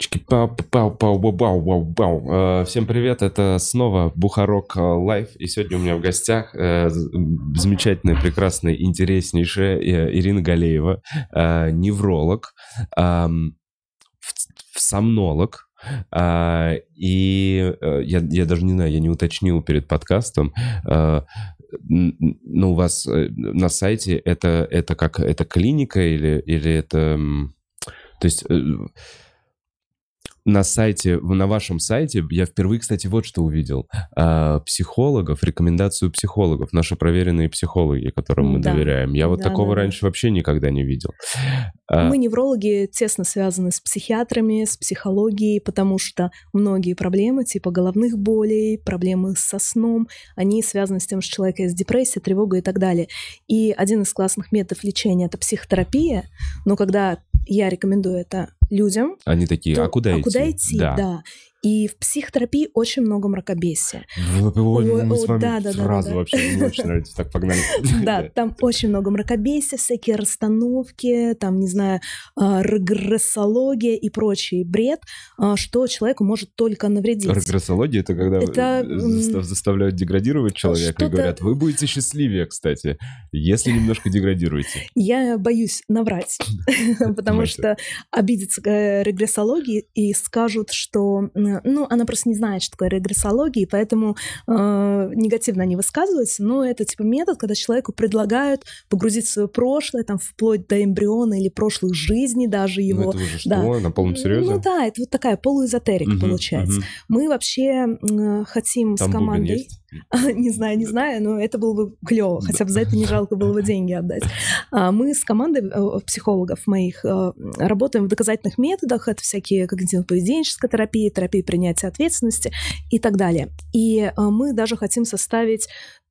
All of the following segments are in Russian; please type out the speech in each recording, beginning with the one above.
Чики-пау-пау-пау-пау-пау-пау. Всем привет, это снова Бухарок Лайв, и сегодня у меня в гостях замечательная, прекрасная, интереснейшая Ирина Галеева, невролог, сомнолог, и я даже не знаю, я не уточнил перед подкастом, но у вас на сайте это как, это клиника или это... То есть... На вашем сайте я впервые, кстати, вот что увидел. Психологов, рекомендацию психологов, наши проверенные психологи, которым мы доверяем. Я вот такого раньше вообще никогда не видел. Мы, неврологи, тесно связаны с психиатрами, с психологией, потому что многие проблемы, типа головных болей, проблемы со сном, они связаны с тем, что у человека есть депрессия, тревога и так далее. И один из классных методов лечения – это психотерапия, но когда я рекомендую это людям... Они такие, а куда идти? Куда идти, да. И в психотерапии очень много мракобесия. Мы с вами сразу вообще, мне очень нравится, так погнали. Да, там очень много мракобесия, всякие расстановки, там, не знаю, регрессология и прочий бред, что человеку может только навредить. Регрессология — это когда заставляют деградировать человека и говорят, вы будете счастливее, кстати, если немножко деградируете. Я боюсь наврать, потому что обидятся регрессологии и скажут, что... Ну, она просто не знает, что такое регрессология, и поэтому негативно они высказываются, но это типа метод, когда человеку предлагают погрузить в свое прошлое, там, вплоть до эмбриона или прошлых жизней даже его. Ну, это уже что? На полном серьезе? Ну да, это вот такая полуэзотерика получается. Мы вообще хотим там с командой... Бубен есть? Не знаю, но это было бы клево, хотя бы за это не жалко было бы деньги отдать. Мы с командой психологов моих работаем в доказательных методах, это всякие когнитивно-поведенческая терапия, терапия принятия ответственности и так далее. И мы даже хотим составить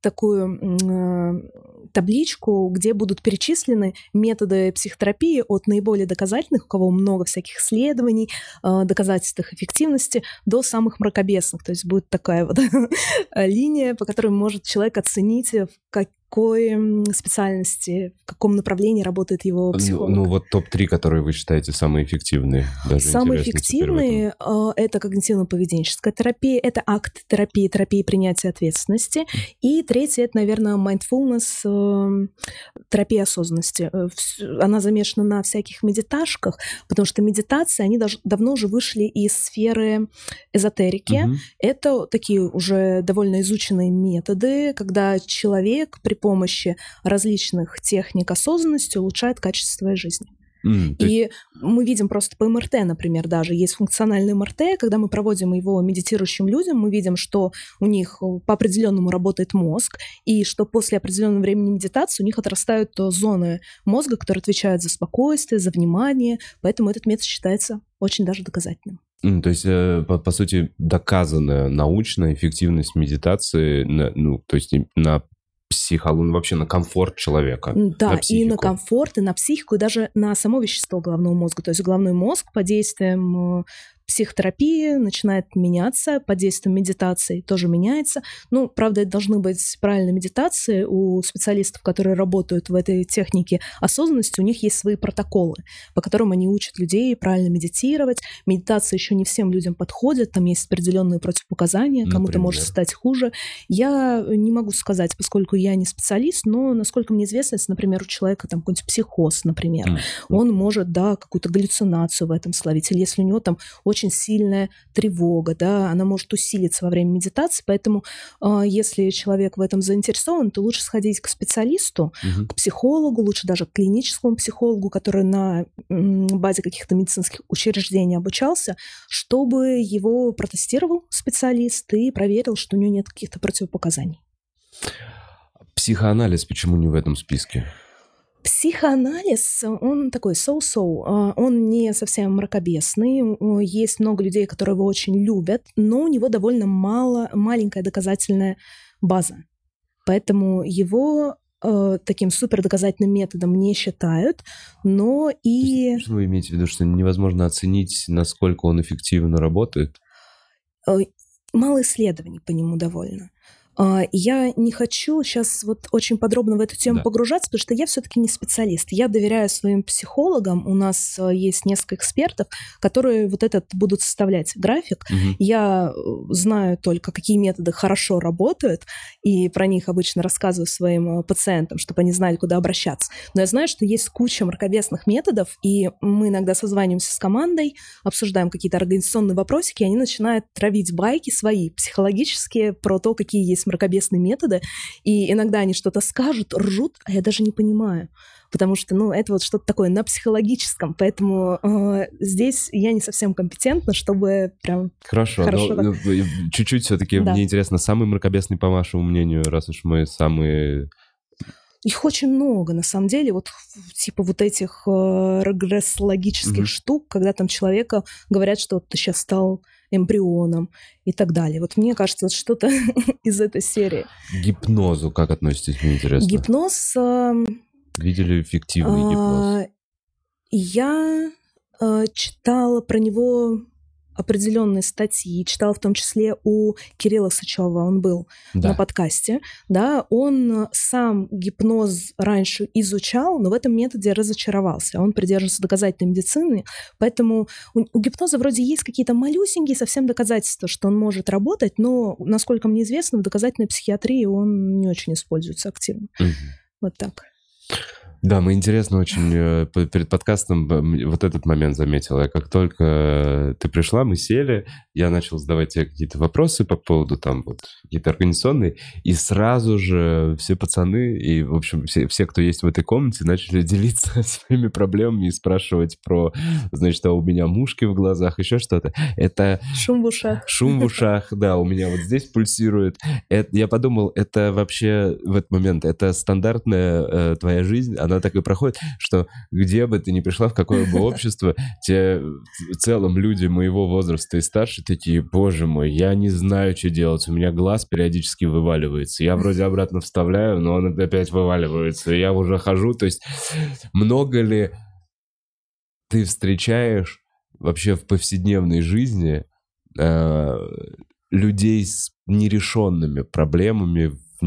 такую табличку, где будут перечислены методы психотерапии от наиболее доказательных, у кого много всяких исследований, доказательств их эффективности, до самых мракобесных. То есть будет такая вот линия, по которой может человек оценить, в какой специальности, в каком направлении работает его психолог. Ну вот топ-3, которые вы считаете самые эффективные. Самые эффективные – это когнитивно-поведенческая терапия, это акт-терапия, терапия принятия ответственности. И третье – это, наверное, mindfulness, терапия осознанности. Она замешана на всяких медиташках, потому что медитации, они давно уже вышли из сферы эзотерики. Это такие уже довольно изученные методы, когда человек при помощи различных техник осознанности улучшает качество своей жизни. И мы видим просто по МРТ, например, даже есть функциональный МРТ, когда мы проводим его медитирующим людям, мы видим, что у них по определенному работает мозг, и что после определенного времени медитации у них отрастают зоны мозга, которые отвечают за спокойствие, за внимание, поэтому этот метод считается очень даже доказательным. То есть, по сути, доказанная научная эффективность медитации, то есть на психологию, вообще на комфорт человека. Да, и на комфорт, и на психику, и даже на само вещество головного мозга. То есть головной мозг под действием психотерапии начинает меняться, под действием медитации тоже меняется. Ну, правда, это должны быть правильные медитации. У специалистов, которые работают в этой технике осознанности, у них есть свои протоколы, по которым они учат людей правильно медитировать. Медитация еще не всем людям подходит, там есть определенные противопоказания, кому-то может стать хуже. Я не могу сказать, поскольку я не специалист, но, насколько мне известно, если, например, у человека там какой-нибудь психоз, например, он может, да, какую-то галлюцинацию в этом словить, или если у него там очень сильная тревога, да, она может усилиться во время медитации, поэтому если человек в этом заинтересован, то лучше сходить к специалисту, к психологу, лучше даже к клиническому психологу, который на базе каких-то медицинских учреждений обучался, чтобы его протестировал специалист и проверил, что у него нет каких-то противопоказаний. Психоанализ почему не в этом списке? Психоанализ, он такой so-so, он не совсем мракобесный, есть много людей, которые его очень любят, но у него довольно маленькая доказательная база, поэтому его таким супердоказательным методом не считают, но и... Что вы имеете в виду, что невозможно оценить, насколько он эффективно работает? Мало исследований по нему довольно. Я не хочу сейчас вот очень подробно в эту тему погружаться, потому что я все-таки не специалист. Я доверяю своим психологам. У нас есть несколько экспертов, которые вот этот будут составлять график. Я знаю только, какие методы хорошо работают, и про них обычно рассказываю своим пациентам, чтобы они знали, куда обращаться. Но я знаю, что есть куча мракобесных методов, и мы иногда созваниваемся с командой, обсуждаем какие-то организационные вопросики, и они начинают травить байки свои, психологические, про то, какие есть мракобесные методы, и иногда они что-то скажут, ржут, а я даже не понимаю, потому что, это вот что-то такое на психологическом, поэтому здесь я не совсем компетентна, чтобы прям хорошо. Но чуть-чуть все-таки мне интересно, самый мракобесный, по вашему мнению, раз уж мы самые... Их очень много, на самом деле, вот типа вот этих регресс-логических штук, когда там человека говорят, что ты сейчас стал эмбрионом и так далее. Вот мне кажется, вот что-то из этой серии. К гипнозу как относитесь, мне интересно? Гипноз... Видели эффективный гипноз? Я читала про него определенные статьи, читала в том числе у Кирилла Сычева, он был на подкасте, да, он сам гипноз раньше изучал, но в этом методе разочаровался, он придерживается доказательной медицины, поэтому у гипноза вроде есть какие-то малюсенькие совсем доказательства, что он может работать, но, насколько мне известно, в доказательной психиатрии он не очень используется активно. Вот так. Да, мы интересно очень перед подкастом вот этот момент заметил. Я как только ты пришла, мы сели, я начал задавать тебе какие-то вопросы по поводу там вот какие-то организационные, и сразу же все пацаны и, в общем, все, кто есть в этой комнате, начали делиться своими проблемами и спрашивать про, значит, у меня мушки в глазах, еще что-то. Это... Шум в ушах. Шум в ушах, да, у меня вот здесь пульсирует. Я подумал, это вообще в этот момент, это стандартная твоя жизнь, она так и проходит, что где бы ты ни пришла, в какое бы общество, те в целом люди моего возраста и старше такие: боже мой, я не знаю, что делать, у меня глаз периодически вываливается, я вроде обратно вставляю, но он опять вываливается, я уже хожу, то есть много ли ты встречаешь вообще в повседневной жизни людей с нерешенными проблемами в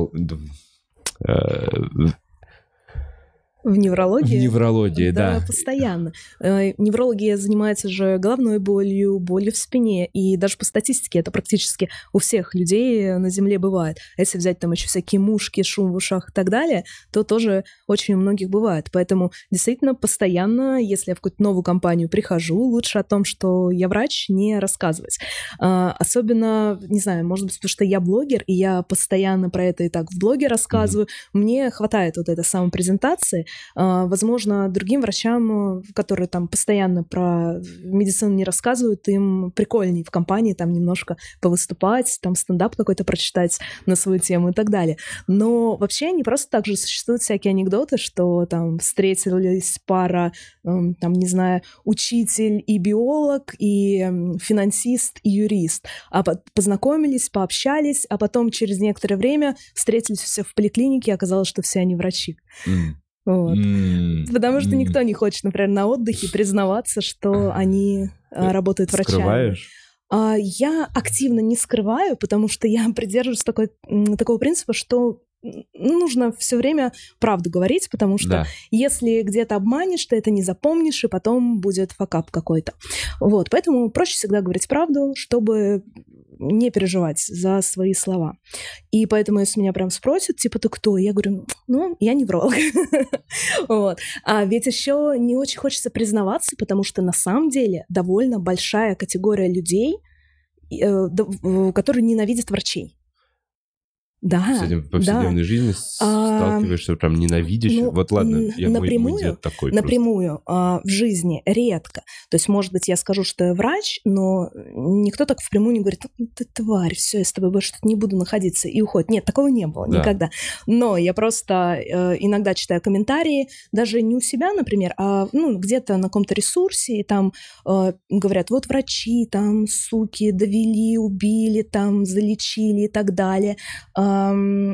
В неврологии? В неврологии, да. Да, постоянно. Неврология занимается же головной болью, болью в спине, и даже по статистике это практически у всех людей на Земле бывает. А если взять там еще всякие мушки, шум в ушах и так далее, то тоже очень у многих бывает. Поэтому действительно постоянно, если я в какую-то новую компанию прихожу, лучше о том, что я врач, не рассказывать. Особенно, не знаю, может быть, потому что я блогер, и я постоянно про это и так в блоге рассказываю. Мне хватает вот этой самопрезентации. Возможно, другим врачам, которые там постоянно про медицину не рассказывают, им прикольнее в компании там немножко повыступать, там стендап какой-то прочитать на свою тему и так далее. Но вообще не просто так же существуют всякие анекдоты, что там встретились пара, там, не знаю, учитель и биолог, и финансист и юрист. А познакомились, пообщались, а потом через некоторое время встретились все в поликлинике, и оказалось, что все они врачи. Вот. Потому что никто не хочет, например, на отдыхе признаваться, что они работают врачами. Скрываешь? Я активно не скрываю, потому что я придерживаюсь такого принципа, что нужно все время правду говорить, потому что если где-то обманешь, ты это не запомнишь, и потом будет факап какой-то. Вот, поэтому проще всегда говорить правду, чтобы не переживать за свои слова. И поэтому, если меня прям спросят, типа, ты кто? Я говорю, я невролог. Вот. А ведь еще не очень хочется признаваться, потому что на самом деле довольно большая категория людей, которые ненавидят врачей. Да, с этим в повседневной жизни сталкиваешься, прям ненавидишь. Вот ладно, мой дед такой. Напрямую в жизни редко. То есть, может быть, я скажу, что я врач, но никто так впрямую не говорит: ты тварь, все, я с тобой больше тут не буду находиться, и уходит. Нет, такого не было никогда. Но я просто иногда читаю комментарии, даже не у себя, например, а где-то на каком-то ресурсе, и там говорят: вот врачи там, суки, довели, убили, там, залечили и так далее.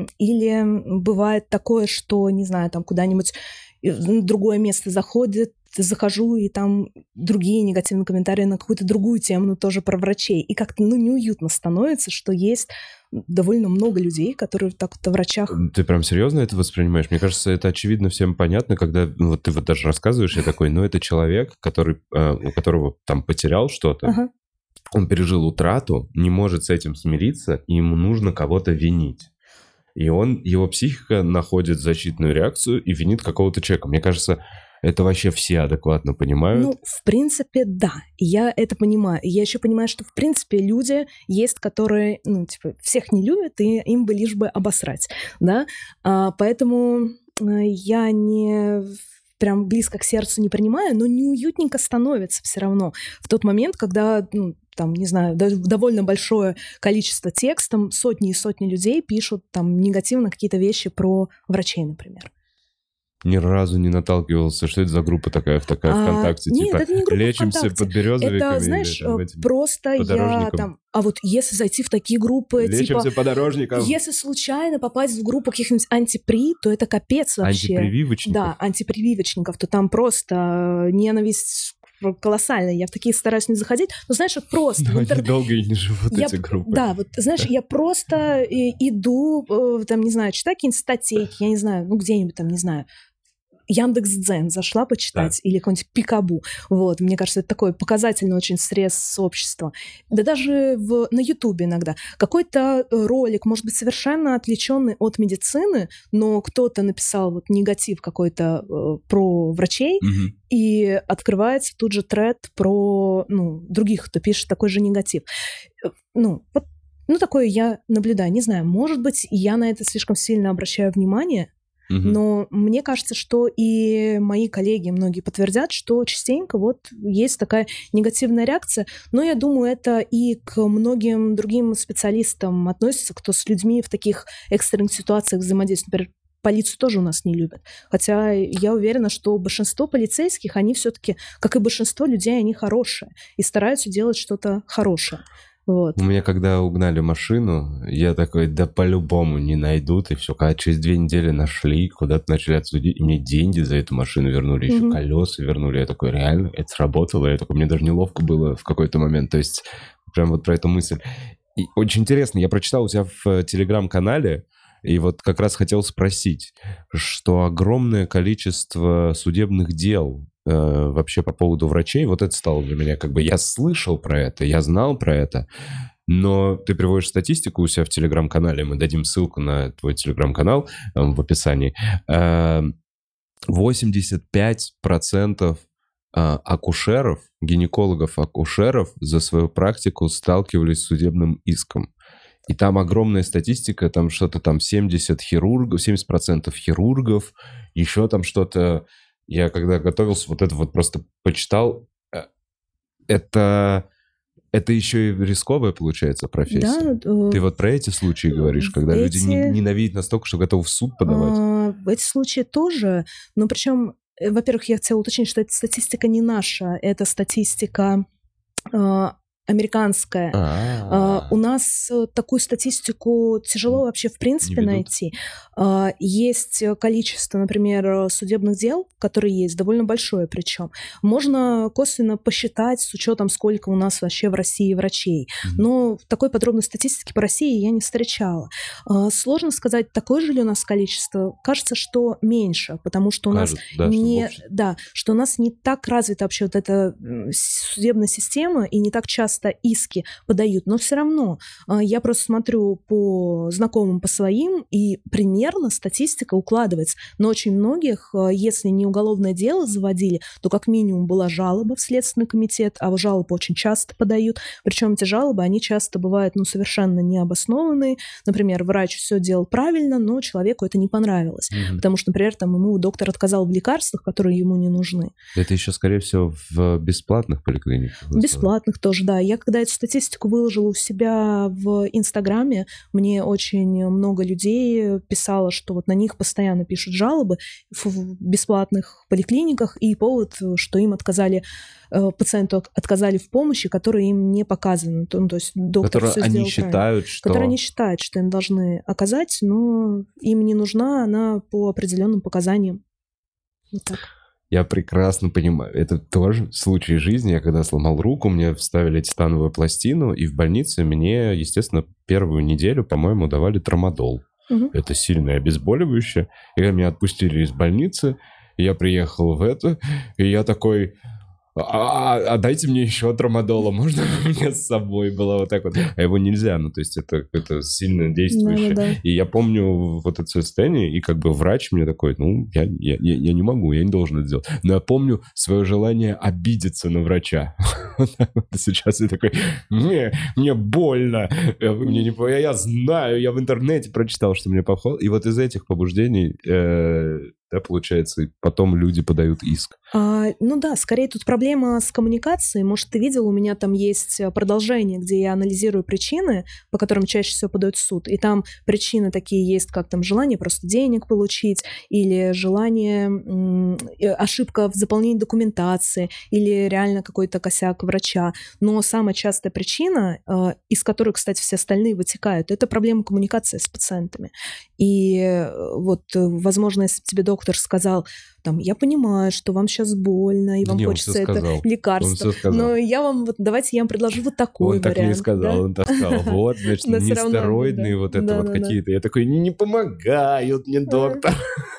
Или бывает такое, что, не знаю, там куда-нибудь в другое место заходит захожу, и там другие негативные комментарии на какую-то другую тему, но тоже про врачей. И как-то, неуютно становится, что есть довольно много людей, которые так вот о врачах... Ты прям серьезно это воспринимаешь? Мне кажется, это очевидно всем понятно, когда вот ты вот даже рассказываешь, я такой, это человек, который, у которого там потерял что-то, Ага. он пережил утрату, не может с этим смириться, и ему нужно кого-то винить. И его психика находит защитную реакцию и винит какого-то человека. Мне кажется, это вообще все адекватно понимают. В принципе, да, я это понимаю. Я еще понимаю, что, в принципе, люди есть, которые, всех не любят, и им бы лишь бы обосрать, да. Поэтому я не прям близко к сердцу не принимаю, но неуютненько становится все равно в тот момент, когда, там, не знаю, довольно большое количество текстом, сотни и сотни людей пишут там негативно какие-то вещи про врачей, например. Ни разу не наталкивался, что это за группа такая ВКонтакте? Нет, типа, это не группа лечимся ВКонтакте. под березовиками? Это, знаешь, просто я там... А вот если зайти в такие группы, лечимся подорожником. Если случайно попасть в группу каких-нибудь антипри, то это капец вообще. Антипрививочников? Да, антипрививочников, то там просто ненависть колоссальная. Я в такие стараюсь не заходить. Но знаешь, просто... Они долго и не живут, эти группы. Да, вот, знаешь, я просто иду, там, не знаю, читаю какие-нибудь статейки, я не знаю, где-нибудь там, не знаю, Яндекс.Дзен зашла почитать, или какой-нибудь Пикабу. Вот, мне кажется, это такой показательный очень срез общества. Да даже на Ютубе иногда. Какой-то ролик, может быть, совершенно отвлеченный от медицины, но кто-то написал вот негатив какой-то про врачей, и открывается тут же тред про других, кто пишет такой же негатив. Такое я наблюдаю. Не знаю, может быть, я на это слишком сильно обращаю внимание, но мне кажется, что и мои коллеги, многие подтвердят, что частенько вот есть такая негативная реакция. Но я думаю, это и к многим другим специалистам относится, кто с людьми в таких экстренных ситуациях взаимодействует. Например, полицию тоже у нас не любят. Хотя я уверена, что большинство полицейских, они все-таки, как и большинство людей, они хорошие и стараются делать что-то хорошее. Вот. У меня, когда угнали машину, я такой, да по-любому не найдут, и все. Когда через 2 недели нашли, куда-то начали отсудить, и мне деньги за эту машину вернули, еще колеса вернули. Я такой, реально, это сработало? Я такой, мне даже неловко было в какой-то момент. То есть, прям вот про эту мысль. И очень интересно, я прочитал у тебя в Телеграм-канале, и вот как раз хотел спросить, что огромное количество судебных дел вообще по поводу врачей, вот это стало для меня я слышал про это, я знал про это, но ты приводишь статистику у себя в Телеграм-канале, мы дадим ссылку на твой Телеграм-канал в описании, 85% акушеров, гинекологов-акушеров за свою практику сталкивались с судебным иском. И там огромная статистика, там что-то там 70% хирургов, еще там что-то. Я когда готовился, вот это вот просто почитал. Это еще и рисковая, получается, профессия. Да, ты вот про эти случаи говоришь, когда люди ненавидят настолько, что готовы в суд подавать? Эти случаи тоже, но причем, во-первых, я хотела уточнить, что эта статистика не наша, это статистика американская. У нас такую статистику тяжело вообще в принципе найти. Есть количество, например, судебных дел, которые есть, довольно большое причем. Можно косвенно посчитать с учетом, сколько у нас вообще в России врачей. Но такой подробной статистики по России я не встречала. Сложно сказать, такое же ли у нас количество. Кажется, что меньше, потому что у нас что у нас не так развита вообще вот эта судебная система, и не так часто иски подают, но все равно я просто смотрю по знакомым, по своим, и примерно статистика укладывается. Но очень многих, если не уголовное дело заводили, то как минимум была жалоба в Следственный комитет, а жалобы очень часто подают, причем эти жалобы, они часто бывают совершенно необоснованные. Например, врач все делал правильно, но человеку это не понравилось, потому что, например, ему доктор отказал в лекарствах, которые ему не нужны. Это еще, скорее всего, в бесплатных поликлиниках? Бесплатных тоже, да. Я когда эту статистику выложила у себя в Инстаграме, мне очень много людей писало, что вот на них постоянно пишут жалобы в бесплатных поликлиниках, и повод, что им отказали, пациенту отказали в помощи, которая им не показана. То есть доктор все сделал правильно. Которые они считают, что им должны оказать, но им не нужна она по определенным показаниям. Вот так. Я прекрасно понимаю. Это тоже случай жизни. Я когда сломал руку, мне вставили титановую пластину, и в больнице мне, естественно, первую неделю, по-моему, давали трамадол. Это сильное обезболивающее. И когда меня отпустили из больницы, я приехал в это, и я такой... А дайте мне еще трамадола, можно у меня с собой было вот так вот. А его нельзя, ну, то есть это сильно действующее. Да. И я помню вот это состояние, и как бы врач мне такой, ну, я не могу, я не должен это сделать. Но я помню свое желание обидеться на врача. Сейчас я такой, мне больно, я знаю, я в интернете прочитал, что мне попало. И вот из этих побуждений... Да, получается, и потом люди подают иск. Ну да, скорее тут проблема с коммуникацией. Может, ты видел, у меня там есть продолжение, где я анализирую причины, по которым чаще всего подают в суд. И там причины такие есть, как там желание просто денег получить, или желание, ошибка в заполнении документации, или реально какой-то косяк врача. Но самая частая причина, из которой, кстати, все остальные вытекают, это проблема коммуникации с пациентами. И вот, возможно, если бы тебе доктор сказал, там, я понимаю, что вам сейчас больно, и вам хочется это лекарство, но я вам, вот, давайте я вам предложу вот такой вариант. Он так не сказал, да? он так сказал, вот, значит, нестероидные вот это вот какие-то. Я такой, не помогают мне, доктор.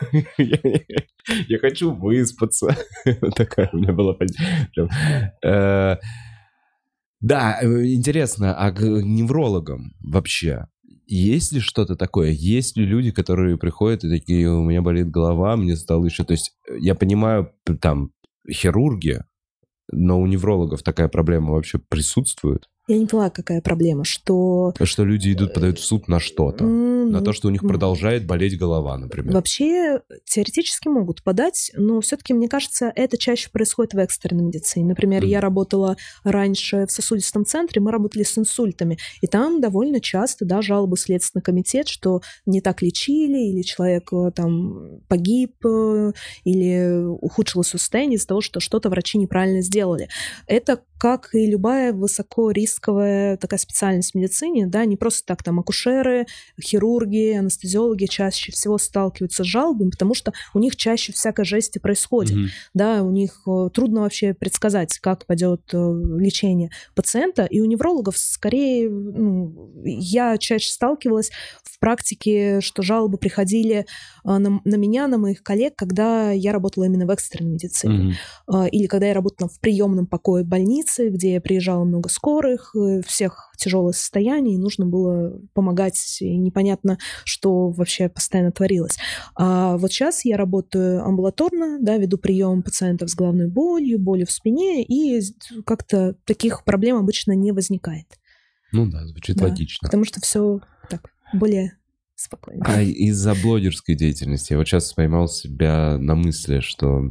Я хочу выспаться. Такая у меня была позиция. Да, интересно, а к неврологам вообще есть ли что-то такое? Есть ли люди, которые приходят и такие, у меня болит голова, мне стало еще... То есть я понимаю, там, хирурги, но у неврологов такая проблема вообще присутствует? Я не поняла, какая проблема, что... Что люди идут, подают в суд на что-то. На то, что у них продолжает болеть голова, например. Вообще, теоретически могут подать, но все-таки, мне кажется, это чаще происходит в экстренной медицине. Например, я работала раньше в сосудистом центре, мы работали с инсультами, и там довольно часто, да, жалобы в Следственный комитет, что не так лечили, или человек там погиб, или ухудшилось состояние из-за того, что что-то врачи неправильно сделали. Это, как и любая высокорисковая такая специальность в медицине, да, не просто так там акушеры, хирурги, анестезиологи чаще всего сталкиваются с жалобами, потому что у них чаще всякой жести происходит, да, у них трудно вообще предсказать, как пойдет лечение пациента, и у неврологов скорее, я чаще сталкивалась в практике, что жалобы приходили на меня, на моих коллег, когда я работала именно в экстренной медицине, или когда я работала в приемном покое больницы, где приезжало много скорых, всех тяжелое состояние, и нужно было помогать, и непонятно, что вообще постоянно творилось. А вот сейчас я работаю амбулаторно, да, веду прием пациентов с головной болью в спине, и как-то таких проблем обычно не возникает. Ну да, звучит логично. Потому что все так, более спокойно. А из-за блогерской деятельности я вот сейчас поймал себя на мысли, что,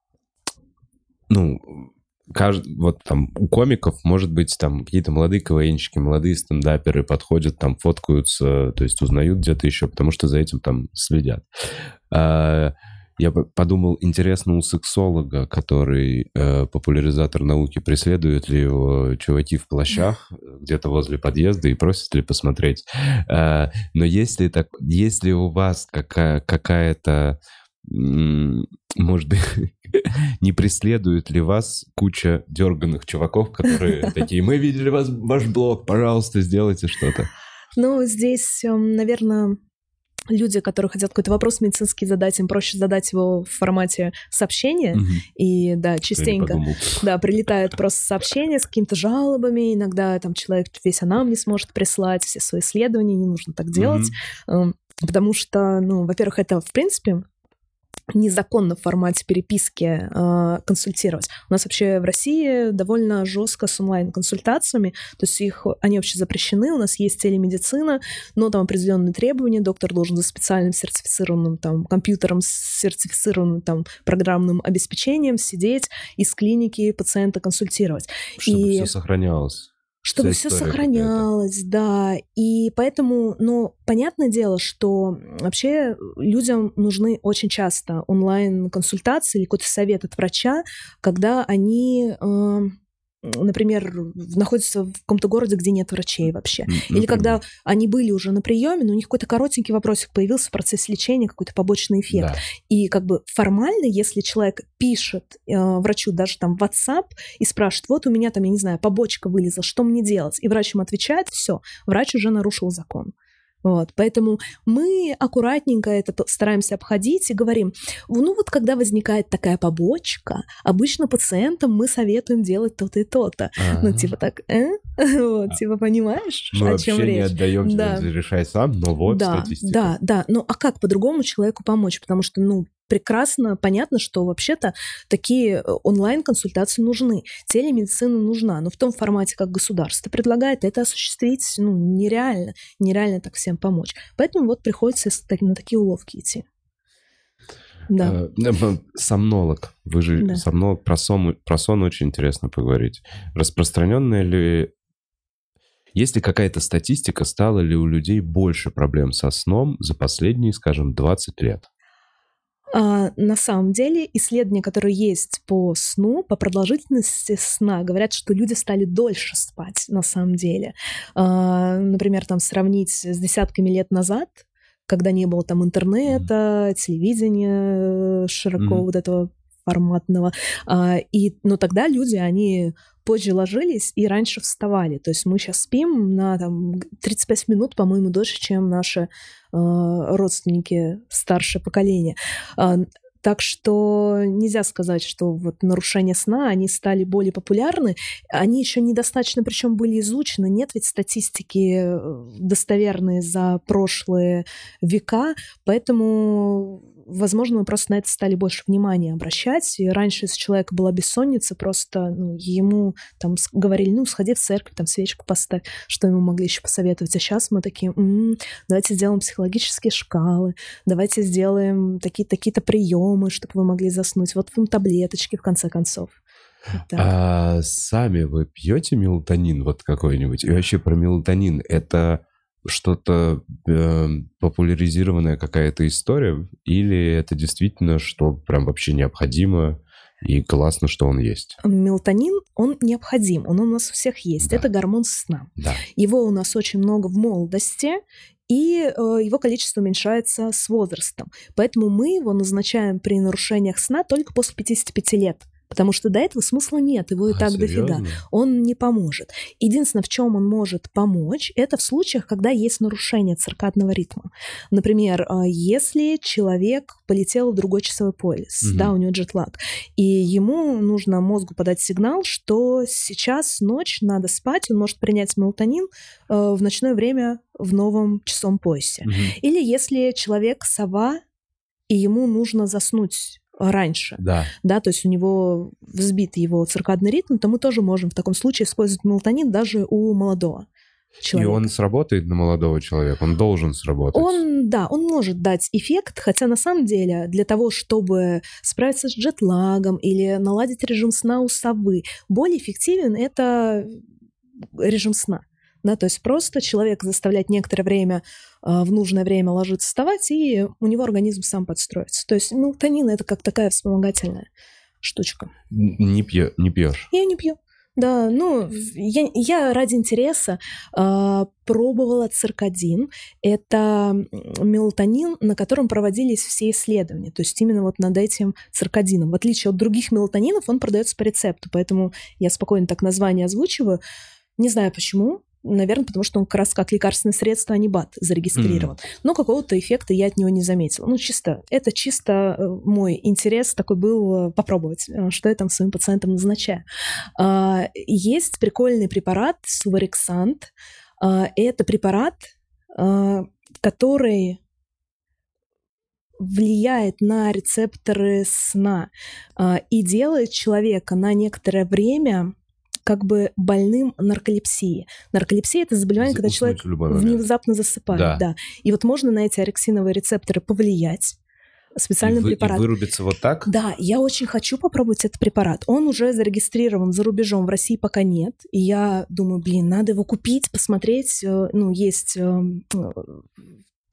вот там у комиков, может быть, там какие-то молодые КВНщики, молодые стендаперы подходят, там фоткаются, то есть узнают где-то еще, потому что за этим там следят. Я подумал, интересно у сексолога, который популяризатор науки, преследуют ли его чуваки в плащах где-то возле подъезда и просят ли посмотреть. Но если у вас какая-то... Может быть, не преследует ли вас куча дерганых чуваков, которые такие, мы видели ваш блог, пожалуйста, сделайте что-то? Здесь, наверное, люди, которые хотят какой-то вопрос медицинский задать, им проще задать его в формате сообщения. И, да, частенько прилетают просто сообщения с какими-то жалобами. Иногда там человек весь анамнез может прислать, все свои исследования, не нужно так делать. Потому что, во-первых, это, в принципе, незаконно в формате переписки консультировать. У нас вообще в России довольно жестко с онлайн-консультациями, то есть они вообще запрещены, у нас есть телемедицина, но там определенные требования, доктор должен за специальным сертифицированным там компьютером, с сертифицированным там программным обеспечением сидеть и с клиники пациента консультировать. Чтобы все сохранялось. Чтобы все сохранялось, да. И поэтому, понятное дело, что вообще людям нужны очень часто онлайн-консультации или какой-то совет от врача, когда они например, находятся в каком-то городе, где нет врачей вообще. Или когда они были уже на приеме, но у них какой-то коротенький вопросик появился в процессе лечения, какой-то побочный эффект. Да. И как бы формально, если человек пишет врачу даже там в WhatsApp и спрашивает, вот у меня там, я не знаю, побочка вылезла, что мне делать? И врач ему отвечает, все, врач уже нарушил закон. Вот, поэтому мы аккуратненько это стараемся обходить и говорим, ну вот когда возникает такая побочка, обычно пациентам мы советуем делать то-то и то-то. Ну типа так, вот, типа понимаешь, мы о чем речь? Мы вообще не отдаем, да. Решай сам, но вот статистика. Да, ну а как по-другому человеку помочь? Потому что, прекрасно понятно, что вообще-то такие онлайн-консультации нужны, телемедицина нужна, но в том формате, как государство предлагает, это осуществить нереально так всем помочь. Поэтому вот приходится на такие уловки идти. Да. Сомнолог. Вы же сомнолог, про сон очень интересно поговорить. Распространенная ли... Есть ли какая-то статистика, стало ли у людей больше проблем со сном за последние, скажем, 20 лет? На самом деле исследования, которые есть по сну, по продолжительности сна, говорят, что люди стали дольше спать на самом деле. Например, там сравнить с десятками лет назад, когда не было там интернета, телевидения широко вот этого форматного. Но тогда люди, они позже ложились и раньше вставали. То есть мы сейчас спим на 35 минут, по-моему, дольше, чем наши родственники, старшее поколение. Так что нельзя сказать, что вот нарушения сна, они стали более популярны. Они еще недостаточно, причем были изучены. Нет ведь статистики достоверной за прошлые века, поэтому, возможно, мы просто на это стали больше внимания обращать. И раньше, если у человека была бессонница, просто ему там говорили, сходи в церковь, там свечку поставь, что ему могли еще посоветовать. А сейчас мы такие, давайте сделаем психологические шкалы, давайте сделаем такие-то приемы, чтобы вы могли заснуть. Вот вам таблеточки, в конце концов. А сами вы пьете мелатонин вот какой-нибудь? И вообще про мелатонин, это что-то популяризированная какая-то история, или это действительно, что прям вообще необходимо и классно, что он есть? Мелатонин, он необходим, он у нас у всех есть. Да. Это гормон сна. Да. Его у нас очень много в молодости, и его количество уменьшается с возрастом. Поэтому мы его назначаем при нарушениях сна только после 55 лет. Потому что до этого смысла нет, его и так дофига. Он не поможет. Единственное, в чем он может помочь, это в случаях, когда есть нарушение циркадного ритма. Например, если человек полетел в другой часовой пояс, да, у него джетлаг, и ему нужно мозгу подать сигнал, что сейчас ночь, надо спать, он может принять мелатонин в ночное время в новом часовом поясе. Или если человек сова, и ему нужно заснуть раньше, да, то есть у него взбит его циркадный ритм, то мы тоже можем в таком случае использовать мелатонин даже у молодого человека. И он сработает на молодого человека? Он должен сработать? Он может дать эффект, хотя на самом деле для того, чтобы справиться с джетлагом или наладить режим сна у совы, более эффективен это режим сна. Да, то есть просто человек заставлять некоторое время, в нужное время ложиться, вставать, и у него организм сам подстроится. То есть мелатонин — это как такая вспомогательная штучка. Не пьешь? Я не пью. Да, я ради интереса пробовала циркадин. Это мелатонин, на котором проводились все исследования. То есть именно вот над этим циркадином. В отличие от других мелатонинов, он продается по рецепту. Поэтому я спокойно так название озвучиваю. Не знаю почему. Наверное, потому что он как раз как лекарственное средство, а не БАД зарегистрирован. Но какого-то эффекта я от него не заметила. Это чисто мой интерес такой был попробовать, что я там своим пациентам назначаю. Есть прикольный препарат сувариксант. Это препарат, который влияет на рецепторы сна и делает человека на некоторое время как бы больным нарколепсией. Нарколепсия — это заболевание, когда человек внезапно засыпает. Да. И вот можно на эти орексиновые рецепторы повлиять специальным препаратом. И вырубиться вот так? Да, я очень хочу попробовать этот препарат. Он уже зарегистрирован за рубежом, в России пока нет. И я думаю, надо его купить, посмотреть. Есть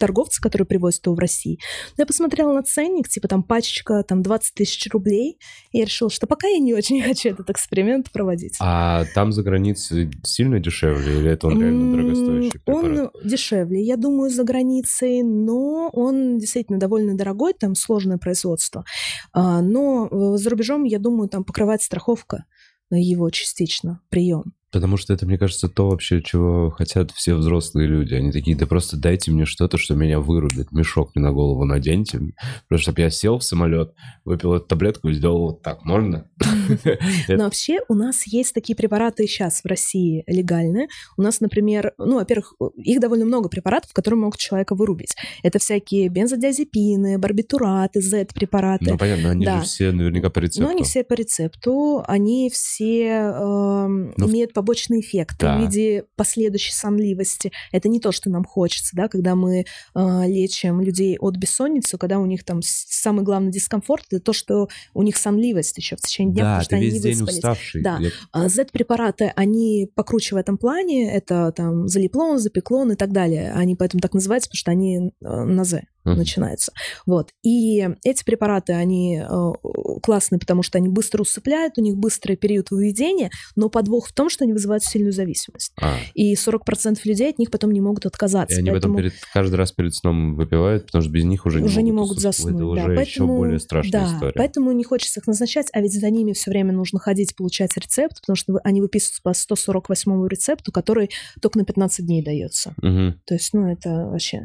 торговцы, которые привозят его в Россию. Я посмотрела на ценник, типа там пачечка, там 20 тысяч рублей, и я решила, что пока я не очень хочу этот эксперимент проводить. А там за границей сильно дешевле, или это он реально дорогостоящий препарат? Он дешевле, я думаю, за границей, но он действительно довольно дорогой, там сложное производство. Но за рубежом, я думаю, там покрывает страховка его частично, прием. Потому что это, мне кажется, то вообще, чего хотят все взрослые люди. Они такие, да просто дайте мне что-то, что меня вырубит. Мешок мне на голову наденьте. Просто чтобы я сел в самолет, выпил эту таблетку и сделал вот так. Можно? Но вообще у нас есть такие препараты сейчас в России легальные. У нас, например, во-первых, их довольно много препаратов, которые могут человека вырубить. Это всякие бензодиазепины, барбитураты, Z-препараты. Ну, понятно, они же все наверняка по рецепту. Но они все по рецепту. Они все имеют побочные эффекты в виде последующей сонливости. Это не то, что нам хочется, да, когда мы лечим людей от бессонницы, когда у них там самый главный дискомфорт, это то, что у них сонливость еще в течение дня, потому что они не выспались. Уставший. Да. Z-препараты, они покруче в этом плане, это там залиплон, запеклон и так далее. Они поэтому так называются, потому что они на Z начинаются. Вот. И эти препараты, они классные, потому что они быстро усыпляют, у них быстрый период выведения, но подвох в том, что они вызывают сильную зависимость. И 40% людей от них потом не могут отказаться. И они поэтому... потом каждый раз перед сном выпивают, потому что без них уже не могут заснуть. Это уже еще более страшная история. Поэтому не хочется их назначать, а ведь за ними все время нужно ходить, получать рецепт, потому что они выписываются по 148-му рецепту, который только на 15 дней дается. То есть, это вообще...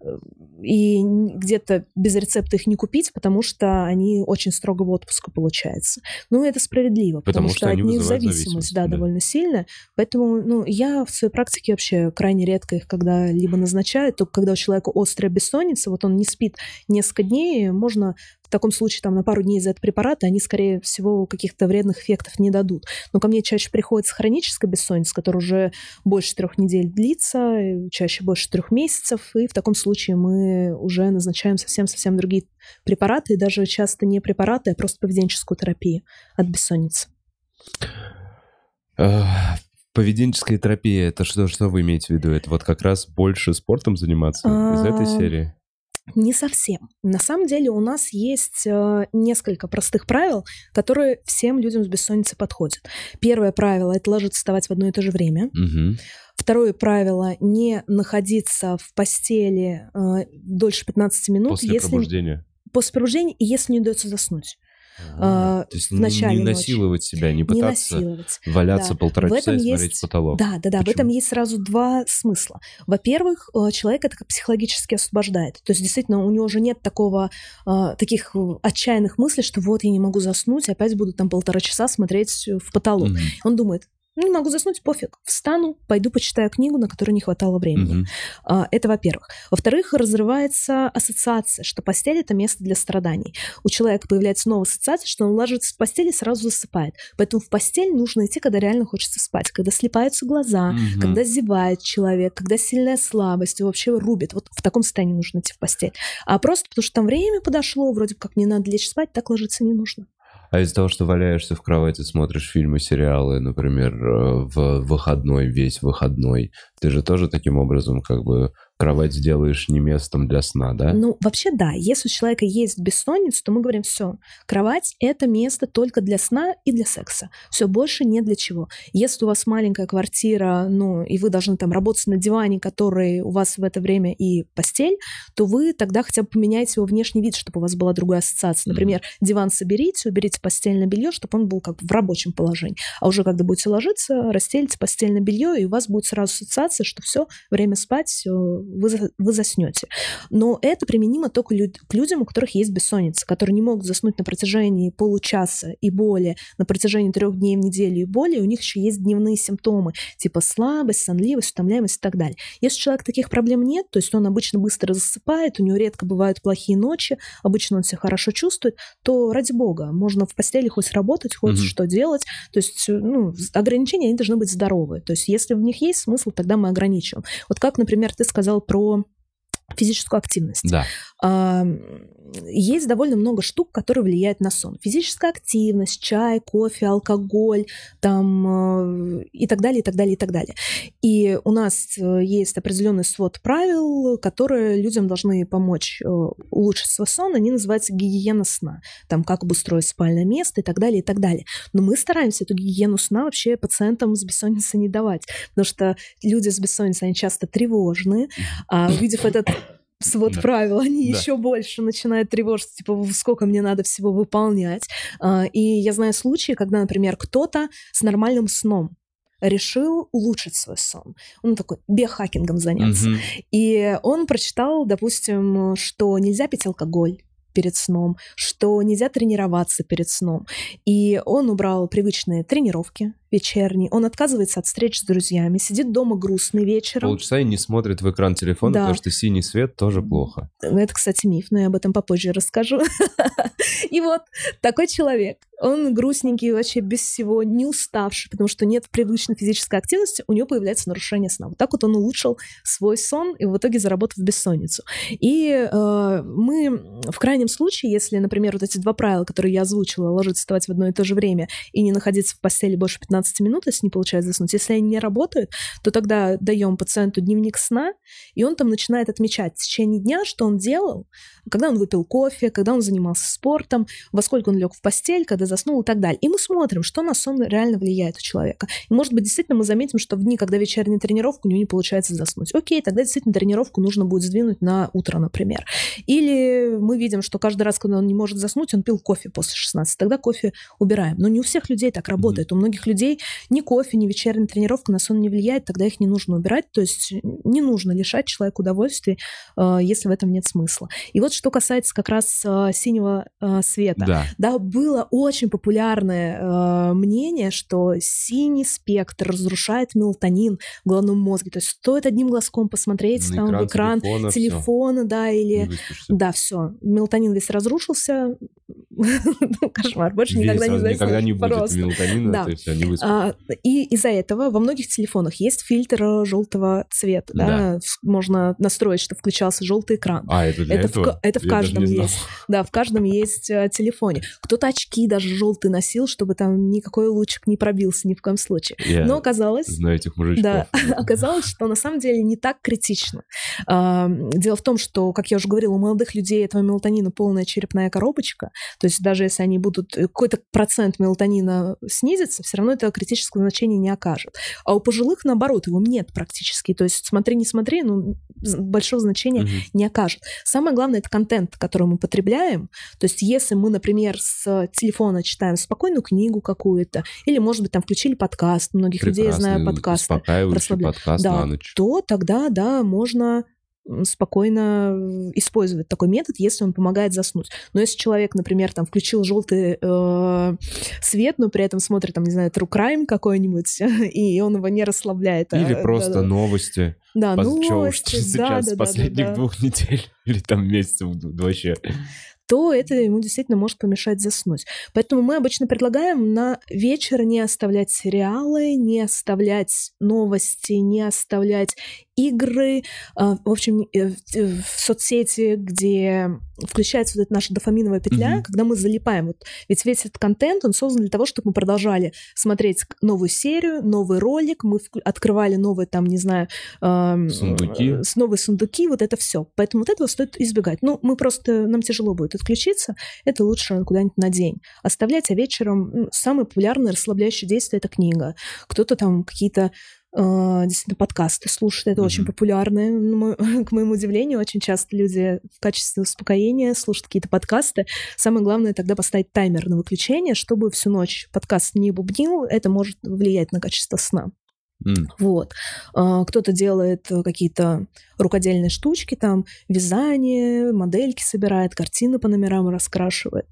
И где-то без рецепта их не купить, потому что они очень строго в отпуску получается. Это справедливо, потому что от них зависимость довольно сильная. Поэтому я в своей практике вообще крайне редко их когда-либо назначаю, только когда у человека острая бессонница, вот он не спит несколько дней, можно в таком случае там на пару дней за это препараты, они, скорее всего, каких-то вредных эффектов не дадут. Но ко мне чаще приходится хроническая бессонница, которая уже больше 3 недель длится, чаще больше 3 месяцев, и в таком случае мы уже назначаем совсем-совсем другие препараты, и даже часто не препараты, а просто поведенческую терапию от бессонницы. Поведенческая терапия, это что вы имеете в виду? Это вот как раз больше спортом заниматься из этой серии? Не совсем. На самом деле у нас есть несколько простых правил, которые всем людям с бессонницей подходят. Первое правило – это ложиться вставать в одно и то же время. Второе правило – не находиться в постели дольше 15 минут. После пробуждения? После пробуждения, и если не удается заснуть. То есть не насиловать себя, не пытаться валяться полтора часа и смотреть в потолок. Да, в этом есть сразу 2 смысла. Во-первых, человек это как психологически освобождает. То есть действительно у него уже нет таких отчаянных мыслей, что вот я не могу заснуть, опять буду там 1,5 часа смотреть в потолок. Он думает, не могу заснуть, пофиг. Встану, пойду почитаю книгу, на которую не хватало времени. Это во-первых. Во-вторых, разрывается ассоциация, что постель – это место для страданий. У человека появляется новая ассоциация, что он ложится в постель и сразу засыпает. Поэтому в постель нужно идти, когда реально хочется спать. Когда слипаются глаза, когда зевает человек, когда сильная слабость, и вообще рубит. Вот в таком состоянии нужно идти в постель. А просто потому что там время подошло, вроде как не надо лечь спать, так ложиться не нужно. А из-за того, что валяешься в кровати, смотришь фильмы, сериалы, например, в выходной, весь выходной, ты же тоже таким образом как бы кровать сделаешь не местом для сна, да? Вообще да. Если у человека есть бессонница, то мы говорим, все, кровать – это место только для сна и для секса. Все, больше не для чего. Если у вас маленькая квартира, и вы должны там работать на диване, который у вас в это время и постель, то вы тогда хотя бы поменяете его внешний вид, чтобы у вас была другая ассоциация. Например, диван соберите, уберите постельное белье, чтобы он был как бы в рабочем положении. А уже когда будете ложиться, расстелите постельное белье, и у вас будет сразу ассоциация, что все, время спать, вы заснете. Но это применимо только к людям, у которых есть бессонница, которые не могут заснуть на протяжении получаса и более, на протяжении 3 дней в неделю и более, у них еще есть дневные симптомы, типа слабость, сонливость, утомляемость и так далее. Если у человека таких проблем нет, то есть он обычно быстро засыпает, у него редко бывают плохие ночи, обычно он себя хорошо чувствует, то ради бога, можно в постели хоть работать, хоть что делать. То есть ограничения, они должны быть здоровые. То есть если в них есть смысл, тогда мы ограничиваем. Вот как, например, ты сказал про физическую активность. Да. Есть довольно много штук, которые влияют на сон. Физическая активность, чай, кофе, алкоголь, там, и так далее, и так далее, и так далее. И у нас есть определенный свод правил, которые людям должны помочь улучшить свой сон. Они называются гигиена сна. Там, как обустроить спальное место и так далее, и так далее. Но мы стараемся эту гигиену сна вообще пациентам с бессонницей не давать. Потому что люди с бессонницей, они часто тревожны, а увидев этот свод правил, они еще больше начинают тревожиться, типа, сколько мне надо всего выполнять. И я знаю случаи, когда, например, кто-то с нормальным сном решил улучшить свой сон. Он такой, биохакингом заняться. И он прочитал, допустим, что нельзя пить алкоголь перед сном, что нельзя тренироваться перед сном. И он убрал привычные тренировки вечерние, он отказывается от встреч с друзьями, сидит дома грустный вечером. Полчаса и не смотрит в экран телефона, потому что синий свет тоже плохо. Это, кстати, миф, но я об этом попозже расскажу. И вот такой человек, он грустненький, вообще без всего, не уставший, потому что нет привычной физической активности, у него появляется нарушение сна. Вот так вот он улучшил свой сон и в итоге заработал бессонницу. И мы в крайнем случае, если, например, вот эти два правила, которые я озвучила, ложиться вставать в одно и то же время и не находиться в постели больше 15 минут, если не получается заснуть, если они не работают, то тогда даем пациенту дневник сна, и он там начинает отмечать в течение дня, что он делал, когда он выпил кофе, когда он занимался спортом, во сколько он лег в постель, когда заснул и так далее. И мы смотрим, что на сон реально влияет у человека. И, может быть, действительно мы заметим, что в дни, когда вечерняя тренировка, у него не получается заснуть. Окей, тогда действительно тренировку нужно будет сдвинуть на утро, например. Или мы видим, что каждый раз, когда он не может заснуть, он пил кофе после 16. Тогда кофе убираем. Но не у всех людей так работает. У многих людей ни кофе, ни вечерняя тренировка на сон не влияет, тогда их не нужно убирать. То есть не нужно лишать человека удовольствия, если в этом нет смысла. И вот что касается как раз синего света. Да, было очень популярное мнение, что синий спектр разрушает мелатонин в головном мозге. То есть стоит одним глазком посмотреть там в экран телефона, да, или... Да, все. Мелатонин весь разрушился. Кошмар. Больше никогда не заснешь. Никогда не будет мелатонина, то есть они выспятся. И из-за этого во многих телефонах есть фильтр желтого цвета. Да. Можно настроить, чтобы включался желтый экран. Это в каждом есть. Да, в каждом есть телефоне. Кто-то очки даже желтые носил, чтобы там никакой лучик не пробился ни в коем случае. Но оказалось... Знаю этих мужичков. Да, оказалось, что на самом деле не так критично. Дело в том, что, как я уже говорила, у молодых людей этого мелатонина полная черепная коробочка. То есть даже если они будут... Какой-то процент мелатонина снизится, все равно это критического значения не окажет. А у пожилых, наоборот, его нет практически. То есть смотри, не смотри, но большого значения не окажет. Самое главное — это контент, который мы потребляем. То есть если мы, например, с телефона читаем спокойную книгу какую-то, или, может быть, там включили подкаст, многих людей, я знаю, подкасты, успокаивающий подкаст на ночь, то тогда, да, можно спокойно использовать такой метод, если он помогает заснуть. Но если человек, например, там включил желтый свет, но при этом смотрит, там, не знаю, true crime какой-нибудь, и он его не расслабляет. Или просто новости. Да, новости. Сейчас, с последних 2 недель или там месяцев вообще. То это ему действительно может помешать заснуть. Поэтому мы обычно предлагаем на вечер не оставлять сериалы, не оставлять новости, не оставлять игры, в общем, в соцсети, где включается вот эта наша дофаминовая петля, когда мы залипаем. Вот, ведь весь этот контент, он создан для того, чтобы мы продолжали смотреть новую серию, новый ролик, мы открывали новые, там, не знаю, новые сундуки, вот это все. Поэтому вот этого стоит избегать. Ну, нам тяжело будет отключиться, это лучше куда-нибудь на день. Оставлять, а вечером самое популярное расслабляющее действие — это книга. Кто-то там какие-то действительно подкасты слушают, это очень популярно. К моему удивлению, очень часто люди в качестве успокоения слушают какие-то подкасты. Самое главное тогда поставить таймер на выключение, чтобы всю ночь подкаст не бубнил. Это может влиять на качество сна. Вот. Кто-то делает какие-то рукодельные штучки, там, вязание, модельки собирает, картины по номерам раскрашивает.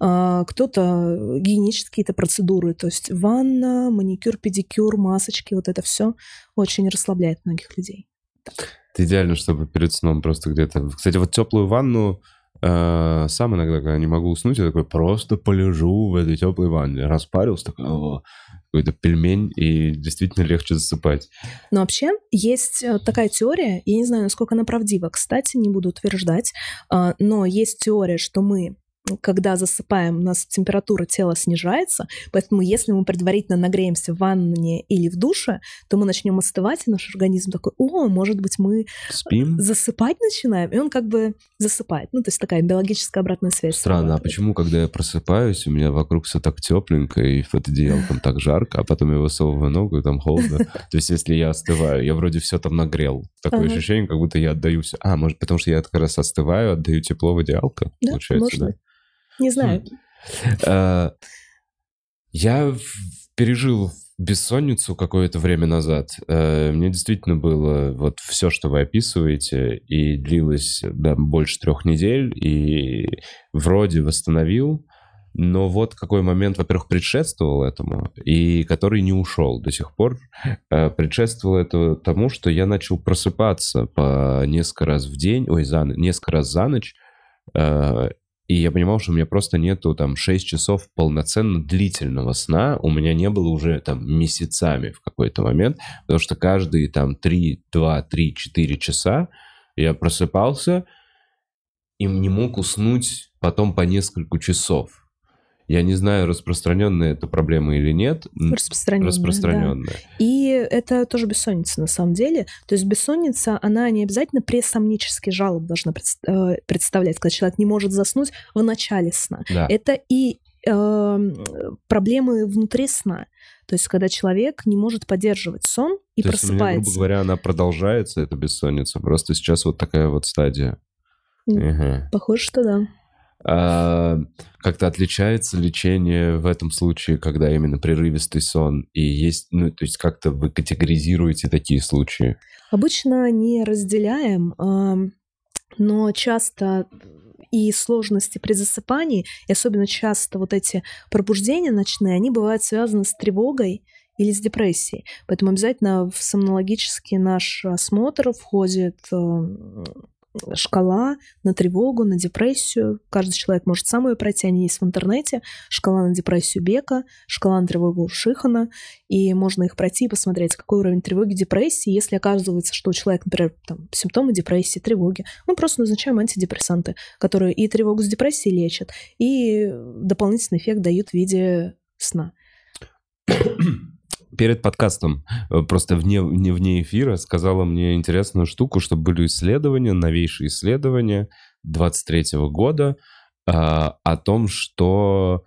Кто-то гигиенические какие-то процедуры, то есть ванна, маникюр, педикюр, масочки, вот это все очень расслабляет многих людей. Это идеально, чтобы перед сном просто где-то... Кстати, вот теплую ванну Сам иногда, когда не могу уснуть, я такой просто полежу в этой теплой ванне. Распарился, такой, какой-то пельмень, и действительно легче засыпать. Но вообще есть такая теория, я не знаю, насколько она правдива, кстати, не буду утверждать, но есть теория, что мы, когда засыпаем, у нас температура тела снижается, поэтому если мы предварительно нагреемся в ванне или в душе, то мы начнем остывать, и наш организм такой, может быть, мы Спим? засыпать начинаем, и он как бы засыпает. Ну, то есть такая биологическая обратная связь. Странно, а почему, когда я просыпаюсь, у меня вокруг все так тепленько, и под одеялком так жарко, а потом я высовываю ногу, и там холодно? То есть если я остываю, я вроде все там нагрел. Такое ощущение, как будто я отдаю все. Может, потому что я как раз остываю, отдаю тепло в одеялко? Да, Получается, может да? быть. Не знаю. Я пережил бессонницу какое-то время назад. Мне действительно было вот все, что вы описываете, и длилось больше 3 недель, и вроде восстановил, но вот какой момент, во-первых, предшествовал этому, и который не ушел до сих пор. Предшествовал это тому, что я начал просыпаться по несколько раз в день, несколько раз за ночь, и я понимал, что у меня просто нету там 6 часов полноценно длительного сна. У меня не было уже там месяцами в какой-то момент, потому что каждые там 2, 3, 4 часа я просыпался и не мог уснуть потом по несколько часов. Я не знаю, распространенная эта проблема или нет. Распространенная. Да. И это тоже бессонница на самом деле. То есть бессонница, она не обязательно прессомнический жалоб должна представлять, когда человек не может заснуть в начале сна. Да. Это и проблемы внутри сна. То есть когда человек не может поддерживать сон и То просыпается. Есть у меня, грубо говоря, она продолжается, эта бессонница. Просто сейчас вот такая вот стадия. Похоже, что да. Как-то отличается лечение в этом случае, когда именно прерывистый сон, и есть, то есть как-то вы категоризируете такие случаи? Обычно не разделяем, но часто и сложности при засыпании, и особенно часто вот эти пробуждения ночные, они бывают связаны с тревогой или с депрессией. Поэтому обязательно в сомнологический наш осмотр входит шкала на тревогу, на депрессию. Каждый человек может сам ее пройти, они есть в интернете. Шкала на депрессию Бека, шкала на тревогу Шихана. И можно их пройти и посмотреть, какой уровень тревоги, депрессии. Если оказывается, что у человека, например, там, симптомы депрессии, тревоги, мы просто назначаем антидепрессанты, которые и тревогу с депрессией лечат, и дополнительный эффект дают в виде сна. Перед подкастом, просто вне эфира, сказала мне интересную штуку, что были исследования, новейшие исследования 23-го года о том, что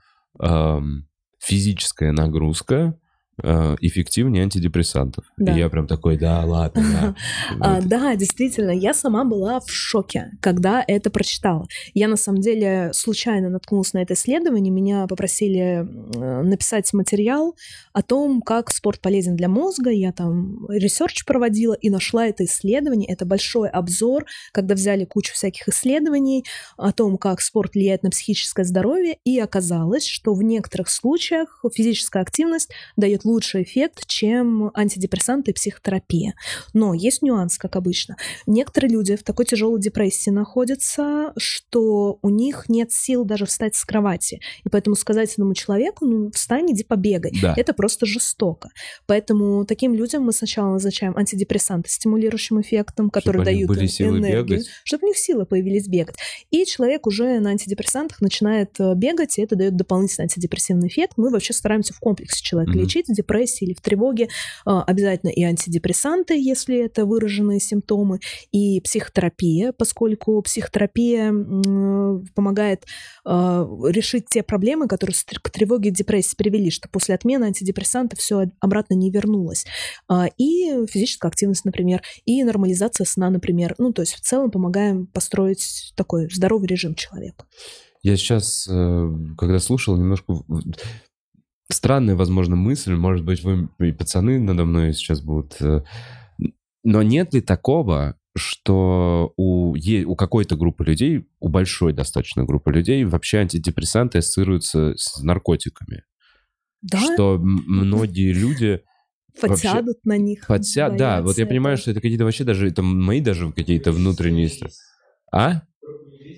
физическая нагрузка эффективнее антидепрессантов. Да. И я прям такой, да, ладно, да. Да, действительно, я сама была в шоке, когда это прочитала. Я, на самом деле, случайно наткнулась на это исследование. Меня попросили написать материал о том, как спорт полезен для мозга. Я там ресерч проводила и нашла это исследование. Это большой обзор, когда взяли кучу всяких исследований о том, как спорт влияет на психическое здоровье. И оказалось, что в некоторых случаях физическая активность дает лучший эффект, чем антидепрессанты и психотерапия. Но есть нюанс, как обычно. Некоторые люди в такой тяжелой депрессии находятся, что у них нет сил даже встать с кровати. И поэтому сказать этому человеку, встань, иди побегай. Да. Это просто жестоко. Поэтому таким людям мы сначала назначаем антидепрессанты с стимулирующим эффектом, которые дают были силы энергию, бегать. чтобы у них силы появились бегать. И человек уже на антидепрессантах начинает бегать, и это дает дополнительный антидепрессивный эффект. Мы вообще стараемся в комплексе человека лечить, в депрессии или в тревоге. Обязательно и антидепрессанты, если это выраженные симптомы, и психотерапия, поскольку психотерапия помогает решить те проблемы, которые к тревоге и депрессии привели, что после отмены антидепрессантов все обратно не вернулось. И физическая активность, например, и нормализация сна, например. То есть в целом помогаем построить такой здоровый режим человека. Я сейчас, когда слушал, немножко... Странная, возможно, мысль, может быть, вы и пацаны надо мной сейчас будут... Но нет ли такого, что у какой-то группы людей, у большой достаточно группы людей, вообще антидепрессанты ассоциируются с наркотиками? Да. Что многие люди... Подсядут на них. Да, вот я понимаю, что это какие-то вообще даже... Это мои даже какие-то внутренние... А?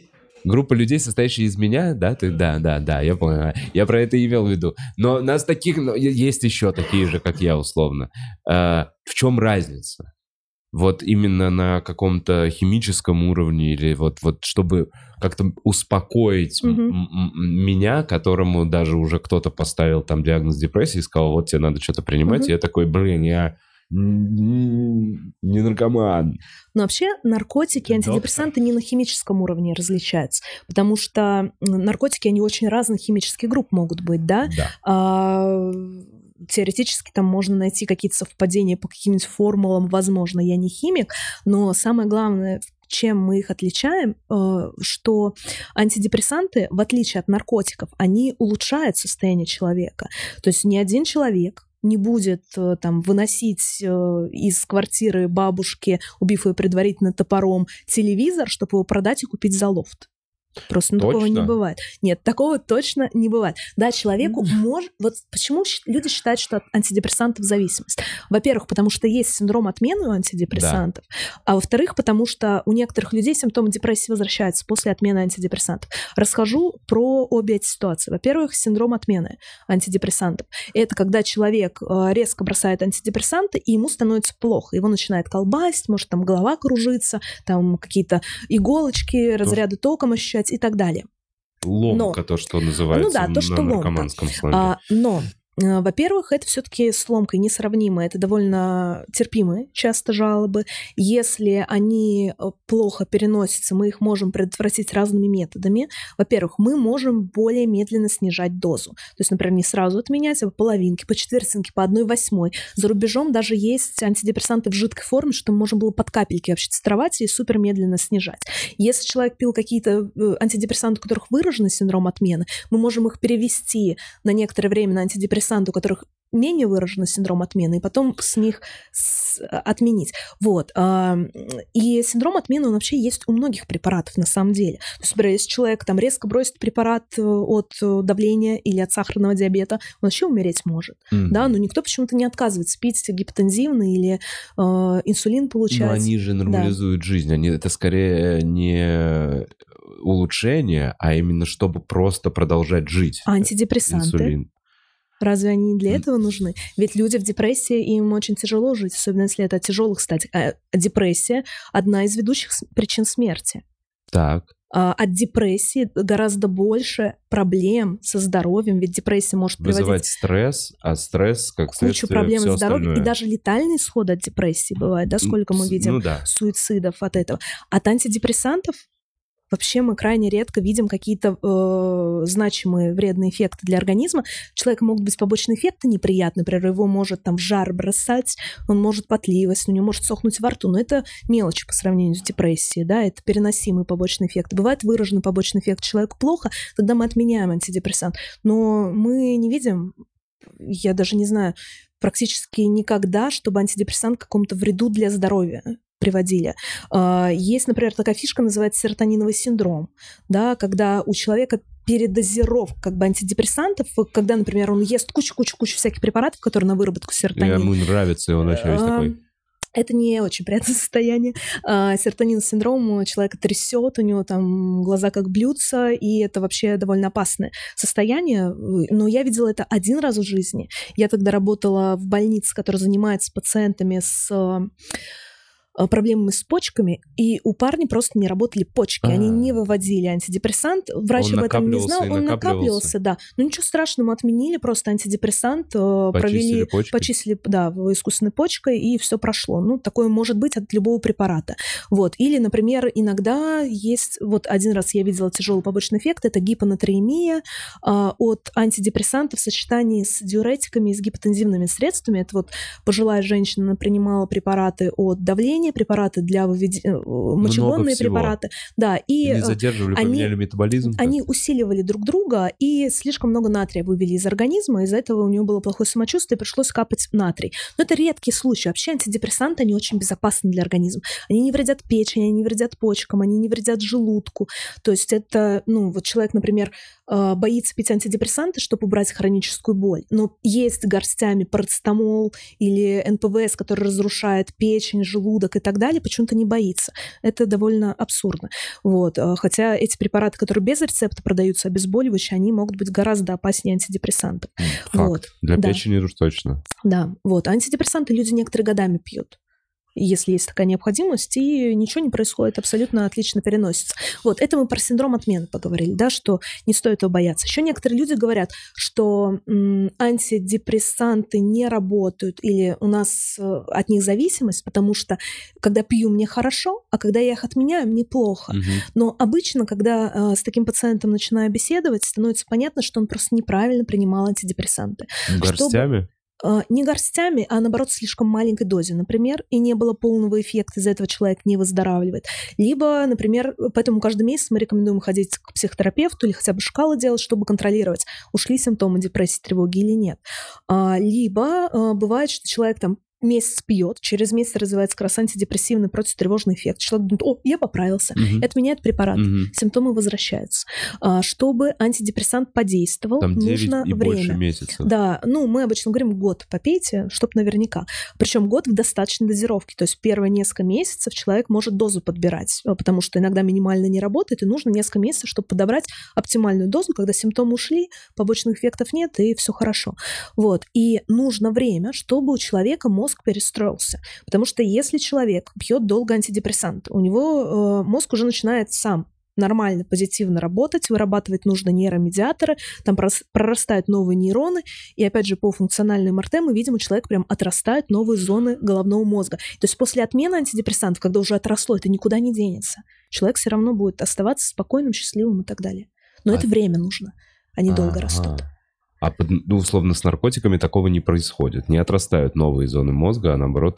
Группа людей, состоящая из меня, да? Да, я понял. Я про это и имел в виду. Но нас таких... Есть еще такие же, как я, условно. В чем разница? Вот именно на каком-то химическом уровне или вот чтобы как-то успокоить меня, которому даже уже кто-то поставил там диагноз депрессии и сказал, вот тебе надо что-то принимать. И я такой, я не наркоман. Но вообще наркотики и антидепрессанты не на химическом уровне различаются, потому что наркотики, они очень разных химических групп могут быть, да? Теоретически там можно найти какие-то совпадения по каким-нибудь формулам, возможно, я не химик, но самое главное, чем мы их отличаем, что антидепрессанты, в отличие от наркотиков, они улучшают состояние человека. То есть ни один человек не будет там выносить из квартиры бабушки, убив ее предварительно топором, телевизор, чтобы его продать и купить за лофт. Просто такого не бывает. Нет, такого точно не бывает. Да, человеку может... Вот почему люди считают, что от антидепрессантов зависимость? Во-первых, потому что есть синдром отмены у антидепрессантов, а во-вторых, потому что у некоторых людей симптомы депрессии возвращаются после отмены антидепрессантов. Расскажу про обе эти ситуации. Во-первых, синдром отмены антидепрессантов. Это когда человек резко бросает антидепрессанты, и ему становится плохо. Его начинает колбасить, может там голова кружится, там какие-то иголочки, разряды током ощущать и так далее. Ломка, то, что называется на наркоманском сленге. Но, во-первых, это все-таки с ломкой несравнимо. Это довольно терпимые часто жалобы. Если они плохо переносятся, мы их можем предотвратить разными методами. Во-первых, мы можем более медленно снижать дозу. То есть, например, не сразу отменять, а по половинке, по четвертинке, по 1/8. За рубежом даже есть антидепрессанты в жидкой форме, что можно было под капельки вообще тестировать и супер медленно снижать. Если человек пил какие-то антидепрессанты, у которых выраженный синдром отмены, мы можем их перевести на некоторое время на антидепрессанты, у которых менее выраженный синдром отмены, и потом с них отменить. Вот. И синдром отмены, он вообще есть у многих препаратов на самом деле. То есть, например, если человек там резко бросит препарат от давления или от сахарного диабета, он вообще умереть может. Да, но никто почему-то не отказывается пить гипотензивный или инсулин получать. Но они же нормализуют жизнь. Это скорее не улучшение, а именно чтобы просто продолжать жить. Антидепрессанты. Инсулин. Разве они для этого нужны? Ведь люди в депрессии, им очень тяжело жить, особенно если это тяжелых стадий. А депрессия – одна из ведущих причин смерти. Так. От депрессии гораздо больше проблем со здоровьем, ведь депрессия может вызывать стресс, а стресс, как следствие, кучу проблем со здоровьем, и даже летальный исход от депрессии бывает, да, сколько мы видим суицидов от этого. От антидепрессантов вообще мы крайне редко видим какие-то значимые вредные эффекты для организма. У человека могут быть побочные эффекты неприятные, например, его может там в жар бросать, он может потливость, у него может сохнуть во рту, но это мелочи по сравнению с депрессией, да, это переносимые побочные эффекты. Бывает выраженный побочный эффект, человеку плохо, тогда мы отменяем антидепрессант. Но мы не видим, я даже не знаю, практически никогда, чтобы антидепрессант к какому-то вреду для здоровья приводили. Есть, например, такая фишка, называется серотониновый синдром, да, когда у человека передозировка как бы антидепрессантов, когда, например, он ест кучу всяких препаратов, которые на выработку серотонина. Ему нравится, и он вообще весь такой... Это не очень приятное состояние. Серотониновый синдром, человека трясет, у него там глаза как блюдца, и это вообще довольно опасное состояние. Но я видела это один раз в жизни. Я тогда работала в больнице, которая занимается пациентами с проблемами с почками, и у парня просто не работали почки, они не выводили антидепрессант, врач об этом не знал, он накапливался, да. Но ничего страшного, мы отменили просто антидепрессант, провели, почистили, да, искусственной почкой, и все прошло. Ну, такое может быть от любого препарата. Вот. Или, например, иногда есть, вот один раз я видела тяжелый побочный эффект, это гипонатриемия от антидепрессантов в сочетании с диуретиками и с гипотензивными средствами. Это вот пожилая женщина принимала препараты от давления, препараты для мочегонные препараты. Да, и они задерживали, поменяли метаболизм. Они усиливали друг друга, и слишком много натрия вывели из организма, из-за этого у нее было плохое самочувствие, пришлось капать натрий. Но это редкий случай. Вообще антидепрессанты, они очень безопасны для организма. Они не вредят печени, они не вредят почкам, они не вредят желудку. То есть это, ну, вот человек, например, боится пить антидепрессанты, чтобы убрать хроническую боль, но есть горстями парацетамол или НПВС, который разрушает печень, желудок, онколог и так далее, почему-то не боится. Это довольно абсурдно. Вот. Хотя эти препараты, которые без рецепта продаются, обезболивающие, они могут быть гораздо опаснее антидепрессантов. Факт. Вот. Для Да. печени уж точно. Да, вот. Антидепрессанты люди некоторые годами пьют, если есть такая необходимость, и ничего не происходит, абсолютно отлично переносится. Вот, это мы про синдром отмены поговорили, да, что не стоит его бояться. Еще некоторые люди говорят, что антидепрессанты не работают, или у нас от них зависимость, потому что когда пью, мне хорошо, а когда я их отменяю, мне плохо. Но обычно, когда с таким пациентом начинаю беседовать, становится понятно, что он просто неправильно принимал антидепрессанты. Горстями? Не горстями, а наоборот в слишком маленькой дозе, например, и не было полного эффекта, из-за этого человек не выздоравливает. Либо, например, поэтому каждый месяц мы рекомендуем ходить к психотерапевту или хотя бы шкалы делать, чтобы контролировать, ушли симптомы депрессии, тревоги или нет. Либо бывает, что человек там месяц пьет, через месяц развивается как раз антидепрессивный противотревожный эффект. Человек думает, о, я поправился, отменяет препарат, симптомы возвращаются. Чтобы антидепрессант подействовал, там 9 нужно и время. больше месяцев. Да, мы обычно говорим год попейте, чтобы наверняка. Причем год в достаточной дозировке, то есть первые несколько месяцев человек может дозу подбирать, потому что иногда минимально не работает, и нужно несколько месяцев, чтобы подобрать оптимальную дозу, когда симптомы ушли, побочных эффектов нет, и все хорошо. Вот. И нужно время, чтобы у человека мозг перестроился. Потому что если человек пьет долго антидепрессанты, у него мозг уже начинает сам нормально, позитивно работать, вырабатывать нужные нейромедиаторы, там прорастают новые нейроны, и опять же по функциональной МРТ мы видим, у человека прям отрастают новые зоны головного мозга. То есть после отмены антидепрессантов, когда уже отросло, это никуда не денется. Человек все равно будет оставаться спокойным, счастливым и так далее. Но это время нужно, они долго растут. Условно, с наркотиками такого не происходит. Не отрастают новые зоны мозга, а наоборот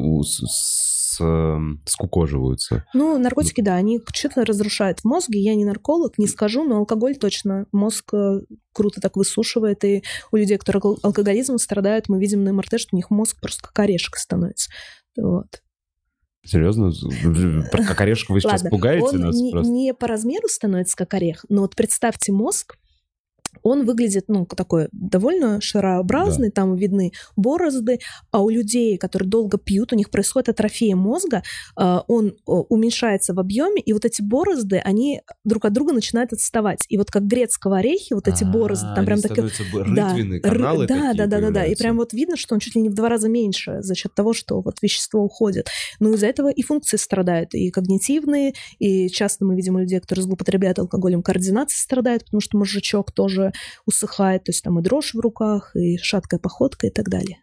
скукоживаются. Наркотики, да, они что-то разрушают в мозге. Я не нарколог, не скажу, но алкоголь точно мозг круто так высушивает. И у людей, которые алкоголизмом страдают, мы видим на МРТ, что у них мозг просто как орешек становится. Вот. Серьезно? Как орешек вы сейчас пугаете нас? Он не по размеру становится как орех, но вот представьте мозг, он выглядит, такой довольно шарообразный, там видны борозды, а у людей, которые долго пьют, у них происходит атрофия мозга, он уменьшается в объеме, и вот эти борозды, они друг от друга начинают отставать. И вот как грецкого орехи, вот эти борозды, там прям такие... рытвины, каналы Да. И прям вот видно, что он чуть ли не в 2 раза меньше за счет того, что вот вещество уходит. Из-за этого и функции страдают, и когнитивные, и часто мы видим у людей, которые злоупотребляют алкоголем, координация страдает, потому что мозжечок тоже усыхает, то есть там и дрожь в руках, и шаткая походка и так далее.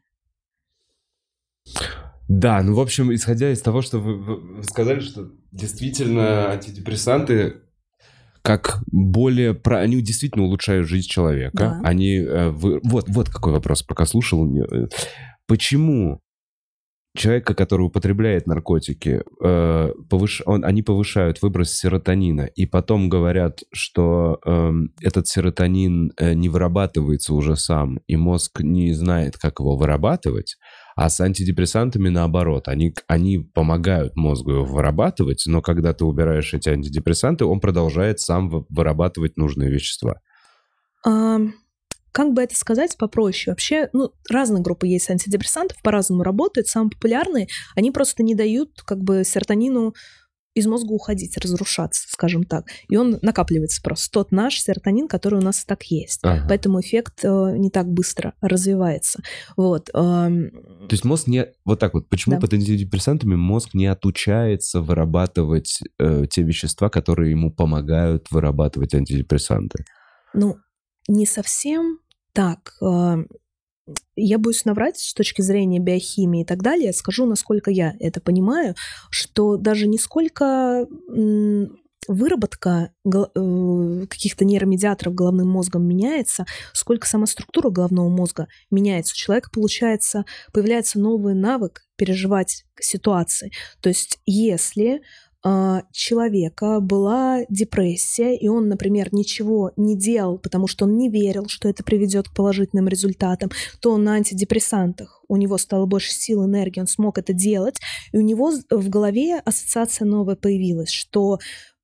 Да, в общем, исходя из того, что вы сказали, что действительно антидепрессанты как более... Они действительно улучшают жизнь человека. Да. Они... Вот какой вопрос, пока слушал. Почему человека, который употребляет наркотики, они повышают выброс серотонина, и потом говорят, что этот серотонин не вырабатывается уже сам, и мозг не знает, как его вырабатывать, а с антидепрессантами наоборот. Они помогают мозгу его вырабатывать, но когда ты убираешь эти антидепрессанты, он продолжает сам вырабатывать нужные вещества. Как бы это сказать попроще? Вообще, разные группы есть антидепрессантов, по-разному работают. Самые популярные, они просто не дают серотонину из мозга уходить, разрушаться, скажем так. И он накапливается просто. Тот наш серотонин, который у нас и так есть. Ага. Поэтому эффект не так быстро развивается. Вот. То есть мозг не... Вот так вот. Почему под антидепрессантами мозг не отучается вырабатывать те вещества, которые ему помогают вырабатывать антидепрессанты? Не совсем так. Я боюсь наврать с точки зрения биохимии и так далее. Скажу, насколько я это понимаю, что даже не сколько выработка каких-то нейромедиаторов головным мозгом меняется, сколько сама структура головного мозга меняется. У человека, появляется новый навык переживать ситуации. То есть если человека была депрессия, и он, например, ничего не делал, потому что он не верил, что это приведет к положительным результатам, то он на антидепрессантах, у него стало больше сил, энергии, он смог это делать, и у него в голове ассоциация новая появилась, что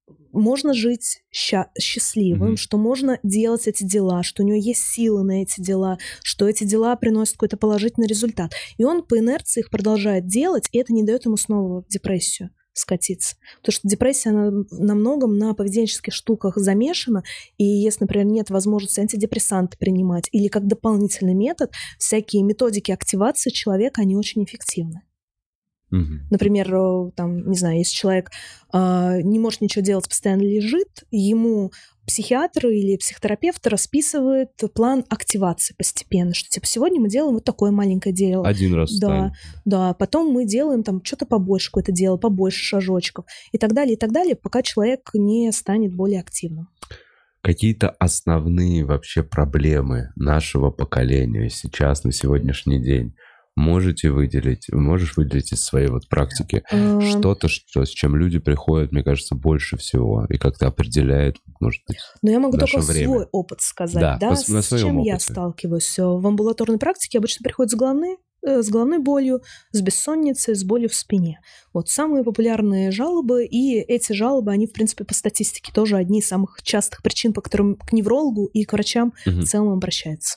можно жить счастливым, что можно делать эти дела, что у него есть силы на эти дела, что эти дела приносят какой-то положительный результат. И он по инерции их продолжает делать, и это не дает ему снова в депрессию скатиться. Потому что депрессия, она на многом на поведенческих штуках замешана, и если, например, нет возможности антидепрессанты принимать или как дополнительный метод, всякие методики активации человека, они очень эффективны. Например, там, не знаю, если человек не может ничего делать, постоянно лежит, ему психиатр или психотерапевт расписывает план активации постепенно, что типа сегодня мы делаем вот такое маленькое дело. Один раз встань. Да, потом мы делаем там что-то побольше какое-то дело, побольше шажочков и так далее, пока человек не станет более активным. Какие-то основные вообще проблемы нашего поколения сейчас, на сегодняшний день, можешь выделить из своей вот практики что-то, с чем люди приходят, мне кажется, больше всего и как-то определяет, может быть, но я могу только время. Свой опыт сказать, да, с чем я сталкиваюсь. В амбулаторной практике обычно приходят с головной болью, с бессонницей, с болью в спине. Вот самые популярные жалобы, и эти жалобы, они, в принципе, по статистике тоже одни из самых частых причин, по которым к неврологу и к врачам в целом обращаются.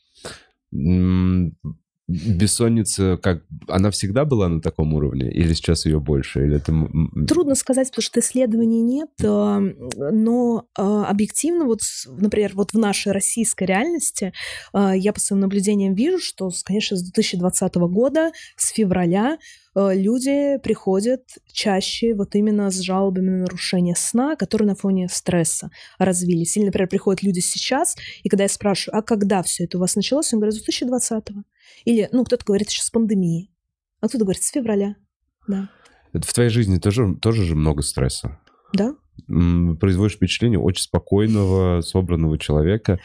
Бессонница, она всегда была на таком уровне? Или сейчас ее больше? Или это... Трудно сказать, потому что исследований нет, но объективно, вот, например, вот в нашей российской реальности я по своим наблюдениям вижу, что, конечно, с 2020 года, с февраля, люди приходят чаще вот именно с жалобами на нарушение сна, которые на фоне стресса развились. Или, например, приходят люди сейчас, и когда я спрашиваю, а когда все это у вас началось, он говорит, с 2020-го. Или, кто-то говорит еще с пандемии, а кто-то говорит с февраля. Да. Это в твоей жизни тоже же много стресса. Да. Производишь впечатление очень спокойного, собранного человека.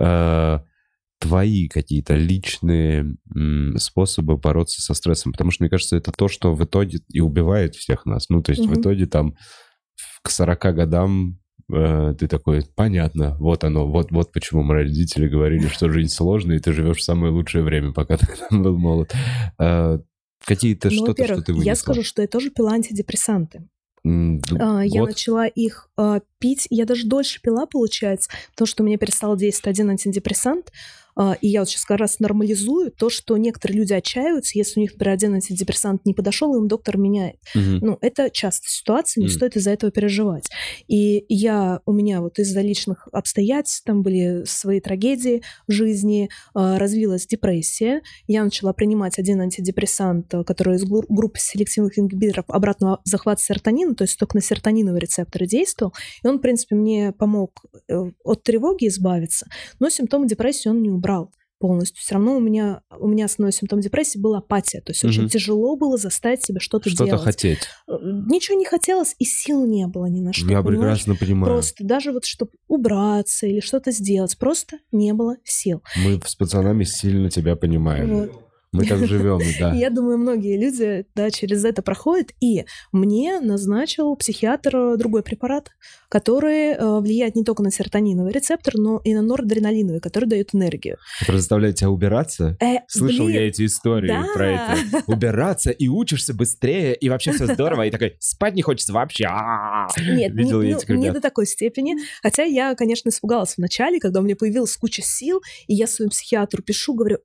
Твои какие-то личные способы бороться со стрессом? Потому что, мне кажется, это то, что в итоге и убивает всех нас. То есть в итоге там к 40 годам ты такой, понятно, вот оно, вот почему мои родители говорили, что жизнь сложная, и ты живешь в самое лучшее время, пока ты был молод. Что-то, что ты вынесла? Я скажу, что я тоже пила антидепрессанты. Я начала их пить, я даже дольше пила, получается, потому что у меня перестал действовать один антидепрессант, и я вот сейчас как раз нормализую то, что некоторые люди отчаиваются, если у них, например, один антидепрессант не подошел, им доктор меняет. Это частая ситуация, не стоит из-за этого переживать. И у меня вот из-за личных обстоятельств, там были свои трагедии в жизни, развилась депрессия, я начала принимать один антидепрессант, который из группы селективных ингибиторов обратного захвата серотонина, то есть только на серотониновые рецепторы действовал, и он, в принципе, мне помог от тревоги избавиться, но симптомы депрессии он не убрал полностью. Все равно у меня основной симптом депрессии была апатия. То есть очень тяжело было заставить себя что-то делать. Что-то хотеть. Ничего не хотелось, и сил не было ни на что. Я прекрасно понимаю. Просто даже вот чтобы убраться или что-то сделать, просто не было сил. Мы с пацанами сильно тебя понимаем. Вот. Мы так живем, да. Я думаю, многие люди, через это проходят. И мне назначил психиатр другой препарат, который влияет не только на серотониновый рецептор, но и на норадреналиновый, который дает энергию. Который заставляет тебя убираться? Слышал я эти истории про это. Убираться, и учишься быстрее, и вообще все здорово, и такой, спать не хочется вообще. Нет, не до такой степени. Хотя я, конечно, испугалась вначале, когда у меня появилась куча сил, и я своему психиатру пишу, говорю,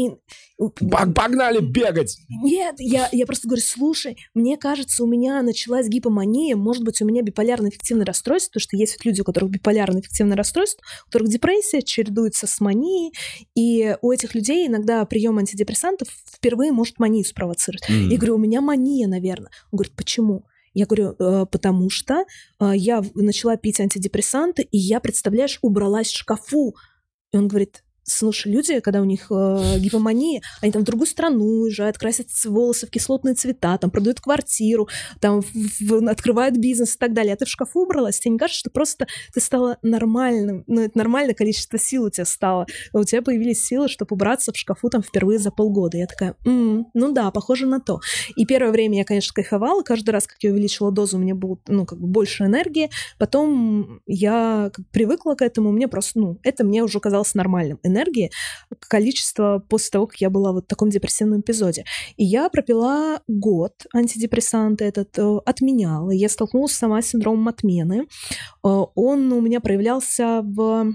погнали бегать! Нет, я просто говорю, слушай, мне кажется, у меня началась гипомания, может быть, у меня биполярное аффективное расстройство, потому что есть люди, у которых биполярное аффективное расстройство, у которых депрессия чередуется с манией, и у этих людей иногда прием антидепрессантов впервые может манию спровоцировать. Я говорю, у меня мания, наверное. Он говорит, почему? Я говорю, потому что я начала пить антидепрессанты, и я, представляешь, убралась в шкафу. И он говорит, слушай, люди, когда у них гипомания, они там в другую страну уезжают, красят волосы в кислотные цвета, там продают квартиру, там открывают бизнес и так далее. А ты в шкафу убралась, тебе не кажется, что просто ты стала нормальным, это нормальное количество сил у тебя стало, у тебя появились силы, чтобы убраться в шкафу там впервые за полгода. Я такая, да, похоже на то. И первое время я, конечно, кайфовала, каждый раз, как я увеличила дозу, у меня было, больше энергии, потом я привыкла к этому, мне просто, это мне уже казалось нормальным. энергии, количество после того, как я была вот в таком депрессивном эпизоде. И я пропила год антидепрессанты этот, отменяла. Я столкнулась сама с синдромом отмены. Он у меня проявлялся в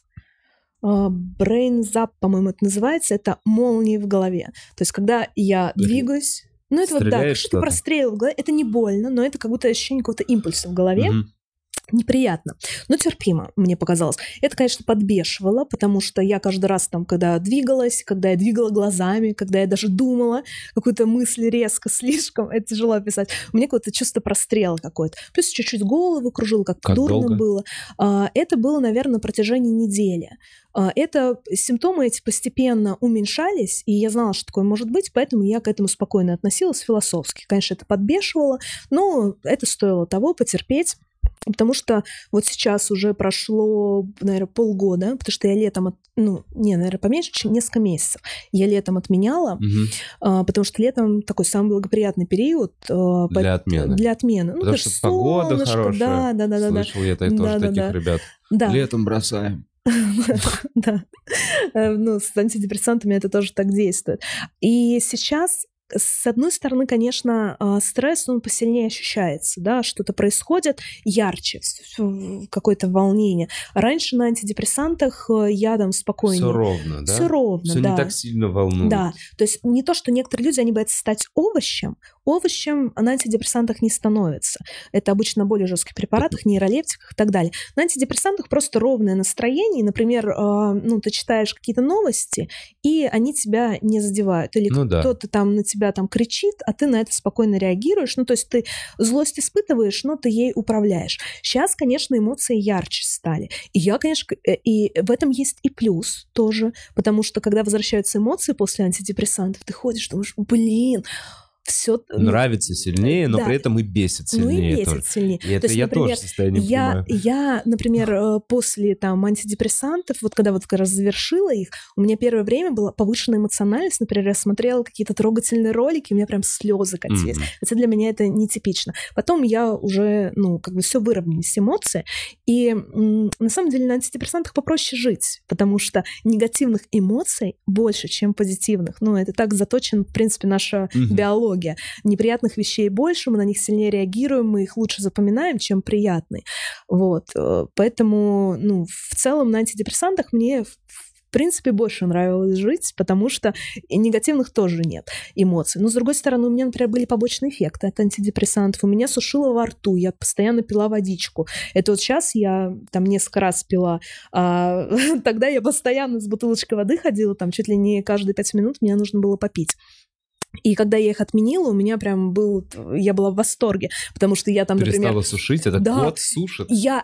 brain zap, по-моему, это называется. Это молнии в голове. То есть, когда я двигаюсь... Ну, это вот, да, что-то прострелило в голове. Это не больно, но это как будто ощущение какого-то импульса в голове. Неприятно, но терпимо, мне показалось. Это, конечно, подбешивало, потому что я каждый раз там, когда двигалась, когда я двигала глазами, когда я даже думала, какую-то мысль резко, слишком, это тяжело описать, у меня какое-то чувство прострела какое-то. Плюс чуть-чуть голову кружило, как дурно долго? Было. Это было, наверное, на протяжении недели. Это симптомы эти постепенно уменьшались, и я знала, что такое может быть, поэтому я к этому спокойно относилась философски. Конечно, это подбешивало, но это стоило того, потерпеть. Потому что вот сейчас уже прошло, наверное, полгода, потому что я летом, наверное, поменьше, чем несколько месяцев. Я летом отменяла, потому что летом такой самый благоприятный период для отмены. Для отмены. Потому что погода хорошая. Да. Слышал я тоже таких ребят. Летом бросаем. Да. С антидепрессантами это тоже так действует. И сейчас... С одной стороны, конечно, стресс, он посильнее ощущается, да, что-то происходит ярче, какое-то волнение. Раньше на антидепрессантах я там спокойнее. Все ровно, да? Все ровно, Все да. не так сильно волнует. Да, то есть не то, что некоторые люди, они боятся стать овощем на антидепрессантах не становится. Это обычно на более жестких препаратах, нейролептиках и так далее. На антидепрессантах просто ровное настроение. Например, ты читаешь какие-то новости, и они тебя не задевают. Или кто-то там на тебя там кричит, а ты на это спокойно реагируешь. То есть ты злость испытываешь, но ты ей управляешь. Сейчас, конечно, эмоции ярче стали. И я, конечно, и в этом есть и плюс тоже, потому что когда возвращаются эмоции после антидепрессантов, ты ходишь, думаешь, все... Нравится сильнее, но да. при этом и бесит сильнее. И бесит сильнее. И это есть, я например, тоже состояние понимаю. Я, например, после там антидепрессантов, вот когда вот как раз завершила их, у меня первое время была повышенная эмоциональность. Например, я смотрела какие-то трогательные ролики, у меня прям слезы катились. Хотя для меня это нетипично. Потом я уже, все выровнялись эмоции. И на самом деле на антидепрессантах попроще жить, потому что негативных эмоций больше, чем позитивных. Это так заточена, в принципе, наша биология. Неприятных вещей больше, мы на них сильнее реагируем, мы их лучше запоминаем, чем приятные. Вот. Поэтому, в целом на антидепрессантах мне в принципе больше нравилось жить, потому что негативных тоже нет эмоций. Но, с другой стороны, у меня, например, были побочные эффекты от антидепрессантов. У меня сушило во рту, я постоянно пила водичку. Это вот сейчас я там несколько раз пила. Тогда я постоянно с бутылочкой воды ходила, там чуть ли не каждые 5 минут мне нужно было попить. И когда я их отменила, у меня прям я была в восторге, потому что я там, перестала например... сушить, это кот сушит. Я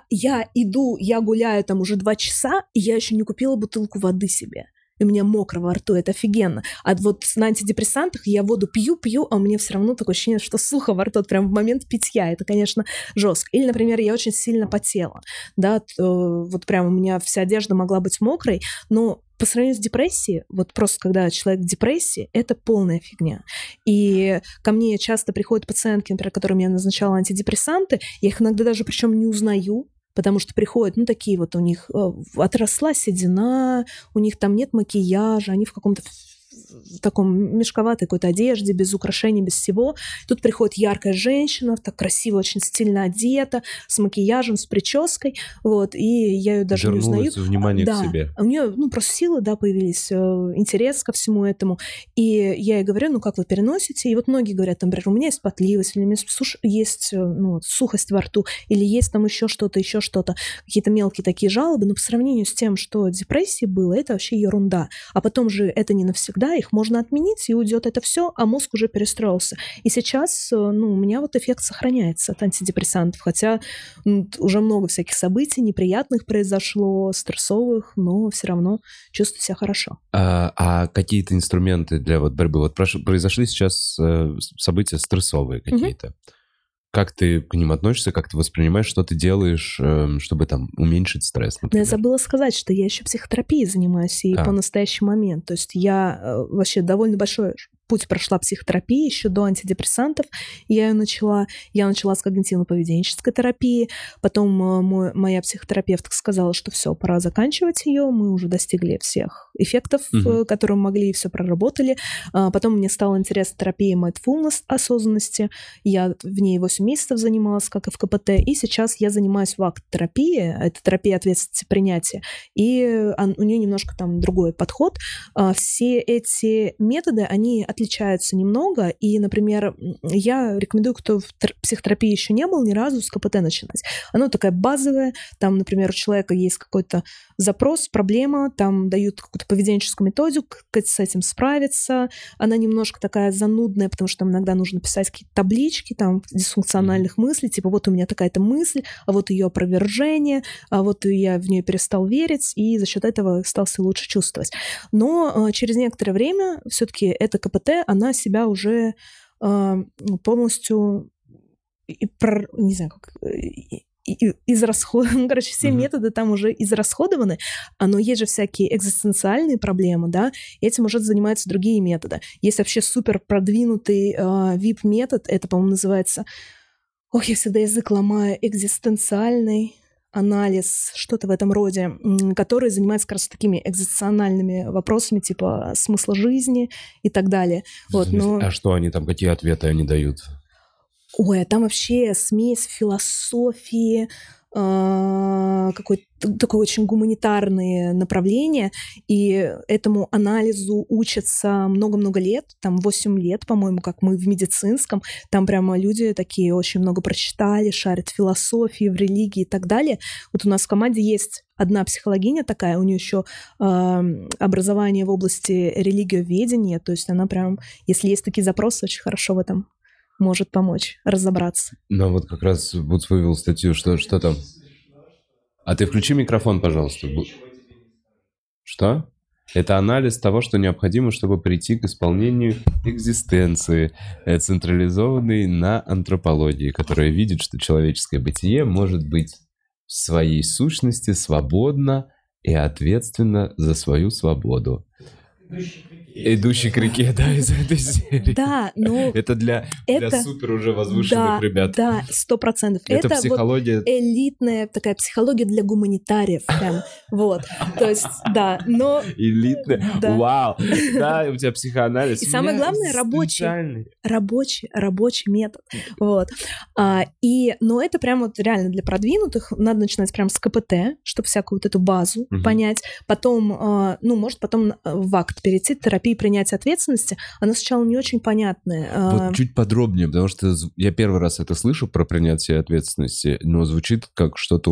гуляю там уже 2 часа, и я еще не купила бутылку воды себе. И у меня мокро во рту, это офигенно. А вот на антидепрессантах я воду пью, а у меня все равно такое ощущение, что сухо во рту, прям в момент питья. Это, конечно, жестко. Или, например, я очень сильно потела. Да, вот прям у меня вся одежда могла быть мокрой, но по сравнению с депрессией, вот просто когда человек в депрессии, это полная фигня. И ко мне часто приходят пациентки, например, которым я назначала антидепрессанты, я их иногда даже причем не узнаю, потому что приходят, такие вот у них отросла седина, у них там нет макияжа, они в каком-то в таком мешковатой какой-то одежде, без украшений, без всего. Тут приходит яркая женщина, так красиво, очень стильно одета, с макияжем, с прической, вот, и я ее даже не узнаю. Внимание к себе. У нее, просто силы, появились, интерес ко всему этому. И я ей говорю, как вы переносите? И вот многие говорят, например, у меня есть потливость, или у меня есть сухость во рту, или есть там еще что-то, какие-то мелкие такие жалобы, но по сравнению с тем, что депрессии было, это вообще ерунда. А потом же это не навсегда, их можно отменить, и уйдет это все, а мозг уже перестроился. И сейчас, у меня вот эффект сохраняется от антидепрессантов, хотя уже много всяких событий неприятных произошло, стрессовых, но все равно чувствую себя хорошо. А какие-то инструменты для борьбы? Вот произошли сейчас события стрессовые какие-то. Как ты к ним относишься, как ты воспринимаешь, что ты делаешь, чтобы там уменьшить стресс, например? Я забыла сказать, что я еще психотерапией занимаюсь и по настоящий момент. То есть я вообще довольно большое путь прошла психотерапии еще до антидепрессантов. Я начала с когнитивно-поведенческой терапии. Потом моя психотерапевтка сказала, что все, пора заканчивать ее. Мы уже достигли всех эффектов, которые могли, и все проработали. Потом мне стала интересна терапия mindfulness, осознанности. Я в ней 8 месяцев занималась, как и в КПТ. И сейчас я занимаюсь в акт-терапии. Это терапия ответственности принятия. И у нее немножко там другой подход. Все эти методы, они отличаются немного. И, например, я рекомендую, кто в психотерапии еще не был, ни разу с КПТ начинать. Она такая базовая. Там, например, у человека есть какой-то запрос, проблема, там дают какую-то поведенческую методику, как с этим справиться. Она немножко такая занудная, потому что там иногда нужно писать какие-то таблички там дисфункциональных мыслей, типа вот у меня такая-то мысль, а вот ее опровержение, а вот я в нее перестал верить, и за счет этого стал себя лучше чувствовать. Но через некоторое время все-таки эта КПТ, она себя уже полностью, не знаю, как... израсходованы, короче, все методы там уже израсходованы, но есть же всякие экзистенциальные проблемы, да, и этим уже занимаются другие методы. Есть вообще супер продвинутый VIP-метод, это, по-моему, называется, я всегда язык ломаю, экзистенциальный анализ, что-то в этом роде, который занимается как раз такими экзистенциальными вопросами, типа смысла жизни и так далее. Вот, но... А что они там, какие ответы они дают? А там вообще смесь философии, какое-то такое очень гуманитарное направление, и этому анализу учатся много-много лет, там 8 лет, по-моему, как мы в медицинском, там прямо люди такие очень много прочитали, шарят в философии, в религии и так далее. Вот у нас в команде есть одна психологиня такая, у нее еще образование в области религиоведения, то есть она прям, если есть такие запросы, очень хорошо в этом может помочь разобраться. Ну вот как раз Буц вывел статью, что там? А ты включи микрофон, пожалуйста. Что? Это анализ того, что необходимо, чтобы прийти к исполнению экзистенции, централизованной на антропологии, которая видит, что человеческое бытие может быть в своей сущности свободно и ответственно за свою свободу. Идущий к реке, да, из этой серии. Да, ну... Это для супер уже возвышенных ребят. Да, 100%. Это психология... Вот элитная такая психология для гуманитариев прям. Вот. То есть, да, но... Элитная? Да. Вау! Да, у тебя психоанализ. И самое главное, рабочий метод. Вот. Но это прям вот реально для продвинутых. Надо начинать прям с КПТ, чтобы всякую вот эту базу понять. Потом, может потом в акт перейти, терапии принятия ответственности, она сначала не очень понятная. Вот чуть подробнее, потому что я первый раз это слышу про принятие ответственности, но звучит как что-то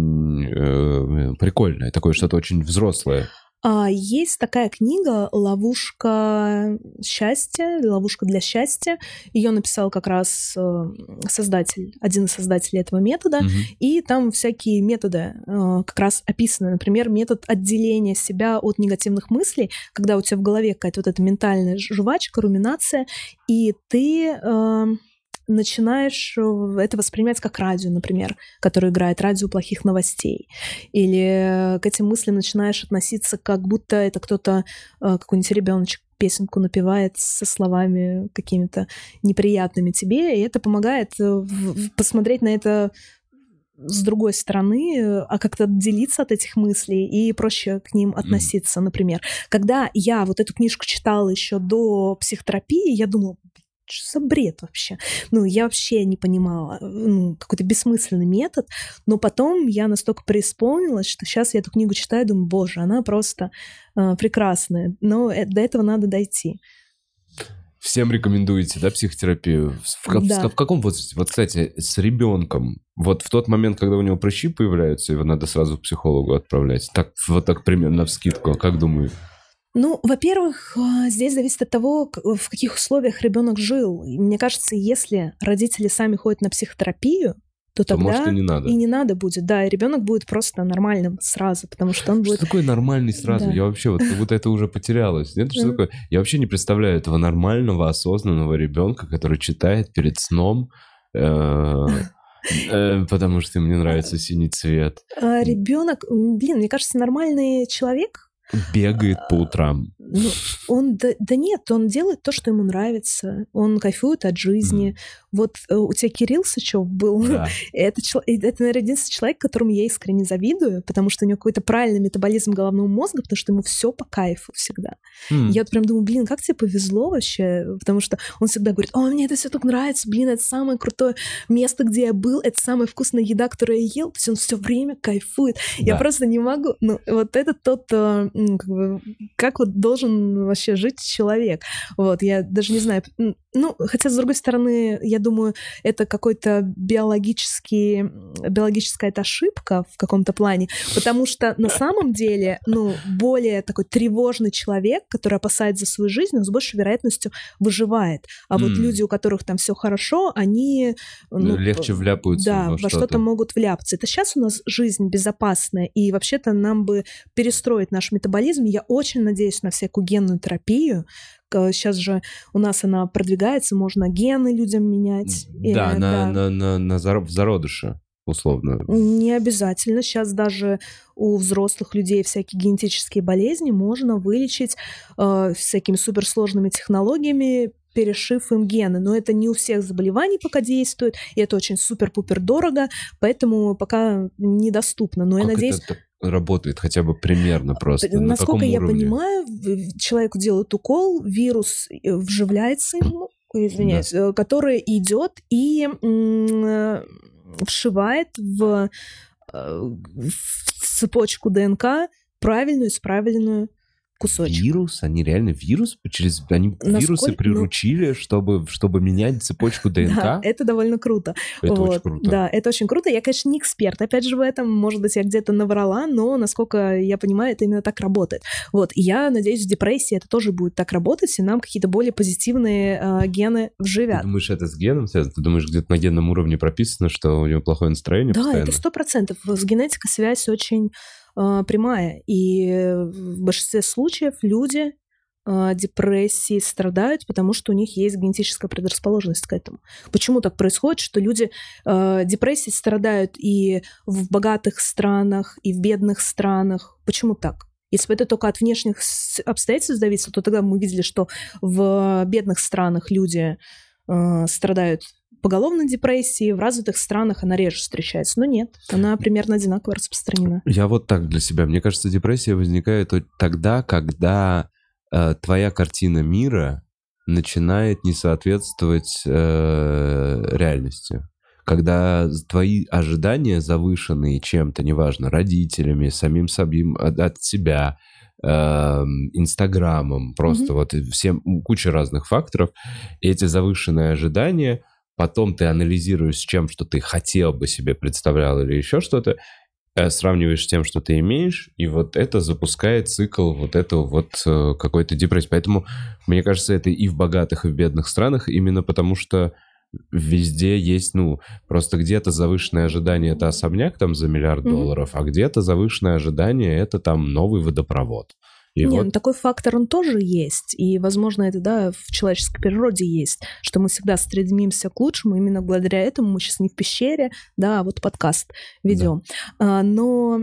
очень прикольное, такое что-то очень взрослое. Есть такая книга «Ловушка счастья», «Ловушка для счастья». Ее написал как раз один из создателей этого метода. И там всякие методы как раз описаны. Например, метод отделения себя от негативных мыслей, когда у тебя в голове какая-то вот эта ментальная жвачка, руминация, и ты... начинаешь это воспринимать как радио, например, которое играет радио плохих новостей. Или к этим мыслям начинаешь относиться, как будто это кто-то, какой-нибудь ребеночек песенку напевает со словами какими-то неприятными тебе, и это помогает посмотреть на это с другой стороны, как-то отделиться от этих мыслей и проще к ним относиться, например. Когда я вот эту книжку читала еще до психотерапии, я думала, что за бред вообще? Я вообще не понимала, какой-то бессмысленный метод, но потом я настолько преисполнилась, что сейчас я эту книгу читаю, думаю, боже, она просто прекрасная, но до этого надо дойти. Всем рекомендуете, да, психотерапию? В каком возрасте? Вот, кстати, с ребенком, вот в тот момент, когда у него прыщи появляются, его надо сразу к психологу отправлять. Так примерно навскидку, как думаю? Во-первых, здесь зависит от того, в каких условиях ребенок жил. И мне кажется, если родители сами ходят на психотерапию, то тогда может, и не надо будет. Да, и ребенок будет просто нормальным сразу, потому что он будет... Что такое нормальный сразу? Да. Я вообще как будто это уже потерялось. Нет, что такое? Я вообще не представляю этого нормального, осознанного ребенка, который читает перед сном, потому что мне нравится синий цвет. Ребенок, мне кажется, нормальный человек, Бегает по утрам. Ну, он, да нет, он делает то, что ему нравится. Он кайфует от жизни. Вот у тебя Кирилл Сычев был. Да. Это, наверное, единственный человек, которому я искренне завидую, потому что у него какой-то правильный метаболизм головного мозга, потому что ему все по кайфу всегда. Я вот прям думаю, блин, как тебе повезло вообще, потому что он всегда говорит, мне это все так нравится, блин, это самое крутое место, где я был, это самая вкусная еда, которую я ел, то есть он все время кайфует. Да. Я просто не могу, вот это тот, как вот должен вообще жить человек. Вот, я даже не знаю, хотя, с другой стороны, я думаю, это какой-то биологическая ошибка в каком-то плане, потому что на самом деле, более такой тревожный человек, который опасается за свою жизнь, он с большей вероятностью выживает. А вот люди, у которых там все хорошо, они... легче вляпаются во что-то могут вляпаться. Это сейчас у нас жизнь безопасная, и вообще-то нам бы перестроить наш метаболизм. Я очень надеюсь на всякую генную терапию. Сейчас же у нас она продвигается, можно гены людям менять. Да, на зародыше, условно. Не обязательно. Сейчас даже у взрослых людей всякие генетические болезни можно вылечить всякими суперсложными технологиями, перешив им гены. Но это не у всех заболеваний пока действует, и это очень супер-пупер дорого, поэтому пока недоступно. Но как я надеюсь... это работает хотя бы примерно просто? Насколько я уровне? Понимаю, человеку делают укол, вирус вживляется ему, извиняюсь, который идет и вшивает в цепочку ДНК правильную, исправленную кусочек. Вирус? Они реально вирус? Они вирусы приручили, чтобы менять цепочку ДНК? Да, это довольно круто. Это очень круто. Да, это очень круто. Я, конечно, не эксперт, опять же, в этом. Может быть, я где-то наврала, но, насколько я понимаю, это именно так работает. Вот, и я надеюсь, в депрессии это тоже будет так работать, и нам какие-то более позитивные гены вживят. Ты думаешь, это с геном связано? Ты думаешь, где-то на генном уровне прописано, что у него плохое настроение постоянно? Да, это 100%. С генетикой связь очень прямая. И в большинстве случаев люди депрессии страдают, потому что у них есть генетическая предрасположенность к этому. Почему так происходит, что люди депрессией страдают и в богатых странах, и в бедных странах? Почему так? Если бы это только от внешних обстоятельств зависело, то тогда мы видели, что в бедных странах люди страдают поголовно депрессии, в развитых странах она реже встречается. Но нет, она примерно одинаково распространена. Я вот так для себя. Мне кажется, депрессия возникает тогда, когда твоя картина мира начинает не соответствовать реальности. Когда твои ожидания завышенные чем-то, неважно, родителями, самим собой, от себя, Инстаграмом, просто вот всем, куча разных факторов. И эти завышенные ожидания потом ты анализируешь с чем, что ты хотел бы себе представлял или еще что-то, сравниваешь с тем, что ты имеешь, и вот это запускает цикл вот этого вот какой-то депрессии. Поэтому, мне кажется, это и в богатых, и в бедных странах, именно потому что везде есть, просто где-то завышенное ожидание — это особняк там за $1 миллиард, а где-то завышенное ожидание — это там новый водопровод. Такой фактор, он тоже есть. И, возможно, это, в человеческой природе есть, что мы всегда стремимся к лучшему. Именно благодаря этому мы сейчас не в пещере, а вот подкаст ведем. Да. Но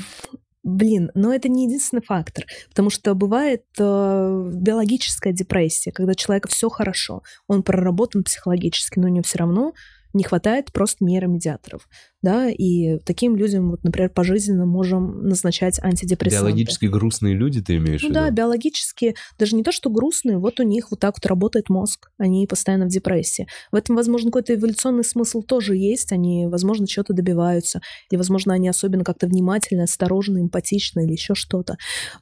это не единственный фактор, потому что бывает биологическая депрессия, когда у человека все хорошо, он проработан психологически, но у него все равно не хватает просто нейромедиаторов, и таким людям, вот, например, пожизненно можем назначать антидепрессанты. Биологически грустные люди, ты имеешь в виду? Да, биологически, даже не то, что грустные, вот у них вот так вот работает мозг, они постоянно в депрессии. В этом, возможно, какой-то эволюционный смысл тоже есть, они, возможно, чего-то добиваются, или, возможно, они особенно как-то внимательны, осторожны, эмпатичны или еще что-то.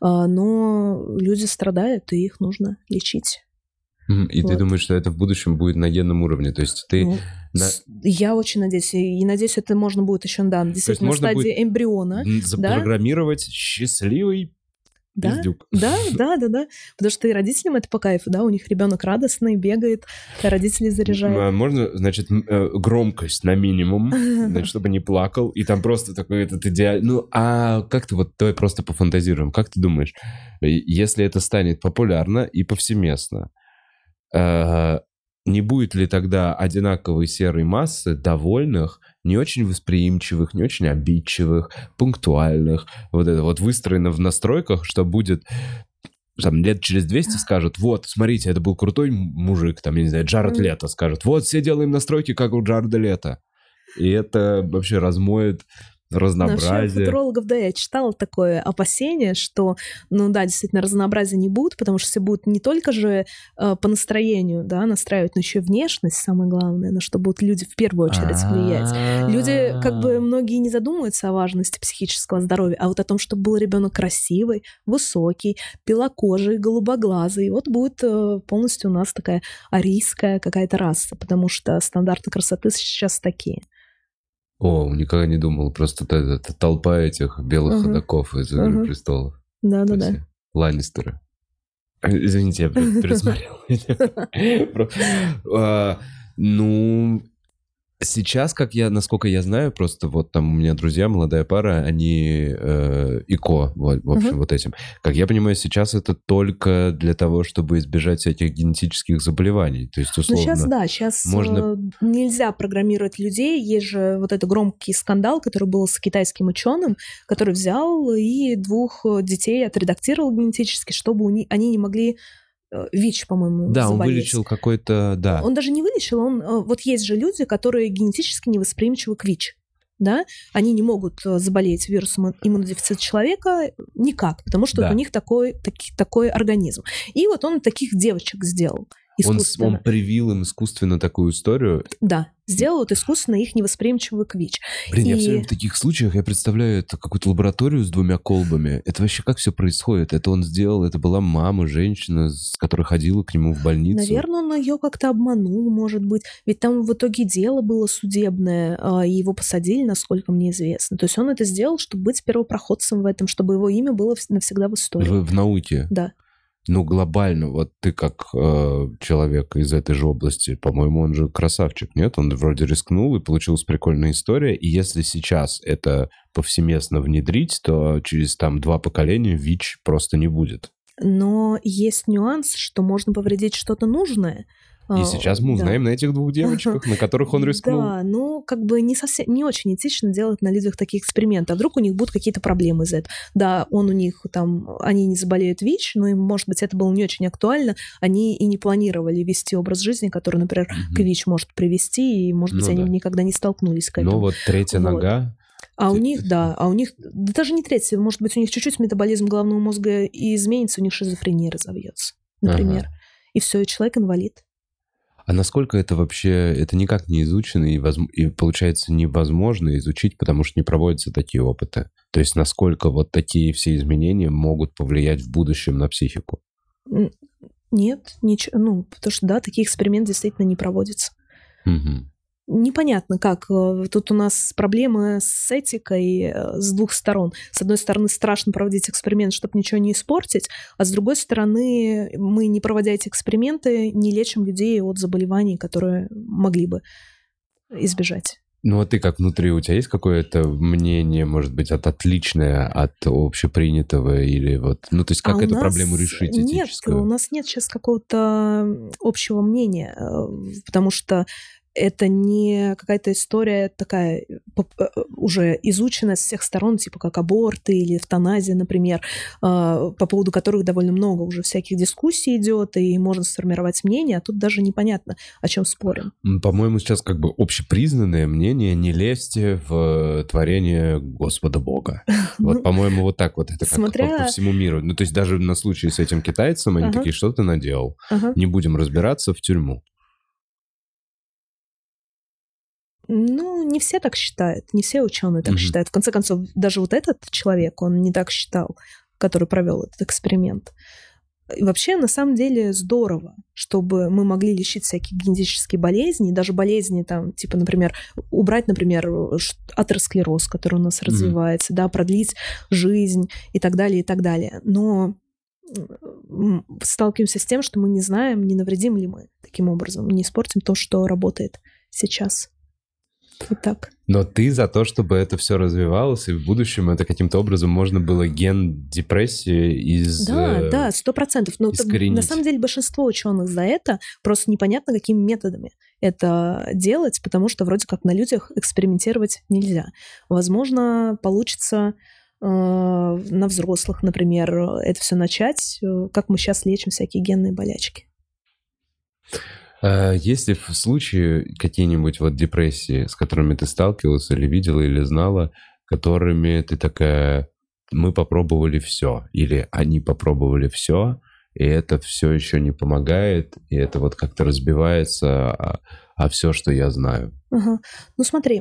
Но люди страдают, и их нужно лечить. И ты думаешь, что это в будущем будет на генном уровне? То есть ты... Я очень надеюсь. И надеюсь, это можно будет еще, действительно, на стадии эмбриона. Запрограммировать счастливый пиздюк. Да. Потому что и родителям это по кайфу, у них ребенок радостный, бегает, родители заряжают. Можно, значит, громкость на минимум, чтобы не плакал, и там просто такой этот идеальный... как ты давай просто пофантазируем, как ты думаешь, если это станет популярно и повсеместно, не будет ли тогда одинаковой серой массы довольных, не очень восприимчивых, не очень обидчивых, пунктуальных, вот это вот выстроено в настройках, что будет там лет через 200 скажут, вот, смотрите, это был крутой мужик, там, я не знаю, Джаред Лето скажет, вот, все делаем настройки, как у Джареда Лето. И это вообще размоет разнообразие. Вообще, футурологов, да, я читала такое опасение, что, ну да, действительно, разнообразия не будет, потому что все будут не только же по настроению, да, настраивать, но еще и внешность, самое главное, на что будут люди в первую очередь влиять. Люди, как бы, многие не задумываются о важности психического здоровья, а вот о том, чтобы был ребенок красивый, высокий, белокожий, голубоглазый. И вот будет полностью у нас такая арийская какая-то раса, потому что стандарты красоты сейчас такие. О, никогда не думал. Просто это толпа этих белых ходоков из «Игры престолов». Да-да-да. Ланнистеры. Извините, я пересмотрел. Ну, сейчас, насколько я знаю, просто вот там у меня друзья, молодая пара, они ИКО, в общем, вот этим. Как я понимаю, сейчас это только для того, чтобы избежать всяких генетических заболеваний. То есть, условно... Ну, сейчас можно... нельзя программировать людей. Есть же вот этот громкий скандал, который был с китайским ученым, который взял и 2 детей отредактировал генетически, чтобы они не могли... ВИЧ, по-моему, да, заболеть. Он вылечил какой-то, да. Он даже не вылечил, вот есть же люди, которые генетически невосприимчивы к ВИЧ, да, они не могут заболеть вирусом иммунодефицита человека никак, потому что у них такой организм. И вот он таких девочек сделал. Он привил им искусственно такую историю. Да, сделал вот искусственно их невосприимчивый к ВИЧ. Блин, я все время в таких случаях, я представляю это какую-то лабораторию с 2 колбами. Это вообще как все происходит? Это он сделал, это была мама, женщина, которая ходила к нему в больницу. Наверное, он ее как-то обманул, может быть. Ведь там в итоге дело было судебное, и его посадили, насколько мне известно. То есть он это сделал, чтобы быть первопроходцем в этом, чтобы его имя было навсегда в истории. В науке? Да. Ну, глобально, вот ты как человек из этой же области, по-моему, он же красавчик, нет? Он вроде рискнул, и получилась прикольная история. И если сейчас это повсеместно внедрить, то через 2 поколения ВИЧ просто не будет. Но есть нюанс, что можно повредить что-то нужное. И сейчас мы узнаем на этих 2 девочках, на которых он рискнул. Да, ну, как бы не очень этично делать на людях такие эксперименты. А вдруг у них будут какие-то проблемы из-за этого? Да, у них они не заболеют ВИЧ, но им, может быть, это было не очень актуально. Они и не планировали вести образ жизни, который, например, к ВИЧ может привести, и, может быть, они никогда не столкнулись к этому. Но вот 3-я нога... А у них даже не 3-я, может быть, у них чуть-чуть метаболизм головного мозга и изменится, у них шизофрения разовьется, например. И все, и человек инвалид. А насколько это вообще, это никак не изучено и получается невозможно изучить, потому что не проводятся такие опыты? То есть насколько вот такие все изменения могут повлиять в будущем на психику? Нет, ничего, потому что, да, такие эксперименты действительно не проводятся. Угу. Непонятно, как. Тут у нас проблемы с этикой с 2 сторон. С одной стороны, страшно проводить эксперимент, чтобы ничего не испортить, а с другой стороны, мы, не проводя эти эксперименты, не лечим людей от заболеваний, которые могли бы избежать. Ну, а ты как внутри, у тебя есть какое-то мнение, может быть, отличное от общепринятого или вот... Ну, то есть как эту проблему решить этическую? Нет, у нас нет сейчас какого-то общего мнения, потому что это не какая-то история такая уже изученная с всех сторон, типа как аборты или эвтаназия, например, по поводу которых довольно много уже всяких дискуссий идет, и можно сформировать мнение, а тут даже непонятно, о чем спорим. По-моему, сейчас как бы общепризнанное мнение: не лезьте в творение Господа Бога. Вот, по-моему, вот так вот это как по всему миру. Ну, то есть даже на случае с этим китайцем они такие: что ты наделал? Не будем разбираться, в тюрьму. Ну, не все так считают, не все ученые так считают. В конце концов, даже вот этот человек, он не так считал, который провел этот эксперимент. И вообще, на самом деле, здорово, чтобы мы могли лечить всякие генетические болезни, даже болезни, там, типа, например, убрать, например, атеросклероз, который у нас развивается, да, продлить жизнь и так далее, и так далее. Но сталкиваемся с тем, что мы не знаем, не навредим ли мы таким образом, не испортим то, что работает сейчас. Вот так. Но ты за то, чтобы это все развивалось, и в будущем это каким-то образом можно было ген депрессии Да, 100%. Но искоренить. на самом деле большинство ученых за это, просто непонятно, какими методами это делать, потому что вроде как на людях экспериментировать нельзя. Возможно, получится на взрослых, например, это все начать, как мы сейчас лечим всякие генные болячки. Есть ли в случае какие-нибудь вот депрессии, с которыми ты сталкивалась или видела, или знала, которыми ты такая, мы попробовали все, или они попробовали все, и это все еще не помогает, и это вот как-то разбивается, все, что я знаю? Ага. Ну смотри,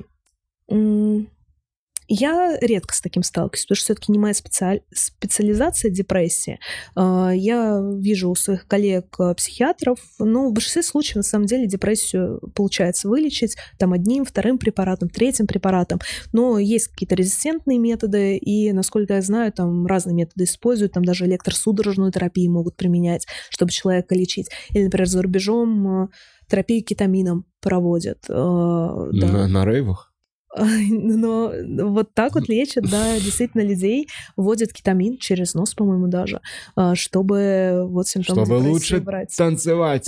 я редко с таким сталкиваюсь, потому что все-таки не моя специализация депрессии. Я вижу у своих коллег-психиатров, но в большинстве случаев, на самом деле, депрессию получается вылечить там одним, вторым препаратом, третьим препаратом. Но есть какие-то резистентные методы, и, насколько я знаю, там разные методы используют, там даже электросудорожную терапию могут применять, чтобы человека лечить. Или, например, за рубежом терапию кетамином проводят. Да. На рейвах? Но вот так вот лечат, да, действительно людей, вводят кетамин через нос, по-моему, даже, чтобы вот симптомы чтобы депрессии лучше убрать. Танцевать.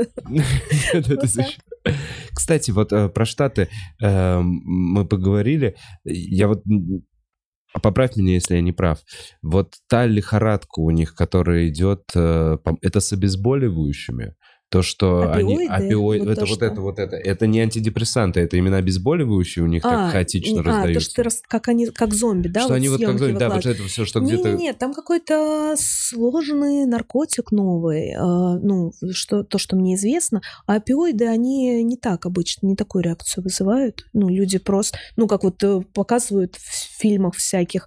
Кстати, вот про Штаты мы поговорили. Я вот... Поправь меня, если я не прав. Вот та лихорадка у них, которая идет, это с обезболивающими. То, что опиоиды, это не антидепрессанты, это именно обезболивающие у них так хаотично раздаются. То, что как зомби, да? Что вот они вот как зомби, да, вот выкладывают. это все, что где-то... Нет, там какой-то сложный наркотик новый, то, что мне известно, а опиоиды, они не так обычно, не такую реакцию вызывают. Люди просто, как вот показывают в фильмах всяких,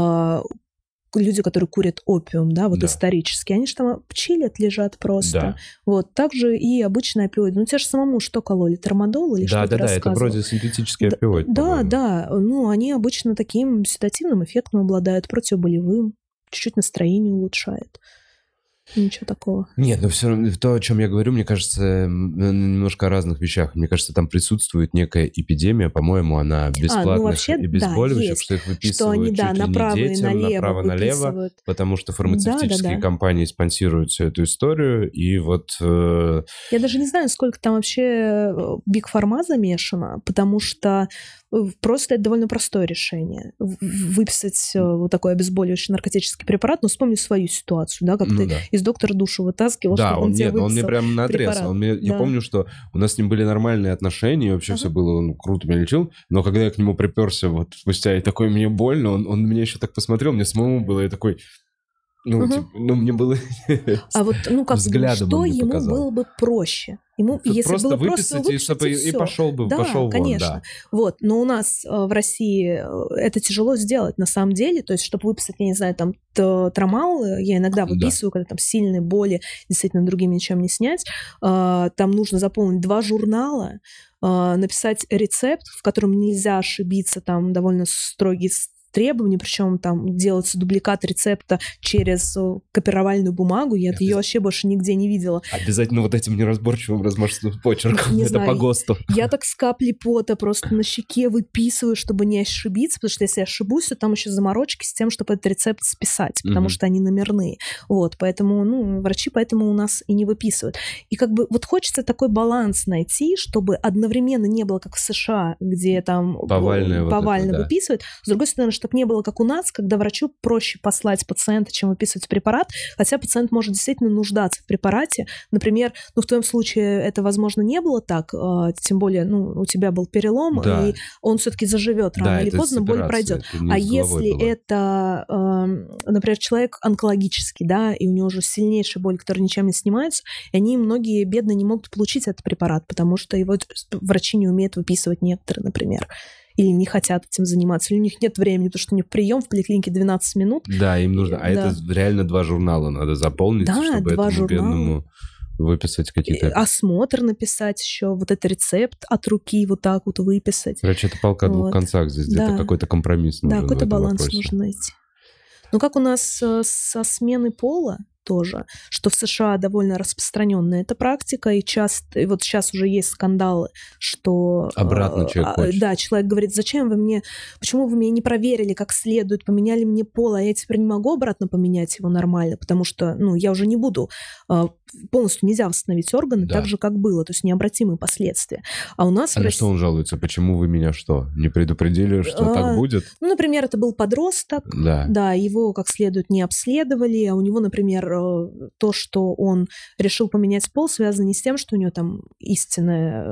люди, которые курят опиум, да, вот исторически, они же там чилят, лежат просто. Да. Вот, также и обычные опиоиды. Те же самому что кололи? Трамадол или что-то рассказывал? Да, это вроде синтетический опиоид. Да, они обычно таким седативным эффектом обладают, противоболевым, чуть-чуть настроение улучшает. Ничего такого. Нет, но все равно то, о чем я говорю, мне кажется, немножко о разных вещах. Мне кажется, там присутствует некая эпидемия, по-моему, она бесплатных вообще, обезболивающих, да, что их выписывают что они, чуть ли направо не детям, и направо-налево, потому что фармацевтические компании спонсируют всю эту историю, и вот... Я даже не знаю, сколько там вообще Big Pharma замешано, потому что просто это довольно простое решение. Выписать вот такой обезболивающий наркотический препарат, но вспомни свою ситуацию, да, как ты из доктора душу вытаскивал, чтобы он тебе выписал он мне прям наотрез. Я помню, что у нас с ним были нормальные отношения, и вообще все было круто, меня лечил, но когда я к нему приперся вот спустя, и такой мне больно, он меня еще так посмотрел, мне самому было, и такой... мне было... А вот, что ему было бы проще? Если просто было выписать, и пошел вон, конечно. Да. Вот, но у нас в России это тяжело сделать на самом деле, то есть, чтобы выписать, я не знаю, там, трамал, я иногда выписываю, когда там сильные боли, действительно, другим ничем не снять, там нужно заполнить 2 журнала, написать рецепт, в котором нельзя ошибиться, там довольно строгие требований, причем там делается дубликат рецепта через копировальную бумагу, я ее вообще больше нигде не видела. Обязательно вот этим неразборчивым размашистым почерком, не это знаю, по ГОСТу. Я так с каплей пота просто на щеке выписываю, чтобы не ошибиться, потому что если я ошибусь, то там еще заморочки с тем, чтобы этот рецепт списать, потому что они номерные. Вот, поэтому, врачи поэтому у нас и не выписывают. И вот хочется такой баланс найти, чтобы одновременно не было, как в США, где там повально выписывают, с другой стороны, чтобы не было, как у нас, когда врачу проще послать пациента, чем выписывать препарат, хотя пациент может действительно нуждаться в препарате. Например, в твоем случае это, возможно, не было так, тем более, у тебя был перелом, и он все-таки заживет рано или поздно, боль пройдет. А если это, например, человек онкологический, да, и у него уже сильнейшая боль, которая ничем не снимается, и они, многие бедные, не могут получить этот препарат, потому что его врачи не умеют выписывать некоторые, например. Или не хотят этим заниматься, или у них нет времени, потому что у них прием в поликлинике 12 минут. Да, им нужно. А это реально 2 журнала надо заполнить, чтобы этому бедному выписать какие-то... Осмотр написать еще, вот этот рецепт от руки вот так вот выписать. Короче, это палка о 2 концах здесь, где-то какой-то компромисс нужен. Да, какой-то баланс нужно найти. Как у нас со смены пола, тоже, что в США довольно распространенная эта практика, и вот сейчас уже есть скандалы, что... Обратно человек хочет. Да, человек говорит, почему вы меня не проверили как следует, поменяли мне пол, а я теперь не могу обратно поменять его нормально, потому что, я уже не буду, полностью нельзя восстановить органы так же, как было, то есть необратимые последствия. А у нас... на что он жалуется? Почему вы меня что, не предупредили, что так будет? Например, это был подросток, да, его как следует не обследовали, а у него, например, то, что он решил поменять пол, связано не с тем, что у него там истинное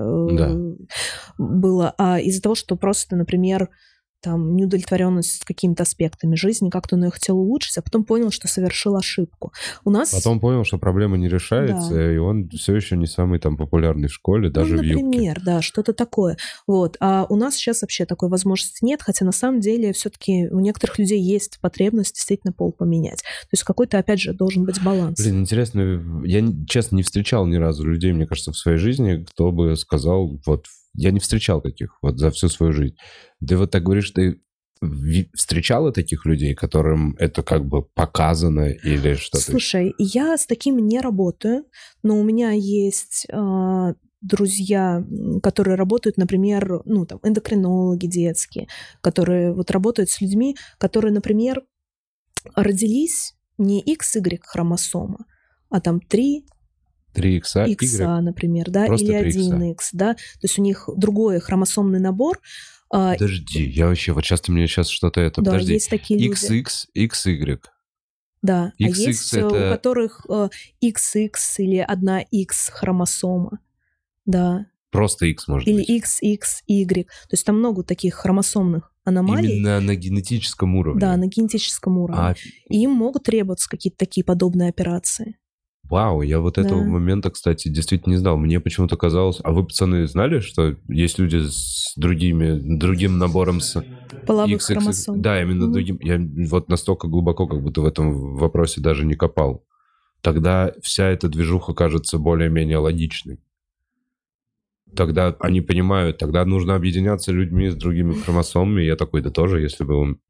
было, а из-за того, что просто, например, там неудовлетворенность с какими-то аспектами жизни, как-то он ее хотел улучшить, а потом понял, что совершил ошибку. Потом понял, что проблема не решается, и он все еще не самый там популярный в школе, даже в юбке. Например, да, что-то такое. Вот. А у нас сейчас вообще такой возможности нет, хотя на самом деле все-таки у некоторых людей есть потребность действительно пол поменять. То есть какой-то, опять же, должен быть баланс. Блин, интересно, я, честно, не встречал ни разу людей, мне кажется, в своей жизни, кто бы сказал, я не встречал таких за всю свою жизнь. Ты вот так говоришь, ты встречала таких людей, которым это как бы показано или что-то? Слушай, я с такими не работаю, но у меня есть друзья, которые работают, например, эндокринологи детские, которые работают с людьми, которые, например, родились не XY хромосома, а там 3 икса, например, да, или 1X, да, то есть у них другой хромосомный набор. Подожди, я вообще, сейчас ты мне что-то это... Да, подожди. есть такие люди. XX, XY. Да, XX а есть это... у которых XX или 1X хромосома, да. Просто X может или быть. Или XXY, то есть там много таких хромосомных аномалий. Именно на генетическом уровне? Да, на генетическом уровне. И им могут требоваться какие-то такие подобные операции. Вау, я этого момента, кстати, действительно не знал. Мне почему-то казалось... А вы, пацаны, знали, что есть люди с другим набором с... половых хромосом? Да, именно другим. Я настолько глубоко как будто в этом вопросе даже не копал. Тогда вся эта движуха кажется более-менее логичной. Тогда они понимают, тогда нужно объединяться людьми с другими хромосомами. Я такой, да тоже, если бы он,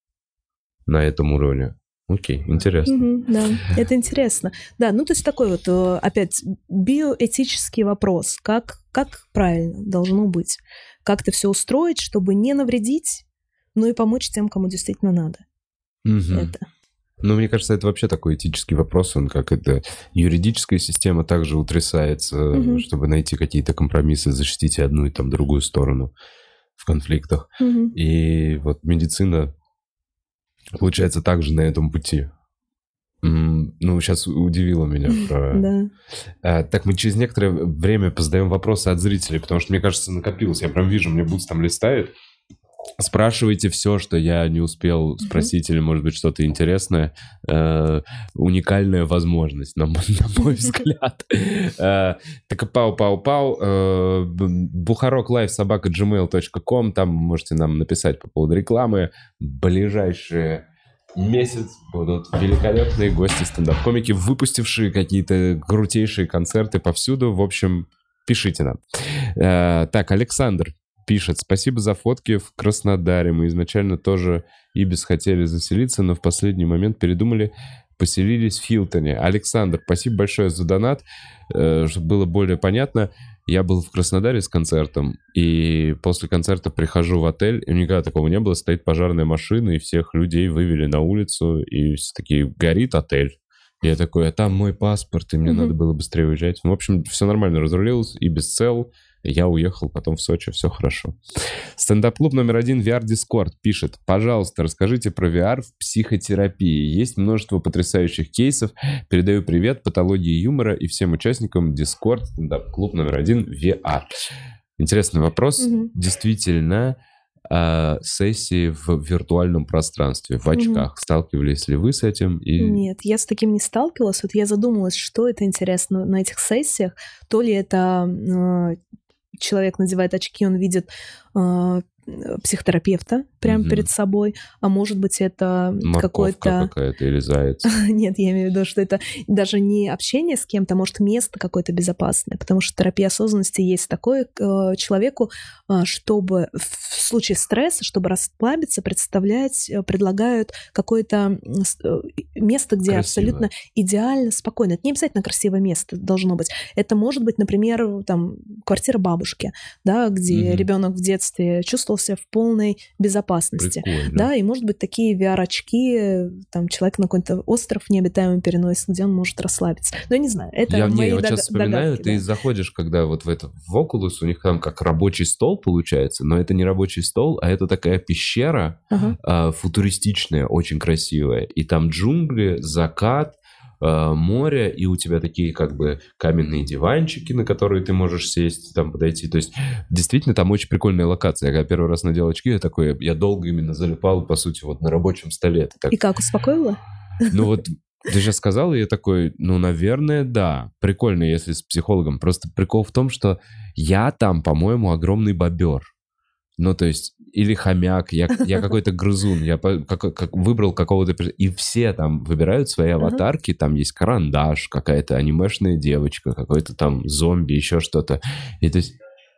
на этом уровне. Окей, интересно. Да, это интересно. Да, то есть такой опять, биоэтический вопрос. Как правильно должно быть? Как это все устроить, чтобы не навредить, но и помочь тем, кому действительно надо. Это. Мне кажется, это вообще такой этический вопрос. Он как это... Юридическая система также утрясается, чтобы найти какие-то компромиссы, защитить одну и другую сторону в конфликтах. И медицина... Получается, также на этом пути. Сейчас удивило меня. Так, мы через некоторое время позадаем вопросы от зрителей, потому что, мне кажется, накопилось. Я прям вижу, мне Бутс там листает. Спрашивайте все, что я не успел спросить, или, может быть, что-то интересное. Уникальная возможность, на мой взгляд. Так, пау-пау-пау. buharoklive@gmail.com. Там можете нам написать по поводу рекламы. Ближайшие месяц будут великолепные гости стендап-комики, выпустившие какие-то крутейшие концерты повсюду. В общем, пишите нам. Так, Александр пишет: спасибо за фотки в Краснодаре. Мы изначально тоже Ибис хотели заселиться, но в последний момент передумали, поселились в Хилтоне. Александр, спасибо большое за донат. Чтобы было более понятно, я был в Краснодаре с концертом, и после концерта прихожу в отель, и никогда такого не было, стоит пожарная машина, и всех людей вывели на улицу, и все такие, горит отель. Я такой, а там мой паспорт, и мне надо было быстрее уезжать. В общем, все нормально разрулилось, и без цел. Я уехал потом в Сочи, все хорошо. Стендап-клуб номер 1 VR Discord пишет: пожалуйста, расскажите про VR в психотерапии. Есть множество потрясающих кейсов. Передаю привет патологии юмора и всем участникам Discord стендап-клуб номер 1 VR. Интересный вопрос. Действительно, сессии в виртуальном пространстве, в очках. Сталкивались ли вы с этим? Нет, я с таким не сталкивалась. Я задумалась, что это интересно на этих сессиях. То ли это человек надевает очки, он видит психотерапевта прямо перед собой, а может быть, это морковка какая-то или заяц. Нет, я имею в виду, что это даже не общение с кем-то, а может, место какое-то безопасное, потому что терапия осознанности есть такое человеку, чтобы в случае стресса, чтобы расслабиться, предлагают какое-то место, где Красиво. абсолютно идеально, спокойно. Это не обязательно красивое место должно быть. Это может быть, например, там, квартира бабушки, да, где ребенок в детстве чувствовал себя в полной безопасности. Прикольно. Да, и, может быть, такие VR-очки, там, человек на какой-то остров необитаемый переносит, где он может расслабиться. Но я не знаю, это мои вот сейчас вспоминаю, догадки, ты заходишь, когда вот в Oculus, у них там как рабочий стол получается, но это не рабочий стол, а это такая пещера футуристичная, очень красивая. И там джунгли, закат, море, и у тебя такие как бы каменные диванчики, на которые ты можешь сесть, там подойти. То есть действительно там очень прикольная локация. Я когда первый раз надел очки, я долго именно залипал, по сути, вот на рабочем столе. И как, успокоило? Ну вот ты сейчас сказал, и я такой, ну, наверное, да. Прикольно, если с психологом. Просто прикол в том, что я там, по-моему, огромный бобер. Ну, то есть, или хомяк, я какой-то грызун, я выбрал какого-то... И все там выбирают свои аватарки, там есть карандаш, какая-то анимешная девочка, какой-то там зомби, еще что-то. И то есть...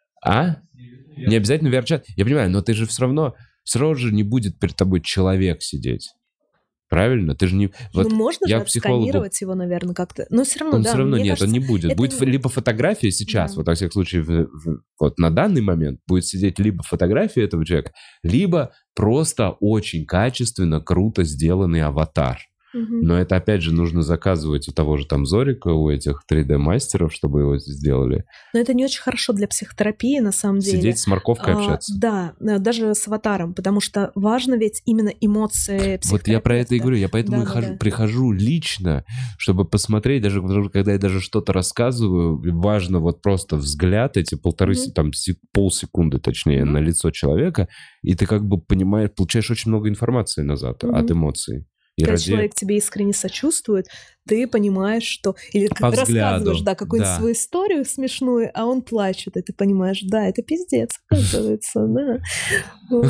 Не обязательно VR-чат. Я понимаю, но ты же все равно же не будет перед тобой человек сидеть. Правильно? Ты же не... Вот можно же отсканировать его, наверное, как-то. Но все равно, он все равно нет, он не будет. Будет либо фотография сейчас, вот во всяком случае, вот на данный момент будет сидеть либо фотография этого человека, либо просто очень качественно, круто сделанный аватар. Но это, опять же, нужно заказывать у того же там Зорика, у этих 3D-мастеров, чтобы его сделали. Но это не очень хорошо для психотерапии, на самом деле. Сидеть с морковкой общаться. Да, даже с аватаром, потому что важно ведь именно эмоции психотерапевта. Вот я про это и говорю, я поэтому прихожу лично, чтобы посмотреть, даже когда я даже что-то рассказываю, важно вот просто взгляд, эти полсекунды, точнее, на лицо человека, и ты как бы понимаешь, получаешь очень много информации назад от эмоций. Когда человек тебе искренне сочувствует, ты понимаешь, что... Или по рассказываешь, какую-нибудь свою историю смешную, а он плачет, и ты понимаешь, да, это пиздец, оказывается, да. Ну,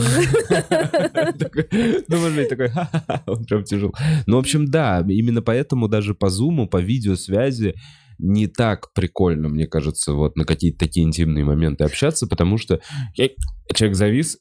может быть, такой, он прям тяжел. Ну, в общем, да, именно поэтому даже по зуму, по видеосвязи не так прикольно, мне кажется, вот на какие-то такие интимные моменты общаться, потому что человек завис...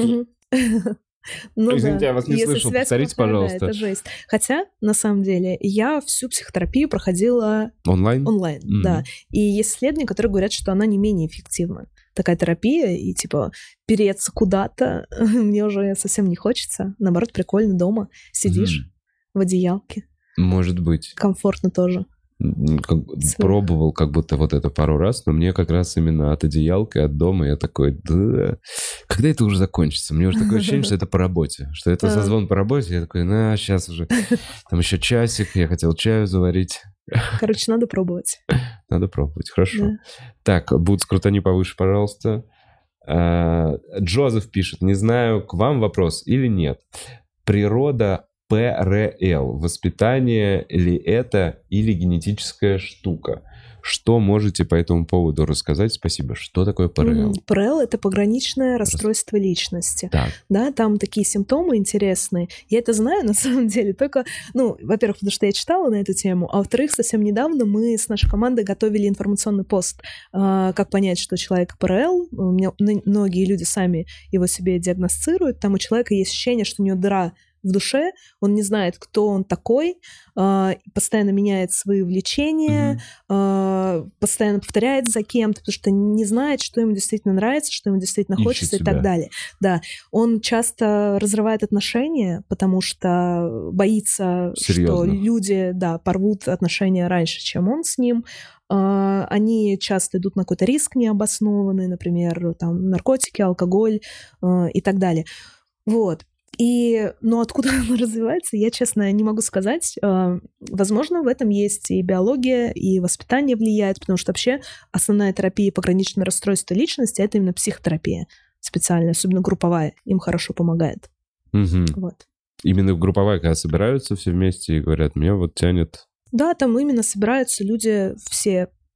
Ну, извините, я вас не слышал, повторите, пожалуйста. Это жесть. Хотя, на самом деле, я всю психотерапию проходила онлайн, да. И есть исследования, которые говорят, что она не менее эффективна. Такая терапия, и типа переться куда-то мне уже совсем не хочется. Наоборот, прикольно дома сидишь в одеялке. Может быть. Комфортно тоже. Пробовал как будто вот это пару раз, но мне как раз именно от одеялка, от дома я такой, да, когда это уже закончится? Мне уже такое ощущение, что это по работе, что это созвон по работе, я такой, сейчас уже, там еще часик, я хотел чаю заварить. Короче, надо пробовать. Надо пробовать, хорошо. Да. Так, Буц, крутани повыше, пожалуйста. Джозеф пишет, не знаю, к вам вопрос или нет. Природа ПРЛ. Воспитание ли это или генетическая штука? Что можете по этому поводу рассказать? Спасибо. Что такое ПРЛ? ПРЛ — это пограничное расстройство личности. Так. Да, там такие симптомы интересные. Я это знаю, на самом деле, только, во-первых, потому что я читала на эту тему, а во-вторых, совсем недавно мы с нашей командой готовили информационный пост, как понять, что человек ПРЛ. У меня многие люди сами его себе диагностируют. Там у человека есть ощущение, что у него дыра в душе, он не знает, кто он такой, постоянно меняет свои увлечения, постоянно повторяет за кем-то, потому что не знает, что ему действительно нравится, что ему действительно хочется и так далее. Да. Он часто разрывает отношения, потому что боится, что люди, порвут отношения раньше, чем он с ним. Они часто идут на какой-то риск необоснованный, например, там, наркотики, алкоголь и так далее. Вот. Но откуда оно развивается, я, честно, не могу сказать. Возможно, в этом есть и биология, и воспитание влияет, потому что вообще основная терапия пограничного расстройства личности — это именно психотерапия специальная, особенно групповая. Им хорошо помогает. Вот. Именно групповая, когда собираются все вместе и говорят, меня вот тянет... Да, там именно собираются люди все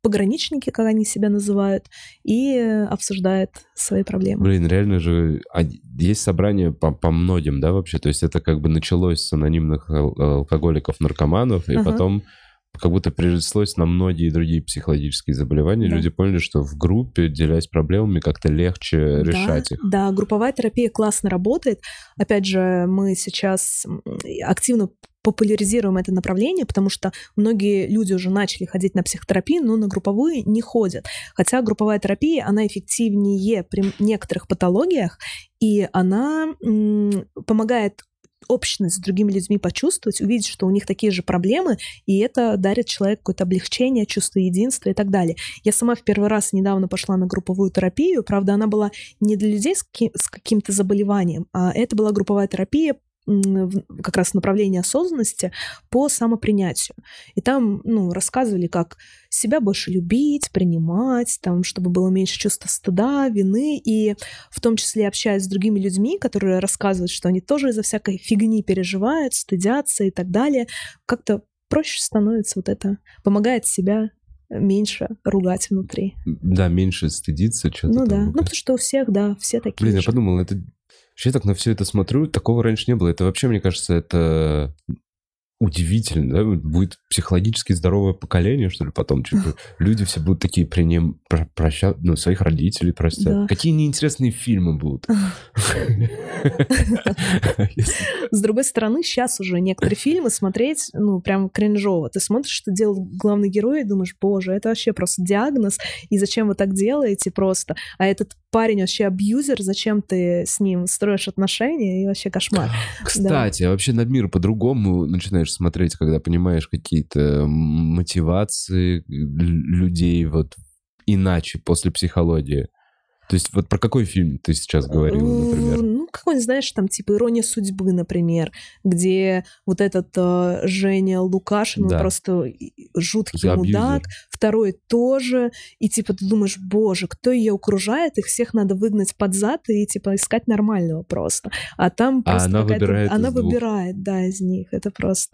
пограничники, как они себя называют, и обсуждают свои проблемы. Блин, реально же есть собрание по многим, да, вообще? То есть это как бы началось с анонимных алкоголиков, наркоманов, и потом как будто перенеслось на многие другие психологические заболевания. Да. Люди поняли, что в группе, делясь проблемами, как-то легче решать их. Да, групповая терапия классно работает. Опять же, мы сейчас активно популяризируем это направление, потому что многие люди уже начали ходить на психотерапию, но на групповую не ходят. Хотя групповая терапия, она эффективнее при некоторых патологиях, и она помогает общность с другими людьми почувствовать, увидеть, что у них такие же проблемы, и это дарит человеку какое-то облегчение, чувство единства и так далее. Я сама в первый раз недавно пошла на групповую терапию, правда, она была не для людей с каким-то заболеванием, а это была групповая терапия как раз направление осознанности по самопринятию. И там, рассказывали, как себя больше любить, принимать, там, чтобы было меньше чувства стыда, вины, и в том числе общаясь с другими людьми, которые рассказывают, что они тоже из-за всякой фигни переживают, стыдятся и так далее, как-то проще становится вот это, помогает себя меньше ругать внутри. Да, меньше стыдиться, что-то Ну там. да, потому что у всех, да, все такие Блин, же. я подумал, это... Вообще так на все это смотрю, такого раньше не было. Это вообще, мне кажется, это удивительно, да? Будет психологически здоровое поколение, что ли, потом. Люди все будут такие прощать, своих родителей простят. Да. Какие неинтересные фильмы будут. С другой стороны, сейчас уже некоторые фильмы смотреть, прям кринжово. Ты смотришь, что делал главный герой, и думаешь, боже, это вообще просто диагноз, и зачем вы так делаете просто? А этот парень вообще абьюзер, зачем ты с ним строишь отношения, и вообще кошмар. Кстати, а вообще на мир по-другому начинаешь смотреть, когда понимаешь какие-то мотивации людей вот иначе после психологии. То есть вот про какой фильм ты сейчас говорила, например? Какой-нибудь, знаешь, там типа «Ирония судьбы», например, где вот этот Женя Лукашин, он просто жуткий мудак, второй тоже, и типа ты думаешь, боже, кто ее окружает, их всех надо выгнать под зад и типа искать нормального просто. А там просто она выбирает она выбирает, да, из них, это просто...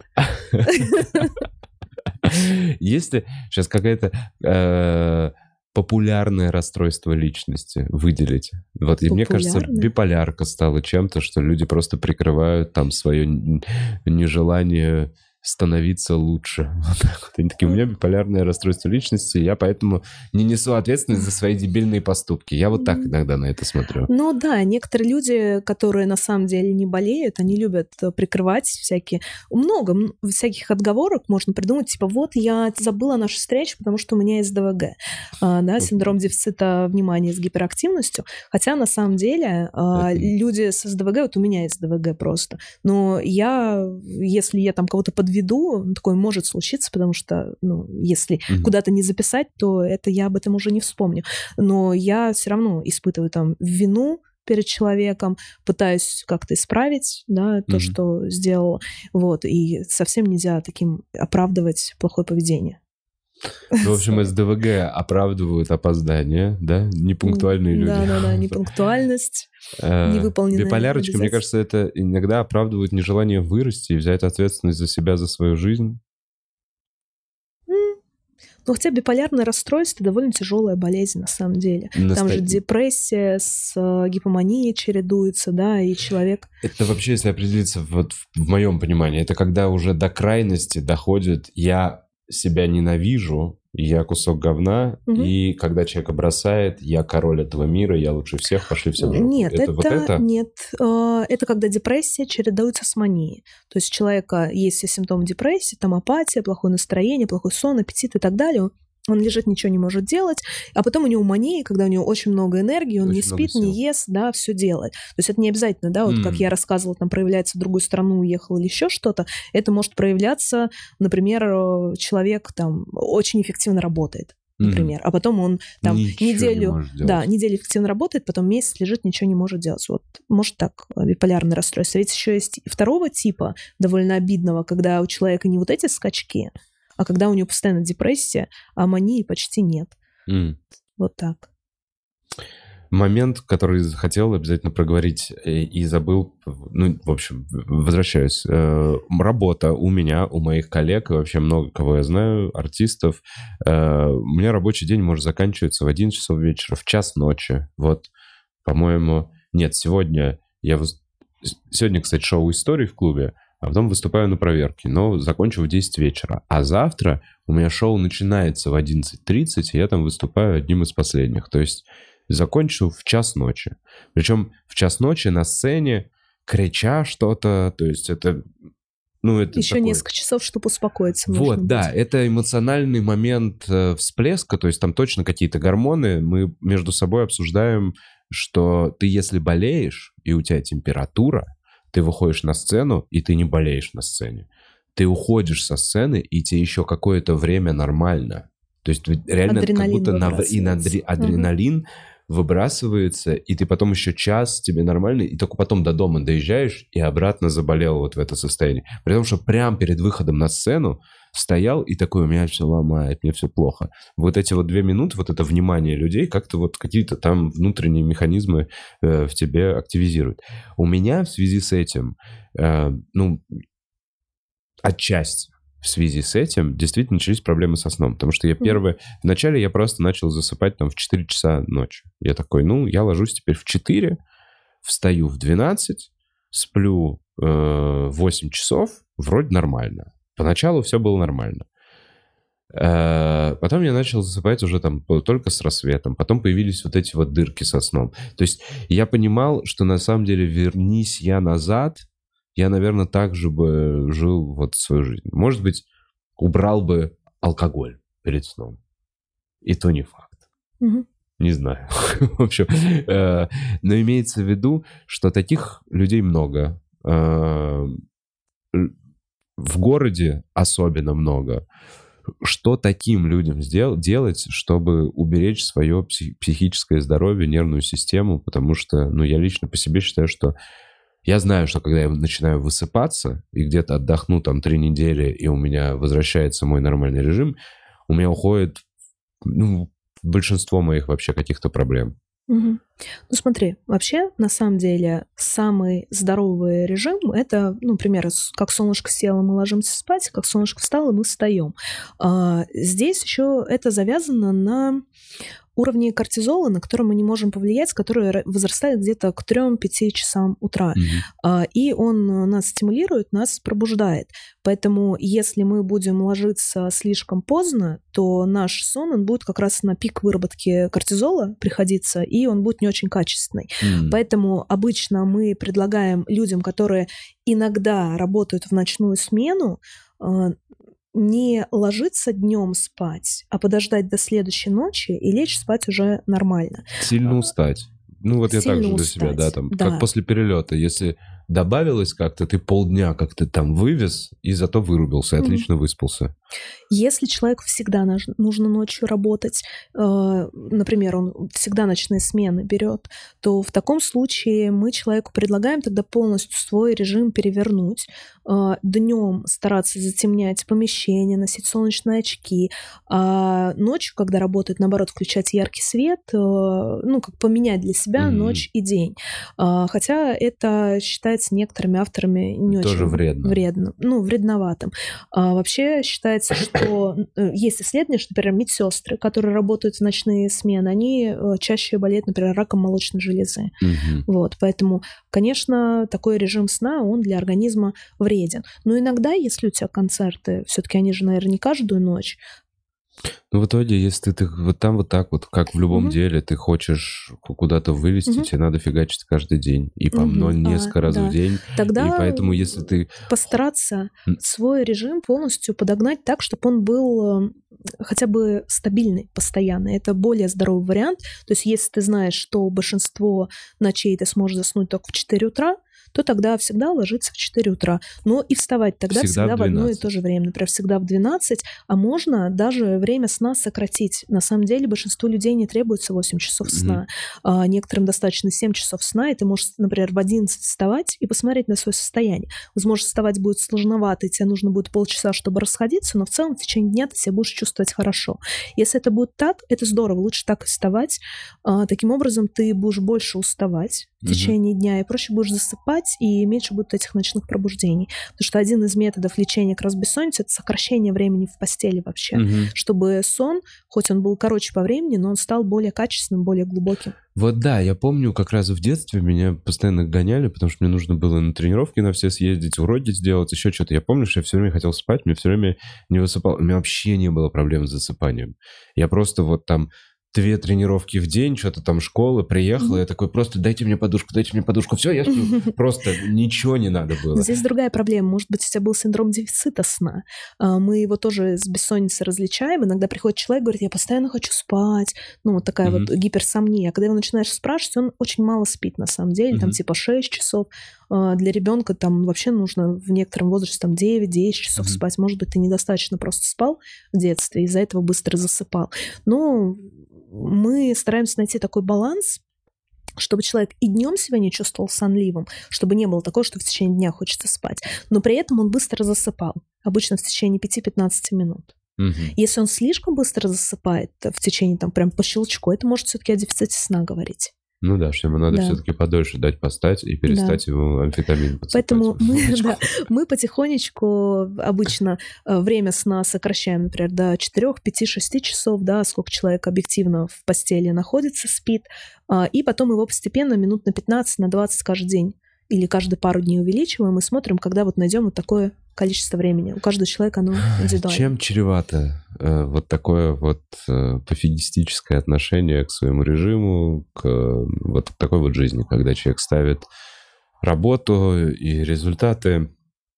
Есть ли сейчас какая-то... популярное расстройство личности выделить. Вот, и мне кажется, биполярка стала чем-то, что люди просто прикрывают там свое нежелание становиться лучше. Вот так вот. Они такие, у меня биполярное расстройство личности, я поэтому не несу ответственность за свои дебильные поступки. Я вот так иногда на это смотрю. Ну да, некоторые люди, которые на самом деле не болеют, они любят прикрывать много всяких отговорок можно придумать, типа вот я забыла нашу встречу, потому что у меня СДВГ, да, синдром дефицита внимания с гиперактивностью, хотя на самом деле люди с СДВГ, вот у меня СДВГ просто, но если я там кого-то подведу, такое может случиться, потому что, если куда-то не записать, то я об этом уже не вспомню. Но я все равно испытываю там вину перед человеком, пытаюсь как-то исправить, да, то, что сделала. Вот, и совсем нельзя таким оправдывать плохое поведение. В общем, СДВГ оправдывают опоздание, да? Непунктуальные люди. Да, непунктуальность, невыполненные. Биполярочка, мне кажется, это иногда оправдывает нежелание вырасти и взять ответственность за себя, за свою жизнь. Ну, хотя биполярное расстройство довольно тяжелая болезнь на самом деле. Там же депрессия с гипоманией чередуется, да, и человек... Это вообще, если определиться вот в моем понимании, это когда уже до крайности доходит «я себя ненавижу», я кусок говна, и когда человека бросает, я король этого мира, я лучше всех, пошли все в жопу. Нет, нет. Это когда депрессия чередуется с манией. То есть у человека есть все симптомы депрессии, там апатия, плохое настроение, плохой сон, аппетит и так далее. Он лежит, ничего не может делать, а потом у него мания, когда у него очень много энергии, он не спит, не ест, да, все делает. То есть это не обязательно, да, вот как я рассказывала, там проявляется в другую страну, уехал или еще что-то. Это может проявляться, например, человек там очень эффективно работает, например, а потом он там неделю эффективно работает, потом месяц лежит, ничего не может делать. Вот, может так, биполярное расстройство. Ведь еще есть второго типа, довольно обидного, когда у человека не вот эти скачки, а когда у него постоянно депрессия, а мании почти нет. Вот так. Момент, который хотел обязательно проговорить и забыл, ну, в общем, возвращаюсь. Работа у меня, у моих коллег, и вообще много кого я знаю, артистов. У меня рабочий день может заканчиваться в 11 часов вечера, в час ночи. Вот, по-моему... Нет, сегодня Сегодня, кстати, шоу «Истории» в клубе, а потом выступаю на проверке, но закончу в 10 вечера. А завтра у меня шоу начинается в 11:30, и я там выступаю одним из последних. То есть закончу в час ночи. Причем в час ночи на сцене, крича что-то, то есть это... Ну, это еще такое... несколько часов, чтобы успокоиться. Вот, да, это эмоциональный момент всплеска, то есть там точно какие-то гормоны. Мы между собой обсуждаем, что ты, если болеешь, и у тебя температура, ты выходишь на сцену, и ты не болеешь на сцене. Ты уходишь со сцены, и тебе еще какое-то время нормально. То есть реально Адреналин как будто выбрасывается. адреналин выбрасывается, и ты потом еще час, тебе нормально, и только потом до дома доезжаешь, и обратно заболел вот в это состояние. При том, что прямо перед выходом на сцену стоял и такой, у меня все ломает, мне все плохо. Вот эти вот 2 минуты, вот это внимание людей, как-то вот какие-то там внутренние механизмы в тебе активизируют. У меня в связи с этим, ну, отчасти в связи с этим действительно начались проблемы со сном. Потому что вначале я просто начал засыпать там в 4 часа ночи. Я такой, ну, я ложусь теперь в 4, встаю в 12, сплю 8 часов, вроде нормально. Поначалу все было нормально. Потом я начал засыпать уже там только с рассветом. Потом появились вот эти вот дырки со сном. То есть я понимал, что на самом деле вернись я назад, я, наверное, так же бы жил вот свою жизнь. Может быть, убрал бы алкоголь перед сном. И то не факт. Не знаю. В общем, но имеется в виду, что таких людей много. В городе особенно много. Что таким людям делать, чтобы уберечь свое психическое здоровье, нервную систему? Потому что, ну, я лично по себе считаю, что я знаю, что когда я начинаю высыпаться и где-то отдохну там 3 недели, и у меня возвращается мой нормальный режим, у меня уходит, ну, большинство моих вообще каких-то проблем. Ну смотри, вообще, на самом деле, самый здоровый режим — это, ну, например, как солнышко село, мы ложимся спать, как солнышко встало, мы встаем. Здесь еще это завязано на уровне кортизола, на который мы не можем повлиять, который возрастает где-то к 3-5 часам утра. И он нас стимулирует, нас пробуждает. Поэтому если мы будем ложиться слишком поздно, то наш сон, он будет как раз на пик выработки кортизола приходиться, и он будет не очень качественный. Поэтому обычно мы предлагаем людям, которые иногда работают в ночную смену, не ложиться днем спать, а подождать до следующей ночи и лечь спать уже нормально. Сильно устать. Ну вот я так же для себя, да, там, да. Как после перелета. Если добавилось как-то, ты полдня как-то там вывез и зато вырубился, и отлично выспался. Если человеку всегда нужно ночью работать, например, он всегда ночные смены берет, то в таком случае мы человеку предлагаем тогда полностью свой режим перевернуть, днем стараться затемнять помещение, носить солнечные очки, а ночью, когда работает, наоборот, включать яркий свет, ну, как поменять для себя ночь и день. Хотя это считается некоторыми авторами не тоже очень вредно. Ну, вредноватым. Вообще считается, что есть исследования, что, например, медсестры, которые работают в ночные смены, они чаще болеют, например, раком молочной железы. Вот, поэтому, конечно, такой режим сна, он для организма вреден. Но иногда, если у тебя концерты, все-таки они же, наверное, не каждую ночь. Ну, в итоге, если ты вот там вот так вот, как в любом деле, ты хочешь куда-то вылезти, тебе надо фигачить каждый день. И по несколько раз в день. Тогда и поэтому, если ты... постараться свой режим полностью подогнать так, чтобы он был хотя бы стабильный, постоянный. Это более здоровый вариант. То есть, если ты знаешь, что большинство ночей ты сможешь заснуть только в 4 утра, то тогда всегда ложиться в 4 утра. Но и вставать тогда всегда в одно и то же время. Например, всегда в 12, а можно даже время сна сократить. На самом деле большинству людей не требуется 8 часов сна. Некоторым достаточно 7 часов сна, и ты можешь, например, в 11 вставать и посмотреть на свое состояние. Возможно, вставать будет сложновато, и тебе нужно будет полчаса, чтобы расходиться, но в целом в течение дня ты себя будешь чувствовать хорошо. Если это будет так, это здорово, лучше так и вставать. Таким образом, ты будешь больше уставать в течение дня, и проще будешь засыпать, и меньше будет этих ночных пробуждений. Потому что один из методов лечения как раз бессонницы — это сокращение времени в постели вообще, чтобы сон, хоть он был короче по времени, но он стал более качественным, более глубоким. Вот да, я помню, как раз в детстве меня постоянно гоняли, потому что мне нужно было на тренировки на все съездить, уроки сделать, еще что-то. Я помню, что я все время хотел спать, мне все время не высыпал. У меня вообще не было проблем с засыпанием. Я просто вот там 2 тренировки в день, что-то там школа, приехала, я такой, просто дайте мне подушку, все, я сплю. Просто ничего не надо было. Здесь другая проблема. Может быть, у тебя был синдром дефицита сна. Мы его тоже с бессонницей различаем. Иногда приходит человек, говорит, я постоянно хочу спать. Ну, вот такая вот гиперсомния. Когда его начинаешь спрашивать, он очень мало спит на самом деле, там типа 6 часов. Для ребенка там вообще нужно в некотором возрасте там 9-10 часов спать. Может быть, ты недостаточно просто спал в детстве, из-за этого быстро засыпал. Но мы стараемся найти такой баланс, чтобы человек и днем себя не чувствовал сонливым, чтобы не было такого, что в течение дня хочется спать, но при этом он быстро засыпал, обычно в течение 5-15 минут. Если он слишком быстро засыпает в течение там прям по щелчку, это может все-таки о дефиците сна говорить. Ну да, что ему надо все-таки подольше дать поспать и перестать ему амфетамин подсыпать. Поэтому мы потихонечку обычно время сна сокращаем, например, до 4, 5, 6 часов, да, сколько человек объективно в постели находится, спит, и потом его постепенно минут на 15, на 20 каждый день или каждые пару дней увеличиваем и смотрим, когда вот найдем вот такое количество времени. У каждого человека оно индивидуально. Чем чревато вот такое вот пофигистическое отношение к своему режиму, к вот такой вот жизни, когда человек ставит работу и результаты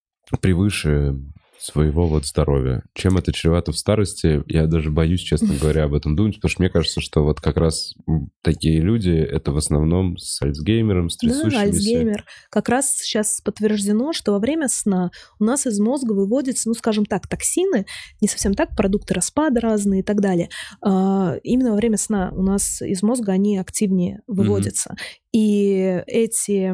превыше своего вот здоровья? Чем это чревато в старости? Я даже боюсь, честно говоря, об этом думать, потому что мне кажется, что вот как раз такие люди, это в основном с Альцгеймером, с трясущимися. Да, Альцгеймер. Как раз сейчас подтверждено, что во время сна у нас из мозга выводятся, ну, скажем так, токсины, не совсем так, продукты распада разные и так далее. Именно во время сна у нас из мозга они активнее выводятся. И эти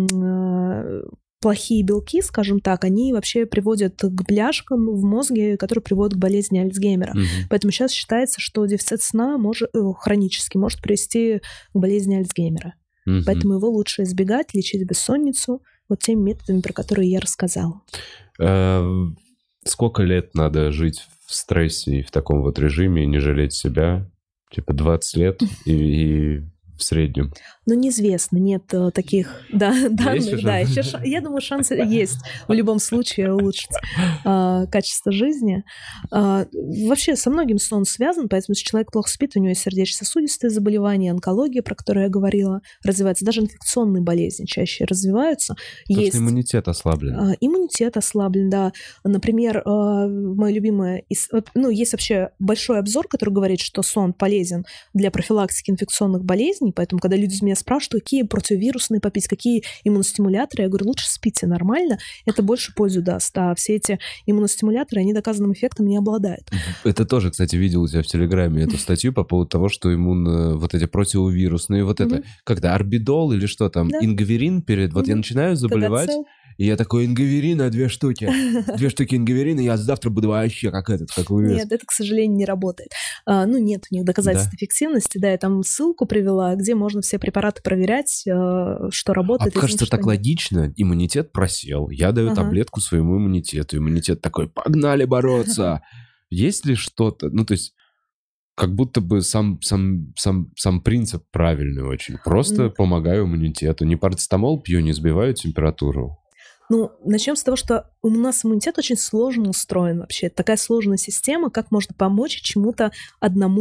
плохие белки, скажем так, они вообще приводят к бляшкам в мозге, которые приводят к болезни Альцгеймера. Поэтому сейчас считается, что дефицит сна хронически может привести к болезни Альцгеймера. Поэтому его лучше избегать, лечить бессонницу вот теми методами, про которые я рассказала. Сколько лет надо жить в стрессе и в таком вот режиме, и не жалеть себя? Типа 20 лет и в среднем? Ну, неизвестно, нет таких данных. Да, еще я думаю, шансы есть в любом случае улучшить качество жизни. Вообще со многим сон связан, поэтому если человек плохо спит, у него есть сердечно-сосудистые заболевания, онкология, про которую я говорила, развивается. Даже инфекционные болезни чаще развиваются. Потому что иммунитет ослаблен. Иммунитет ослаблен, да. Например, мое любимое... Ну, есть вообще большой обзор, который говорит, что сон полезен для профилактики инфекционных болезней, поэтому, когда люди меня спрашивают, какие противовирусные попить, какие иммуностимуляторы, я говорю, лучше спите нормально, это больше пользу даст. А все эти иммуностимуляторы, они доказанным эффектом не обладают. Это тоже, кстати, видел у тебя в Телеграме эту статью по поводу того, что вот эти противовирусные, вот это, когда орбидол или что там, ингаверин перед... Вот я начинаю заболевать, и я такой, ингаверина 2 штуки. 2 штуки ингаверина, я завтра буду вообще как увес. Нет, это, к сожалению, не работает. Ну, нет у них доказательств эффективности. Да, я там ссылку привела, где можно все препараты проверять, что работает. Кажется, так логично. Иммунитет просел. Я даю таблетку своему иммунитету. Иммунитет такой, погнали бороться. Есть ли что-то... Ну, то есть... Как будто бы сам принцип правильный очень. Просто помогаю иммунитету. Не парацетамол пью, не сбиваю температуру. Ну, начнем с того, что у нас иммунитет очень сложно устроен вообще. Это такая сложная система, как можно помочь чему-то одному.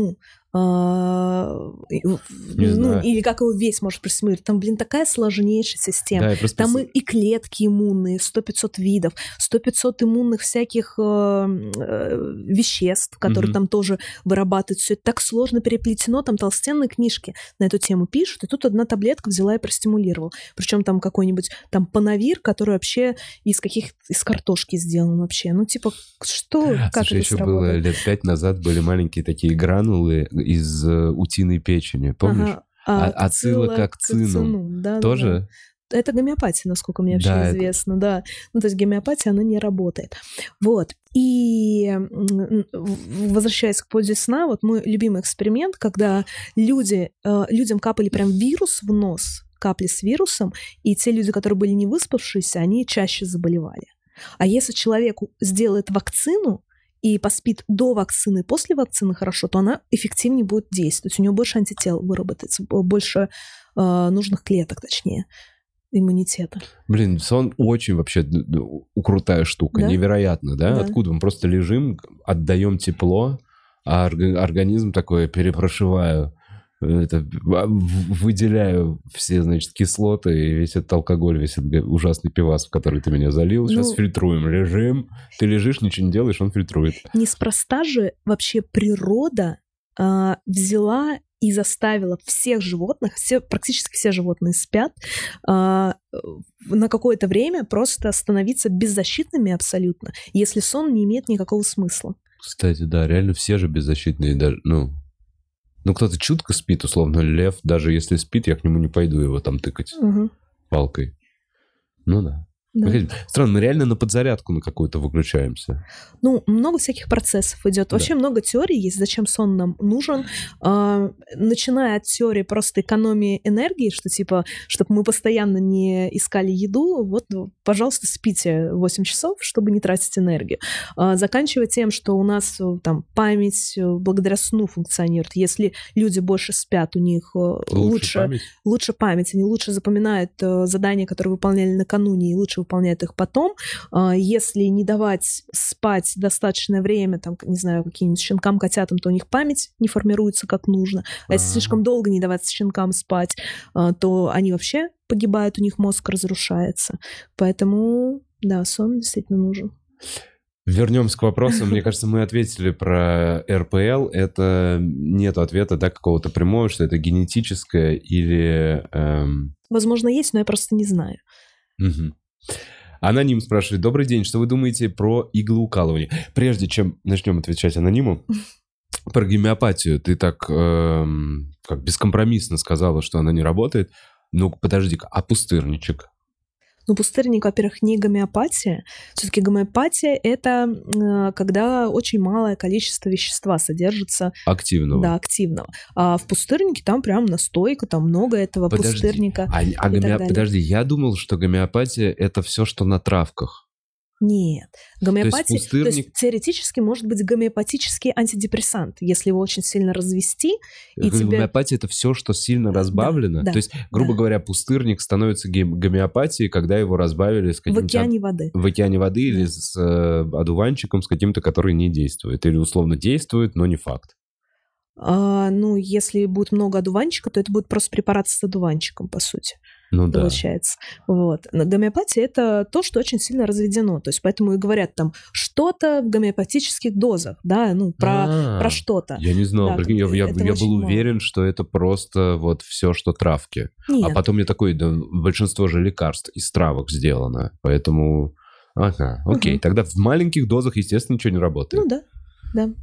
или как его весь может простимулировать. Там, такая сложнейшая система. Да, там и клетки иммунные, 100-500 видов, 100-500 иммунных всяких веществ, которые там тоже вырабатывают. Все это так сложно переплетено, там толстенные книжки на эту тему пишут, и тут одна таблетка взяла и простимулировала. Причем там какой-нибудь там панавир, который вообще из картошки сделан вообще. Что? Как Слушай, это еще сработало? было лет 5 назад были маленькие такие гранулы из утиной печени, помнишь? Ацилококцинум. Да, тоже? Да. Это гомеопатия, насколько мне вообще известно, да. То есть гомеопатия, она не работает. Вот. И возвращаясь к позе сна, вот мой любимый эксперимент, когда людям капали прям вирус в нос, капли с вирусом, и те люди, которые были не выспавшиеся, они чаще заболевали. А если человеку сделает вакцину и поспит до вакцины и после вакцины хорошо, то она эффективнее будет действовать. У нее больше антител выработается, больше нужных клеток, точнее, иммунитета. Блин, сон очень вообще крутая штука, невероятно, да? Откуда мы просто лежим, отдаем тепло, а организм такой перепрошиваю. Выделяю все, значит, кислоты и весь этот алкоголь, весь этот ужасный пивас, в который ты меня залил. Сейчас фильтруем, лежим. Ты лежишь, ничего не делаешь, он фильтрует. Неспроста же вообще природа взяла и заставила всех животных, практически все животные спят, на какое-то время просто становиться беззащитными абсолютно, если сон не имеет никакого смысла. Кстати, да, реально все же беззащитные, даже, кто-то чутко спит, условно, лев, даже если спит, я к нему не пойду его там тыкать палкой. Да. Странно, мы реально на подзарядку на какую-то выключаемся. Много всяких процессов идет. Вообще много теорий есть, зачем сон нам нужен. Начиная от теории просто экономии энергии, что чтобы мы постоянно не искали еду, вот, пожалуйста, спите 8 часов, чтобы не тратить энергию. Заканчивая тем, что у нас там память благодаря сну функционирует. Если люди больше спят, у них лучше память, они лучше запоминают задания, которые выполняли накануне, и лучше выполняют их потом. Если не давать спать достаточное время, там, не знаю, каким-нибудь щенкам, котятам, то у них память не формируется как нужно. А если слишком долго не давать щенкам спать, то они вообще погибают, у них мозг разрушается. Поэтому, да, сон действительно нужен. Вернемся к вопросу. Мне кажется, мы ответили про РПЛ. Это нет ответа, какого-то прямого, что это генетическое или... Возможно, есть, но я просто не знаю. Угу. Аноним спрашивает: добрый день, что вы думаете про иглоукалывание? Прежде чем начнем отвечать анониму, про гомеопатию ты так как бескомпромиссно сказала, что она не работает. Подожди-ка, а пустырничек? Пустырник, во-первых, не гомеопатия. Все-таки гомеопатия — это когда очень малое количество вещества содержится. Активного. Да, активного. А в пустырнике там прям настойка, там много этого пустырника. Подожди, я думал, что гомеопатия — это все, что на травках. Нет. Гомеопатия, то есть теоретически может быть гомеопатический антидепрессант, если его очень сильно развести. Гомеопатия — это все, что сильно разбавлено. Да, то есть, грубо говоря, пустырник становится гомеопатией, когда его разбавили с каким-то... В океане воды. В океане воды или с одуванчиком, с каким-то, который не действует. Или условно действует, но не факт. Если будет много одуванчика, то это будет просто препарат с одуванчиком, по сути. Получается. Вот. Гомеопатия — это то, что очень сильно разведено. То есть поэтому и говорят там что-то в гомеопатических дозах, да, про что-то. Я не знал. Да, я был уверен, что это просто вот все, что травки. Нет. А потом я такой, большинство же лекарств из травок сделано. Поэтому, окей. Тогда в маленьких дозах, естественно, ничего не работает. Да.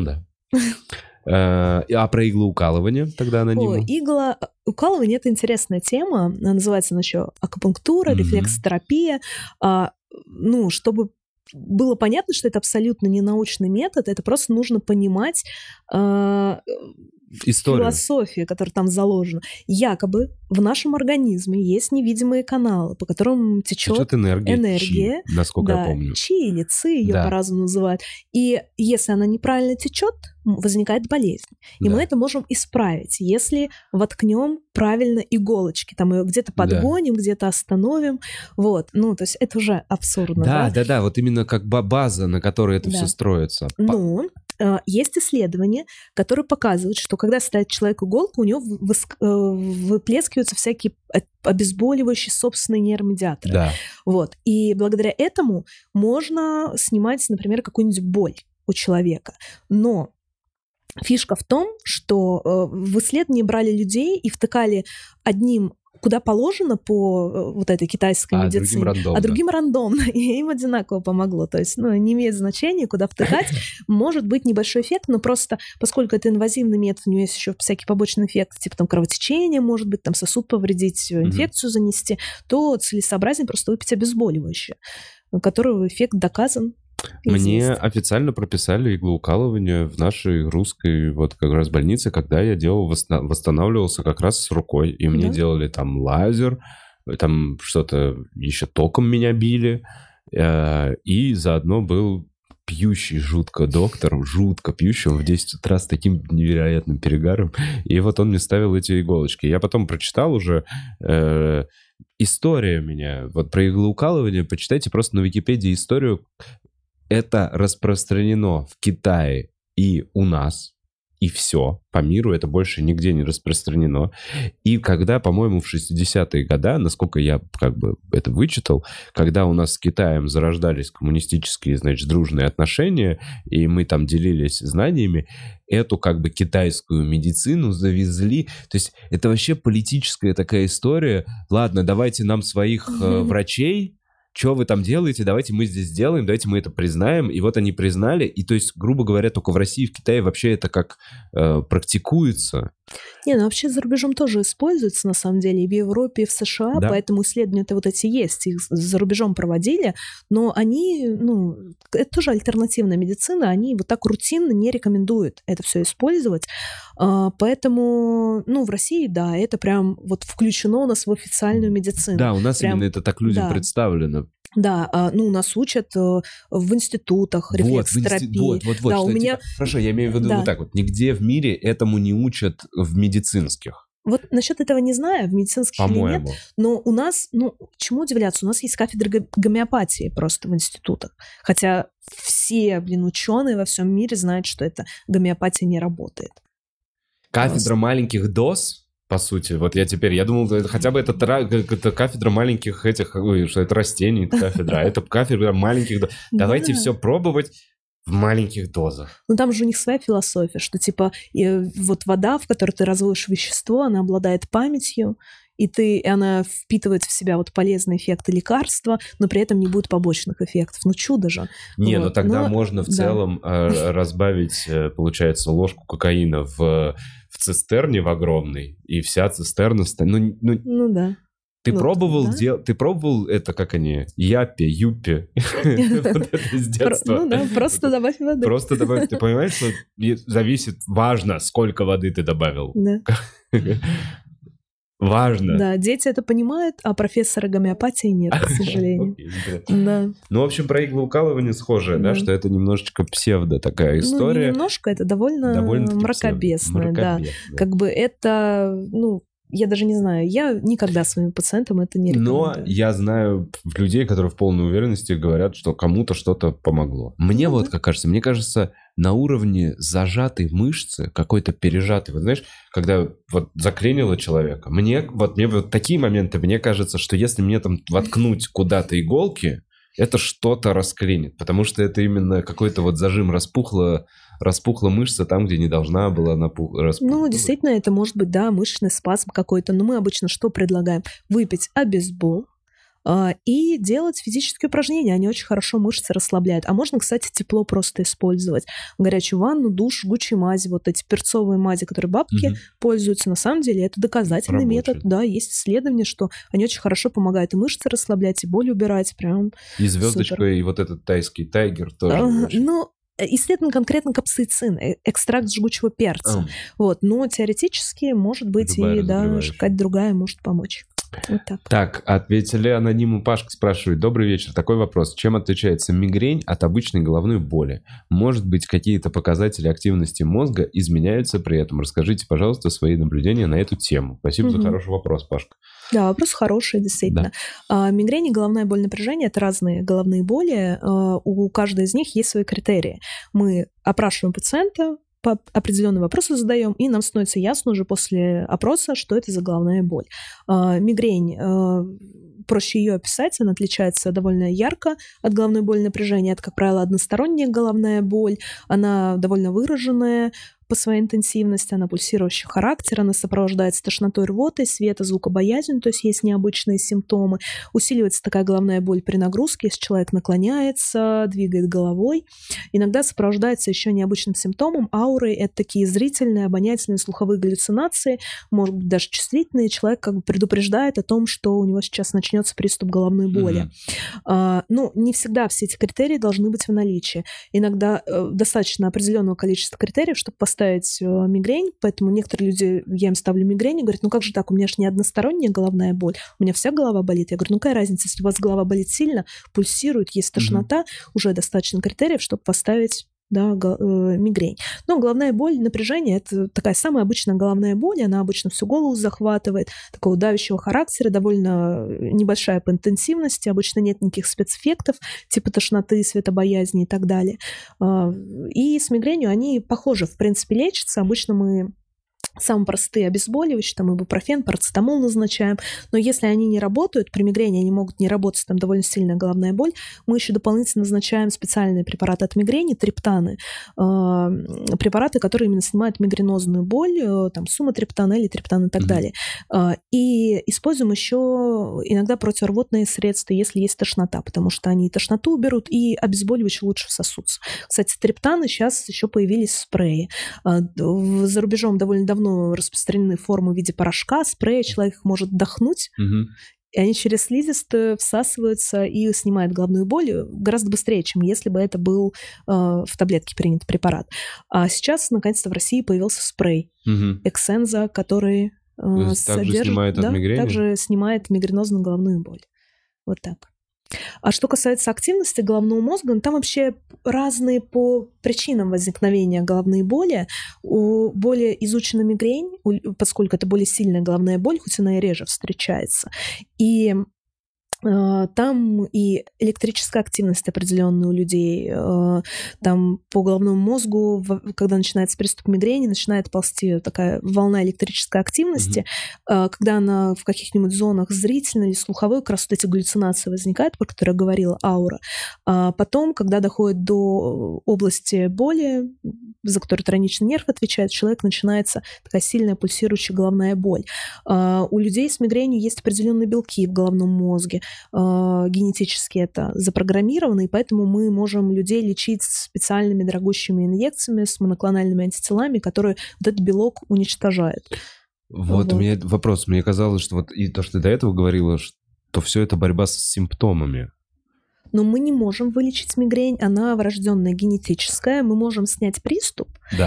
А про иглоукалывание тогда анониму? Иглоукалывание — это интересная тема. Называется она еще акупунктура, рефлексотерапия. Чтобы было понятно, что это абсолютно не научный метод, это просто нужно понимать историю, философию, которая там заложена. Якобы в нашем организме есть невидимые каналы, по которым течет энергия, чи, насколько я помню. Чи или ци ее по-разному называют. И если она неправильно течет, возникает болезнь. И мы это можем исправить, если воткнем правильно иголочки. Там ее где-то подгоним, где-то остановим. Вот. То есть это уже абсурдно. Да. Вот именно как база, на которой это все строится. есть исследования, которые показывают, что когда ставят человеку иголку, у него выплескиваются всякие обезболивающие собственные нейромедиаторы. Да. Вот. И благодаря этому можно снимать, например, какую-нибудь боль у человека. Но фишка в том, что в исследовании брали людей и втыкали одним куда положено по вот этой китайской медицине, а другим рандомно, и им одинаково помогло. То есть, не имеет значения, куда втыкать. Может быть небольшой эффект, но просто, поскольку это инвазивный метод, у него есть еще всякие побочные эффекты, типа там кровотечение, может быть, там сосуд повредить, инфекцию занести, то целесообразнее просто выпить обезболивающее, у которого эффект доказан. Мне официально прописали иглоукалывание в нашей русской вот как раз больнице, когда я восстанавливался как раз с рукой. И мне делали там лазер, там что-то еще током меня били. И заодно был пьющий жутко доктор, жутко пьющий, он в 10 утра с таким невероятным перегаром. И вот он мне ставил эти иголочки. Я потом прочитал уже... История меня, вот про иглоукалывание, почитайте просто на Википедии историю. Это распространено в Китае и у нас, и все. По миру это больше нигде не распространено. И когда, по-моему, в 60-е годы, насколько я как бы это вычитал, когда у нас с Китаем зарождались коммунистические, значит, дружные отношения, и мы там делились знаниями, эту как бы китайскую медицину завезли. То есть это вообще политическая такая история. Ладно, давайте нам своих врачей, что вы там делаете, давайте мы здесь сделаем, давайте мы это признаем. И вот они признали, и то есть, грубо говоря, только в России и в Китае вообще это как практикуется. Вообще за рубежом тоже используется, на самом деле, и в Европе, и в США, да. Поэтому исследования-то вот эти есть, их за рубежом проводили, но они, это тоже альтернативная медицина, они вот так рутинно не рекомендуют это все использовать, поэтому, в России, да, это прям вот включено у нас в официальную медицину. Да, у нас прям, именно это так людям представлено. Да, нас учат в институтах рефлексотерапии. Вот, у меня... Хорошо, я имею в виду вот так вот. Нигде в мире этому не учат в медицинских. Вот насчет этого не знаю, в медицинских или нет, но у нас, чему удивляться, у нас есть кафедры гомеопатии просто в институтах. Хотя все, ученые во всем мире знают, что эта гомеопатия не работает. Кафедра маленьких доз? По сути, вот я думал, хотя бы это кафедра маленьких что это растений, кафедра, а это кафедра маленьких доз. Давайте все пробовать в маленьких дозах. Там же у них своя философия, что типа вот вода, в которой ты разводишь вещество, она обладает памятью, и она впитывает в себя вот полезные эффекты лекарства, но при этом не будет побочных эффектов. Чудо же. Не, тогда можно в целом разбавить, получается, ложку кокаина в цистерне в огромной, и вся цистерна станет... да. Ты пробовал ты пробовал это, как они, юппи, вот это с детства? Просто добавь воды. Просто добавь, ты понимаешь, что зависит, важно, сколько воды ты добавил. Да. Важно. Да, дети это понимают, а профессора гомеопатии нет, к сожалению. Да. В общем, про иглоукалывание схожее, да, что это немножечко псевдо такая история. Не немножко, это довольно мракобесное, да. Как бы это, я даже не знаю, я никогда своим пациентам это не рекомендую. Но я знаю людей, которые в полной уверенности говорят, что кому-то что-то помогло. Мне как кажется, на уровне зажатой мышцы, какой-то пережатой, вот знаешь, когда вот заклинило человека, мне вот такие моменты, мне кажется, что если мне там воткнуть куда-то иголки, это что-то расклинит, потому что это именно какой-то вот зажим, распухла мышца там, где не должна была распухнуть. Действительно, это может быть, да, мышечный спазм какой-то, но мы обычно что предлагаем? Выпить обезбол и делать физические упражнения, они очень хорошо мышцы расслабляют. А можно, кстати, тепло просто использовать. Горячую ванну, душ, жгучие мази, вот эти перцовые мази, которые бабки пользуются, на самом деле это доказательный метод. Да, есть исследования, что они очень хорошо помогают и мышцы расслаблять, и боль убирать. Прям и звездочка, супер. И вот этот тайский тайгер тоже. Исследован конкретно капсаицин, экстракт жгучего перца. Но теоретически, может быть, и какая-то другая может помочь. Вот так. Так, ответили анониму. Пашка спрашивает. Добрый вечер. Такой вопрос. Чем отличается мигрень от обычной головной боли? Может быть, какие-то показатели активности мозга изменяются при этом? Расскажите, пожалуйста, свои наблюдения на эту тему. Спасибо за хороший вопрос, Пашка. Да, вопрос хороший, действительно. Да. Мигрень и головная боль напряжения – это разные головные боли. У каждой из них есть свои критерии. Мы опрашиваем пациента, по определенные вопросы задаем, и нам становится ясно уже после опроса, что это за головная боль. Мигрень, проще ее описать, она отличается довольно ярко от головной боли напряжения. Это, как правило, односторонняя головная боль, она довольно выраженная по своей интенсивности, она пульсирующего характера, она сопровождается тошнотой, рвотой, светозвукобоязнью, то есть есть необычные симптомы. Усиливается такая головная боль при нагрузке, если человек наклоняется, двигает головой. Иногда сопровождается еще необычным симптомом ауры. Это такие зрительные, обонятельные, слуховые галлюцинации, может быть, даже чувствительные. Человек как бы предупреждает о том, что у него сейчас начнется приступ головной боли. Не всегда все эти критерии должны быть в наличии. Иногда достаточно определенного количества критериев, чтобы поставить мигрень, поэтому некоторые люди, я им ставлю мигрень, и говорят, ну как же так, у меня же не односторонняя головная боль, у меня вся голова болит. Я говорю, ну какая разница, если у вас голова болит сильно, пульсирует, есть тошнота, уже достаточно критериев, чтобы поставить мигрень. Но головная боль, напряжение – это такая самая обычная головная боль, она обычно всю голову захватывает, такого давящего характера, довольно небольшая по интенсивности, обычно нет никаких спецэффектов, типа тошноты, светобоязни и так далее. И с мигренью они похожи, в принципе, лечатся. Обычно мы самые простые обезболивающие, там ибупрофен, парацетамол назначаем, но если они не работают, при мигрени они могут не работать, там довольно сильная головная боль, мы еще дополнительно назначаем специальные препараты от мигрени, триптаны, препараты, которые именно снимают мигренозную боль, там суматриптан или триптан и так далее. И используем еще иногда противорвотные средства, если есть тошнота, потому что они тошноту уберут и обезболивающие лучше всосутся. Кстати, триптаны сейчас еще появились в спрее. За рубежом довольно давно распространены формы в виде порошка, спрея, человек их может вдохнуть, и они через слизистую всасываются и снимают головную боль гораздо быстрее, чем если бы это был в таблетке принят препарат. А сейчас, наконец-то, в России появился спрей Эксенза, который также снимает от мигрени? Также снимает мигренозную головную боль. Вот так. А что касается активности головного мозга, там вообще разные по причинам возникновения головной боли. У более изучена мигрень, поскольку это более сильная головная боль, хоть она и реже встречается. И там и электрическая активность определенная у людей. Там по головному мозгу, когда начинается приступ мигрени, начинает ползти такая волна электрической активности. Когда она в каких-нибудь зонах зрительной или слуховой, как раз вот эти галлюцинации возникают, про которые я говорила, аура. Потом, когда доходит до области боли, за которую тройничный нерв отвечает, человек начинается такая сильная пульсирующая головная боль. У людей с мигренью есть определенные белки в головном мозге, генетически это запрограммировано, и поэтому мы можем людей лечить специальными дорогущими инъекциями с моноклональными антителами, которые вот этот белок уничтожают. Вот у меня вопрос. Мне казалось, что вот и то, что ты до этого говорила, что все это борьба с симптомами. Но мы не можем вылечить мигрень, она врожденная, генетическая. Мы можем снять приступ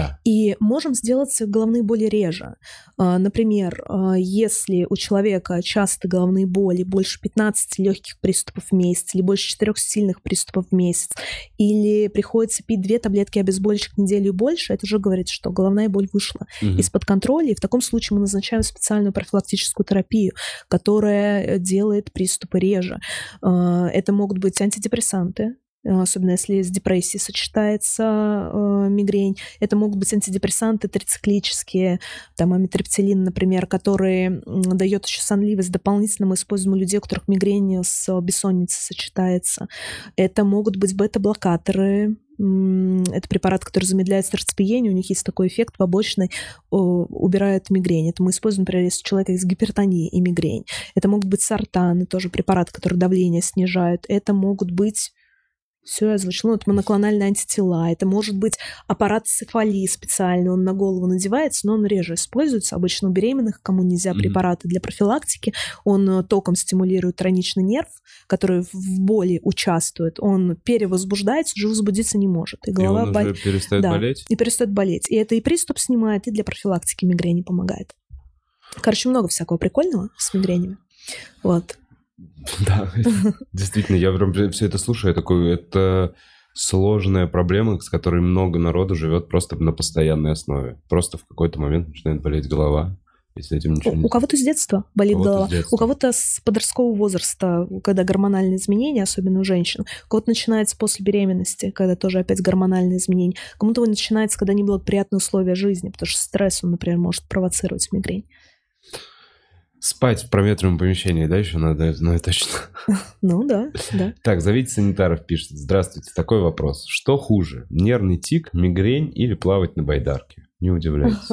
и можем сделать головные боли реже. Например, если у человека часто головные боли, больше 15 легких приступов в месяц, или больше 4 сильных приступов в месяц, или приходится пить 2 таблетки обезболивающих в неделю и больше, это уже говорит, что головная боль вышла из-под контроля, и в таком случае мы назначаем специальную профилактическую терапию, которая делает приступы реже. Это могут быть антидепрессанты, особенно если с депрессией сочетается мигрень. Это могут быть антидепрессанты трициклические, там амитриптилин, например, который дает еще сонливость. Дополнительно мы используем у людей, у которых мигрень с бессонницей сочетается. Это могут быть бета-блокаторы. Это препарат, который замедляет сердцебиение, у них есть такой эффект побочный, убирает мигрень. Это мы используем, например, если у человека есть гипертония и мигрень. Это могут быть сортаны, тоже препараты, которые давление снижают. Это могут быть... Все я озвучила. Это моноклональные антитела. Это может быть аппарат цефалии специальный. Он на голову надевается, но он реже используется. Обычно у беременных, кому нельзя препараты для профилактики, он током стимулирует тройничный нерв, который в боли участвует. Он перевозбуждается, уже возбудиться не может. И голова он уже перестает болеть? И перестает болеть. И это и приступ снимает, и для профилактики мигрени помогает. Короче, много всякого прикольного с мигренями. Вот. Да, действительно, я прям все это слушаю, я такой, это сложная проблема, с которой много народу живет просто на постоянной основе. Просто в какой-то момент начинает болеть голова, и с этим ничего не... У кого-то с детства болит голова, детства. у кого-то с подросткового возраста, когда гормональные изменения, особенно у женщин, у кого-то начинается после беременности, когда тоже опять гормональные изменения, кому-то начинается, когда неблагоприятные условия жизни, потому что стресс, он, например, может провоцировать мигрень. Спать в проветриваемом помещении, да, еще надо, знаю точно. Ну да, да. Так, зовите санитаров, пишет. Здравствуйте, такой вопрос. Что хуже, нервный тик, мигрень или плавать на байдарке? Не удивляйтесь.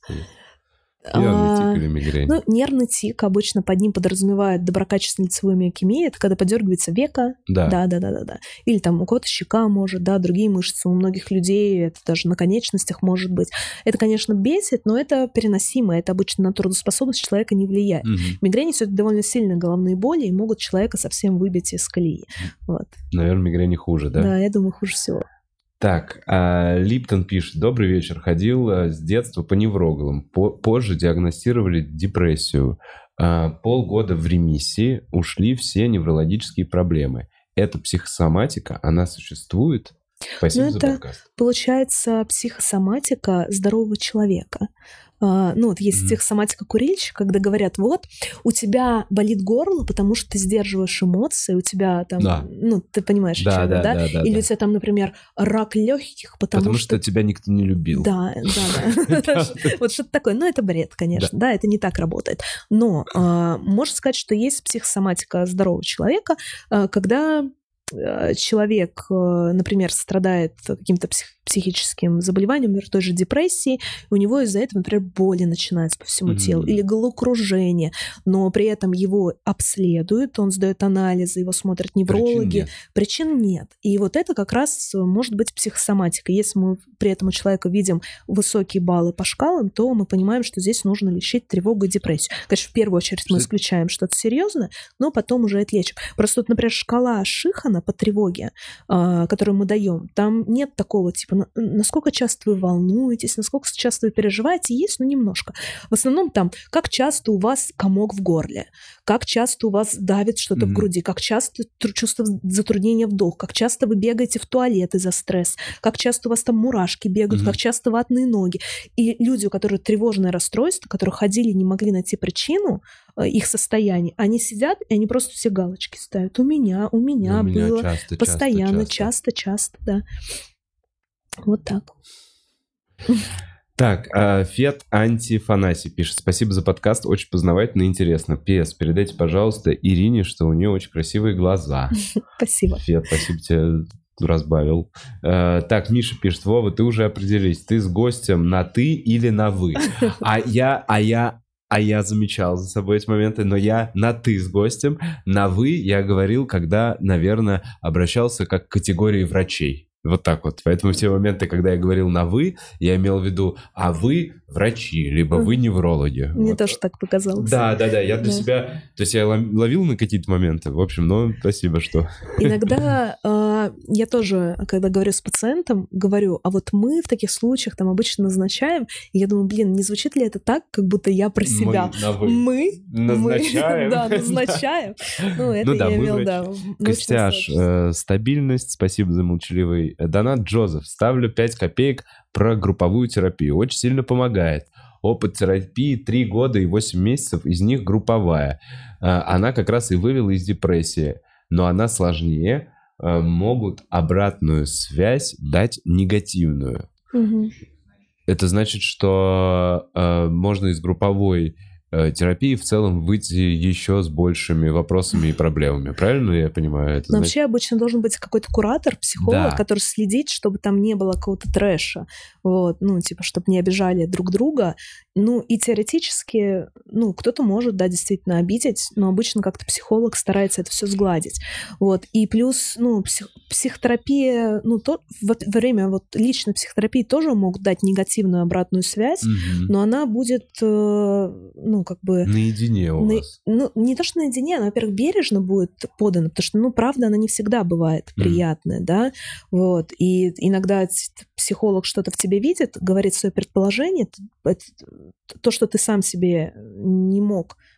Нервный тик или мигрень? Ну, нервный тик обычно под ним подразумевает доброкачественную лицевую миокемию. Это когда подергивается века. Да. Да. Или там у кого-то щека может, да, другие мышцы. У многих людей это даже на конечностях может быть. Это, конечно, бесит, но это переносимо. Это обычно на трудоспособность человека не влияет. Мигрень все-таки довольно сильные головные боли и могут человека совсем выбить из колеи. Вот. Наверное, мигрень хуже, да? Да, я думаю, хуже всего. Так, Липтон пишет. Добрый вечер. Ходил с детства по неврологам. Позже диагностировали депрессию. Полгода в ремиссии, ушли все неврологические проблемы. Это психосоматика, она существует? Спасибо за подкаст. Получается психосоматика здорового человека. Ну, вот есть психосоматика курильщика, когда говорят, вот, у тебя болит горло, потому что ты сдерживаешь эмоции, у тебя там, ну, ты понимаешь, о чем, да? Или у тебя там, например, рак легких, потому что тебя никто не любил. Да. Вот что-то такое. Ну, это бред, конечно, да, это не так работает. Но можно сказать, что есть психосоматика здорового человека, когда человек, например, страдает каким-то психическим заболеванием, например, той же депрессии, у него из-за этого, например, боли начинаются по всему телу, или головокружение, но при этом его обследуют, он сдает анализы, его смотрят неврологи. Причин нет. И вот это как раз может быть психосоматика. Если мы при этом у человека видим высокие баллы по шкалам, то мы понимаем, что здесь нужно лечить тревогу и депрессию. Конечно, в первую очередь мы исключаем что-то серьезное, но потом уже это лечим. Просто вот, например, шкала Шихана по тревоге, которую мы даем, там нет такого типа, насколько часто вы волнуетесь, насколько часто вы переживаете, есть, но немножко. В основном там, как часто у вас комок в горле, как часто у вас давит что-то в груди, как часто чувство затруднения вдох, как часто вы бегаете в туалет из-за стресса, как часто у вас там мурашки бегают, как часто ватные ноги. И люди, у которых тревожное расстройство, которые ходили, не могли найти причину их состояния, они сидят, и они просто все галочки ставят. У меня было часто, постоянно, часто, да. Вот так. Так, Фет Антифанаси пишет. Спасибо за подкаст, очень познавательно и интересно. П.С. Передайте, пожалуйста, Ирине, что у нее очень красивые глаза. Спасибо. Фет, спасибо тебе, разбавил. Так, Миша пишет. Вова, ты уже определись, ты с гостем на «ты» или на «вы». А я замечал за собой эти моменты, но я на «ты» с гостем, на «вы» я говорил, когда, наверное, обращался как к категории врачей. Вот так вот. Поэтому в те моменты, когда я говорил на «вы», я имел в виду, а вы врачи, либо вы неврологи. Мне вот. Тоже так показалось. Да. Я для себя... То есть я ловил на какие-то моменты. В общем, ну, спасибо, что... Иногда я тоже, когда говорю с пациентом, говорю, а вот мы в таких случаях там обычно назначаем, и я думаю, не звучит ли это так, как будто я про себя? Мы назначаем. Да, назначаем. Ну, это я имел, да. Костяш, стабильность, спасибо за молчаливый донат. Джозеф, ставлю 5 копеек про групповую терапию. Очень сильно помогает. Опыт терапии 3 года и 8 месяцев, из них групповая. Она как раз и вывела из депрессии. Но она сложнее. Могут обратную связь дать негативную. Это значит, что можно из групповой терапии в целом выйти еще с большими вопросами и проблемами. Правильно я понимаю? Но вообще обычно должен быть какой-то куратор, психолог, который следит, чтобы там не было какого-то трэша. Вот, ну, типа, чтобы не обижали друг друга. Ну, и теоретически, ну, кто-то может, да, действительно обидеть, но обычно как-то психолог старается это все сгладить. Вот. И плюс, ну, психотерапия, ну, то, во время вот личной психотерапии тоже могут дать негативную обратную связь, но она будет, ну, как бы... Наедине у вас. Ну, не то, что наедине, она, во-первых, бережно будет подана, потому что, ну, правда, она не всегда бывает приятная, да, вот, и иногда психолог что-то в тебе видит, говорит свое предположение, то, что ты сам себе не мог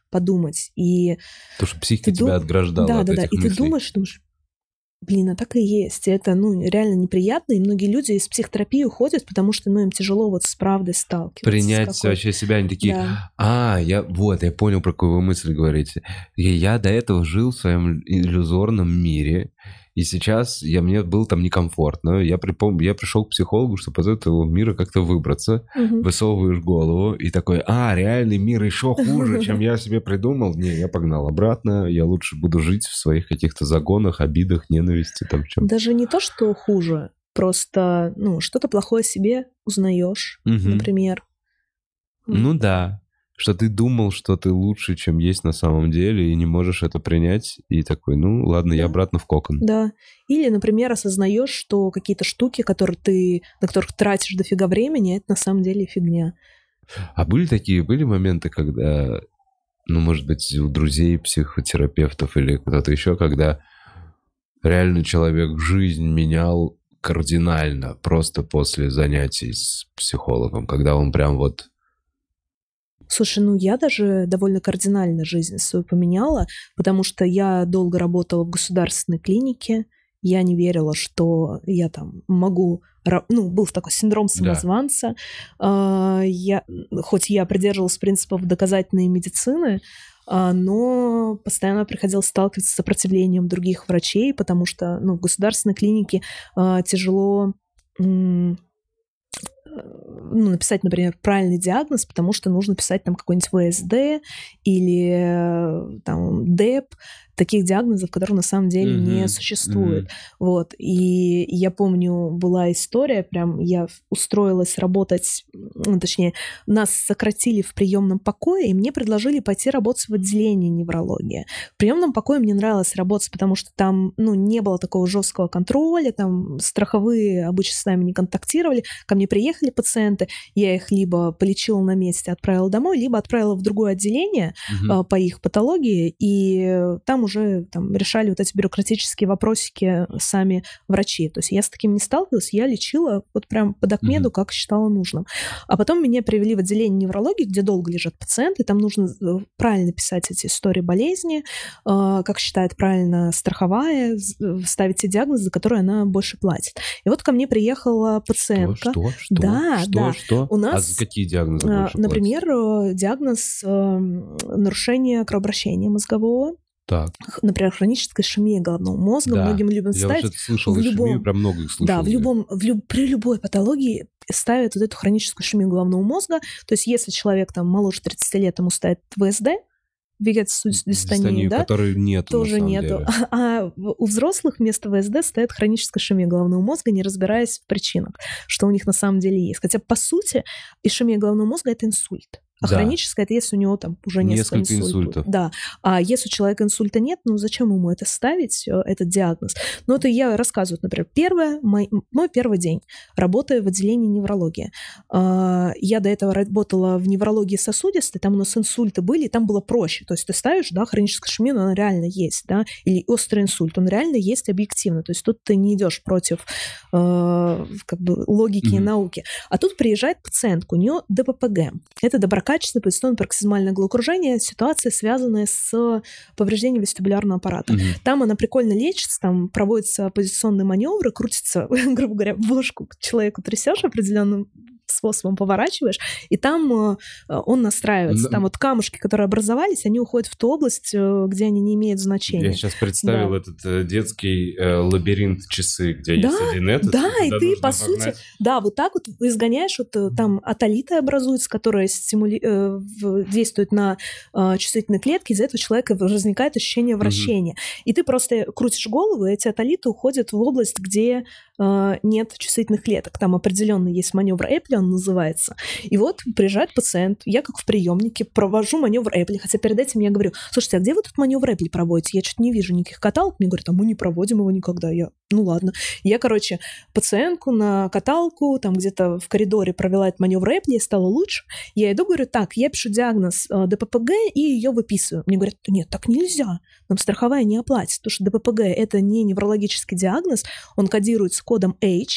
подумать. И то, что психика тебя отграждала от этих мыслей. И ты думаешь, блин, а так и есть. И это, реально неприятно, и многие люди из психотерапии уходят, потому что, им тяжело вот с правдой сталкиваться. Принять вообще себя, они такие, я понял, про какую вы мысль говорите. Я до этого жил в своем иллюзорном мире, и сейчас мне было там некомфортно. Я пришел к психологу, чтобы из этого мира как-то выбраться. Высовываешь голову и такой, реальный мир еще хуже, чем я себе придумал. Не, я погнал обратно. Я лучше буду жить в своих каких-то загонах, обидах, ненависти. Там, чем. Даже не то, что хуже. Просто, что-то плохое о себе узнаешь, например. Ну да. Что ты думал, что ты лучше, чем есть на самом деле, и не можешь это принять, и такой, ладно, я обратно в кокон. Да. Или, например, осознаешь, что какие-то штуки, на которых тратишь дофига времени, это на самом деле фигня. А были моменты, когда, может быть, у друзей, психотерапевтов или кто-то еще, когда реально человек жизнь менял кардинально просто после занятий с психологом, когда он прям вот... Слушай, я даже довольно кардинально жизнь свою поменяла, потому что я долго работала в государственной клинике, я не верила, что я там могу... был такой синдром самозванца. Да. Хоть я придерживалась принципов доказательной медицины, но постоянно приходилось сталкиваться с сопротивлением других врачей, потому что в государственной клинике тяжело... написать, например, правильный диагноз, потому что нужно писать там какой-нибудь ВСД или там ДЭП, таких диагнозов, которые на самом деле не существуют. Вот. И я помню, была история, прям я устроилась работать, точнее, нас сократили в приемном покое, и мне предложили пойти работать в отделении неврологии. В приемном покое мне нравилось работать, потому что там, не было такого жесткого контроля, там страховые обычно с нами не контактировали, ко мне приехали пациенты, я их либо полечила на месте, отправила домой, либо отправила в другое отделение по их патологии, и там уже решали вот эти бюрократические вопросики сами врачи. То есть я с таким не сталкивалась, я лечила вот прям под Ахмеду, как считала нужным. А потом меня привели в отделение неврологии, где долго лежат пациенты, там нужно правильно писать эти истории болезни, как считает правильно страховая, ставить те диагнозы, за которые она больше платит. И вот ко мне приехала пациентка. Что? Да. У нас, за какие диагнозы больше например, диагноз нарушения кровообращения мозгового. Так. Например, хроническая ишемия головного мозга. Да. Многим любят ставить. Я уже слышал ишемию, прям много их слышал. Да, при любой патологии ставят вот эту хроническую ишемию головного мозга. То есть если человек там моложе 30 лет, ему ставят ВСД, вегетососудистую дистонию, да? Которой нету, тоже на самом нету. деле. А у взрослых вместо ВСД стоит хроническая ишемия головного мозга, не разбираясь в причинах, что у них на самом деле есть. Хотя, по сути, ишемия головного мозга — это инсульт. А хроническое — это если у него там уже несколько инсультов. Да. А если у человека инсульта нет, зачем ему это ставить, этот диагноз? Это я рассказываю, например, мой первый день, работая в отделении неврологии. Я до этого работала в неврологии сосудистой, там у нас инсульты были, и там было проще. То есть ты ставишь, хроническую ишемию, она реально есть, или острый инсульт, он реально есть объективно. То есть тут ты не идешь против логики и науки. А тут приезжает пациентка, у нее ДППГ. Это доброкачественное позитронно-пароксизмальное головокружение, ситуация, связанная с повреждением вестибулярного аппарата. Там она прикольно лечится, там проводятся позиционные маневры, крутится, грубо говоря, ложку к человеку трясешь определенным способом, поворачиваешь, и там он настраивается. Там вот камушки, которые образовались, они уходят в ту область, где они не имеют значения. Я сейчас представил этот детский лабиринт часы, где есть один этот. Да, и ты, по сути, вот так вот изгоняешь, там атолиты образуются, которые действуют на чувствительные клетки, из-за этого у человека возникает ощущение вращения. И ты просто крутишь голову, и эти атолиты уходят в область, где нет чувствительных клеток. Там определенно есть маневр Эпли, он называется. И вот приезжает пациент, я как в приемнике провожу маневр Эпли, хотя перед этим я говорю: слушайте, а где вы тут маневр Эпли проводите? Я что-то не вижу никаких каталок. Мне говорят: мы не проводим его никогда. Ну ладно. Я, пациентку на каталку, там где-то в коридоре провела этот маневр Эпли, стало лучше. Я иду, говорю: так, я пишу диагноз ДППГ и ее выписываю. Мне говорят: нет, так нельзя, нам страховая не оплатит, потому что ДППГ — это не неврологический диагноз, он кодируется кодом H,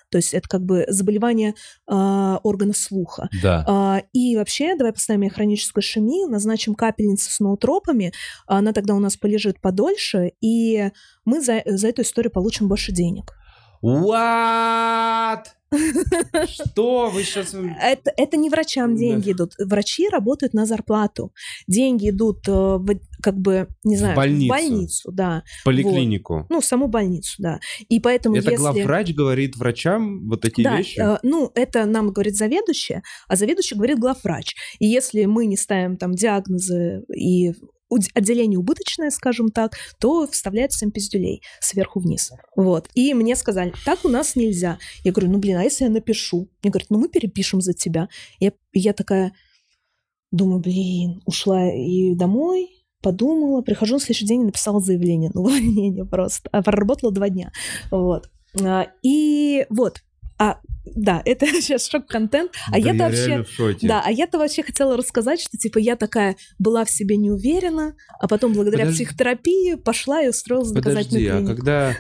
То есть это как бы заболевание органа слуха. Да. И вообще, давай поставим ей хроническую ишемию, назначим капельницу с ноотропами, она тогда у нас полежит подольше, и мы за эту историю получим больше денег. What? Что вы сейчас... Это не врачам деньги идут. Врачи работают на зарплату. Деньги идут, как бы, не знаю, в больницу, да. В поликлинику. Вот. Ну, в саму больницу, да. И поэтому это если... главврач говорит врачам вот такие вещи? Это нам говорит заведующая, а заведующий говорит главврач. И если мы не ставим там диагнозы и отделение убыточное, скажем так, то вставляется 7 пиздюлей сверху вниз. Вот. И мне сказали, так у нас нельзя. Я говорю, а если я напишу? Мне говорят, мы перепишем за тебя. Я такая думаю, ушла и домой, подумала, прихожу на следующий день и написала заявление на увольнение просто. Проработала 2 дня. Вот. И вот. Да, это сейчас шок-контент. Я-то вообще, я-то вообще хотела рассказать, что типа я такая была в себе не уверена, а потом благодаря психотерапии пошла и устроилась в доказательную клинику. А когда...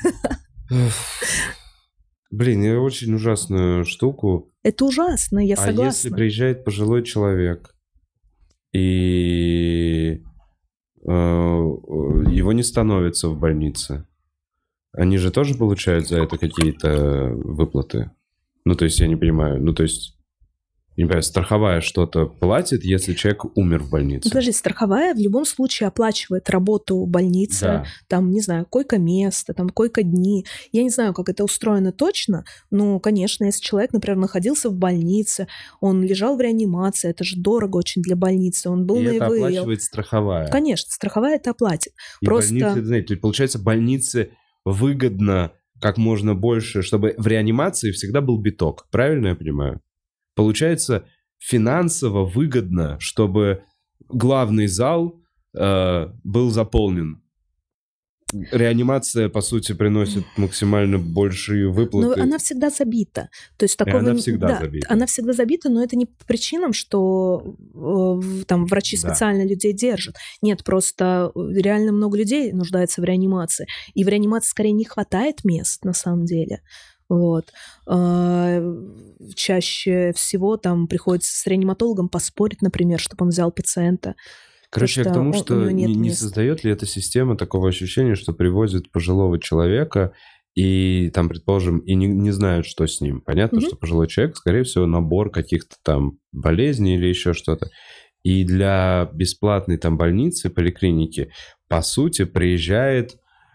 я очень ужасную штуку. Это ужасно, я согласна. А если приезжает пожилой человек, и его не становится в больнице, они же тоже получают за это какие-то выплаты? То есть, я не понимаю. Страховая что-то платит, если человек умер в больнице? Подожди, страховая в любом случае оплачивает работу больницы, да. Там, не знаю, койко-место, там, койко-дни. Я не знаю, как это устроено точно, но, конечно, если человек, например, находился в больнице, он лежал в реанимации, это же дорого очень для больницы, он был на ИВЛ. И это оплачивает страховая? Конечно, страховая это оплатит. И больницы, знаете, получается, больнице выгодно как можно больше, чтобы в реанимации всегда был биток. Правильно я понимаю? Получается, финансово выгодно, чтобы главный зал был заполнен. Реанимация, по сути, приносит максимально большие выплаты. Но она всегда забита. То есть такого... Она всегда забита. Она всегда забита, но это не по причинам, что там врачи специально людей держат. Нет, просто реально много людей нуждается в реанимации. И в реанимации скорее не хватает мест, на самом деле. Вот. Чаще всего там приходится с реаниматологом поспорить, например, чтобы он взял пациента. Короче, к тому, что не создает ли эта система такого ощущения, что привозят пожилого человека и там, предположим, и не знают, что с ним. Понятно, что пожилой человек, скорее всего, набор каких-то там болезней или еще что-то. И для бесплатной там больницы, поликлиники, по сути, приезжает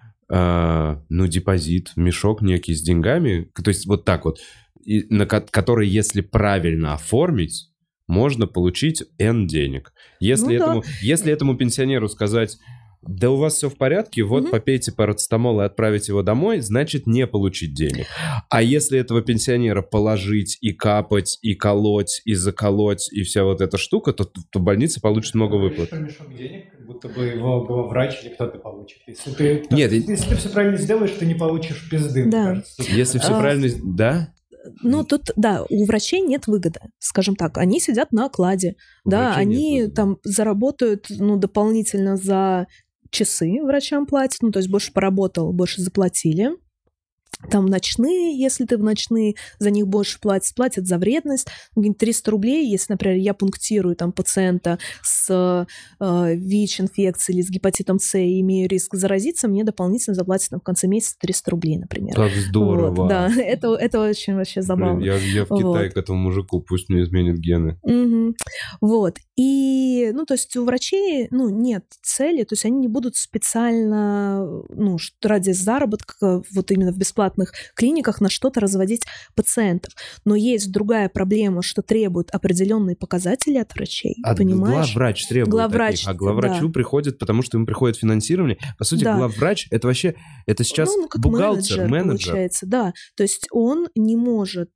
депозит, мешок некий с деньгами, то есть вот так вот, который, если правильно оформить, можно получить N денег. Если этому пенсионеру сказать, да у вас все в порядке, вот попейте парацетамол и отправить его домой, значит не получить денег. А если этого пенсионера положить и капать, и колоть, и заколоть, и вся вот эта штука, то больница получит много выплат. Мешок денег, как будто бы его главврач или кто-то получит. Если ты все правильно сделаешь, ты не получишь пизды. Да. Если все правильно... Да? Тут, у врачей нет выгоды, скажем так. Они сидят на окладе, они там заработают, дополнительно за часы врачам платят, то есть больше поработал, больше заплатили. Там ночные, если ты в ночные, за них больше платят за вредность. 300 рублей, если, например, я пунктирую там пациента с ВИЧ-инфекцией или с гепатитом С и имею риск заразиться, мне дополнительно заплатят в конце месяца 300 рублей, например. Как здорово. Вот, да, это очень вообще забавно. Я в Китае к этому мужику, пусть мне изменит гены. Вот. И, то есть у врачей, нет цели, то есть они не будут специально, ради заработка, вот именно в бесплатных клиниках на что-то разводить пациентов. Но есть другая проблема, что требуют определенные показатели от врачей, понимаешь? Главврач требует таких, а главврачу приходит, потому что ему приходит финансирование. По сути, главврач — это вообще, это сейчас как бухгалтер, менеджер. Получается, да. То есть он не может...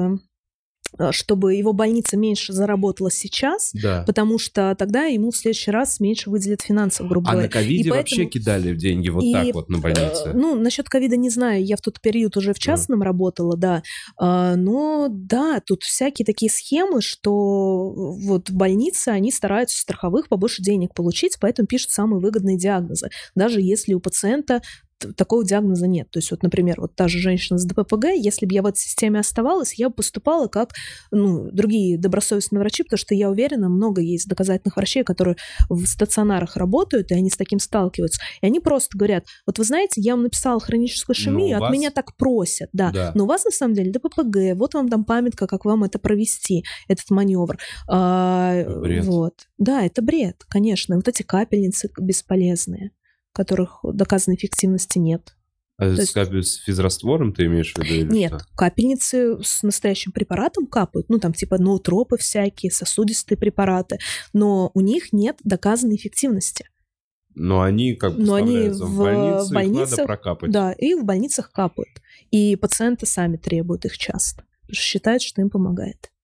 чтобы его больница меньше заработала сейчас, потому что тогда ему в следующий раз меньше выделят финансов, грубо говоря. А на ковиде вообще кидали деньги так вот на больнице? Насчет ковида не знаю, я в тот период уже в частном работала, да. Но да, тут всякие такие схемы, что вот больницы, они стараются страховых побольше денег получить, поэтому пишут самые выгодные диагнозы. Даже если у пациента такого диагноза нет. То есть вот, например, вот та же женщина с ДППГ, если бы я в этой системе оставалась, я бы поступала как другие добросовестные врачи, потому что я уверена, много есть доказательных врачей, которые в стационарах работают, и они с таким сталкиваются. И они просто говорят, вот вы знаете, я вам написала хроническую ишемию, от меня так просят, да. Но у вас на самом деле ДППГ, вот вам там памятка, как вам это провести, этот маневр. Бред. Вот. Да, это бред, конечно. Вот эти капельницы бесполезные, которых доказанной эффективности нет. С физраствором ты имеешь в виду? Или нет, что? Капельницы с настоящим препаратом капают, там типа ноотропы всякие, сосудистые препараты, но у них нет доказанной эффективности. Но они поставляются в больницу, их надо прокапать. Да, и в больницах капают. И пациенты сами требуют их часто, потому что считают, что им помогает.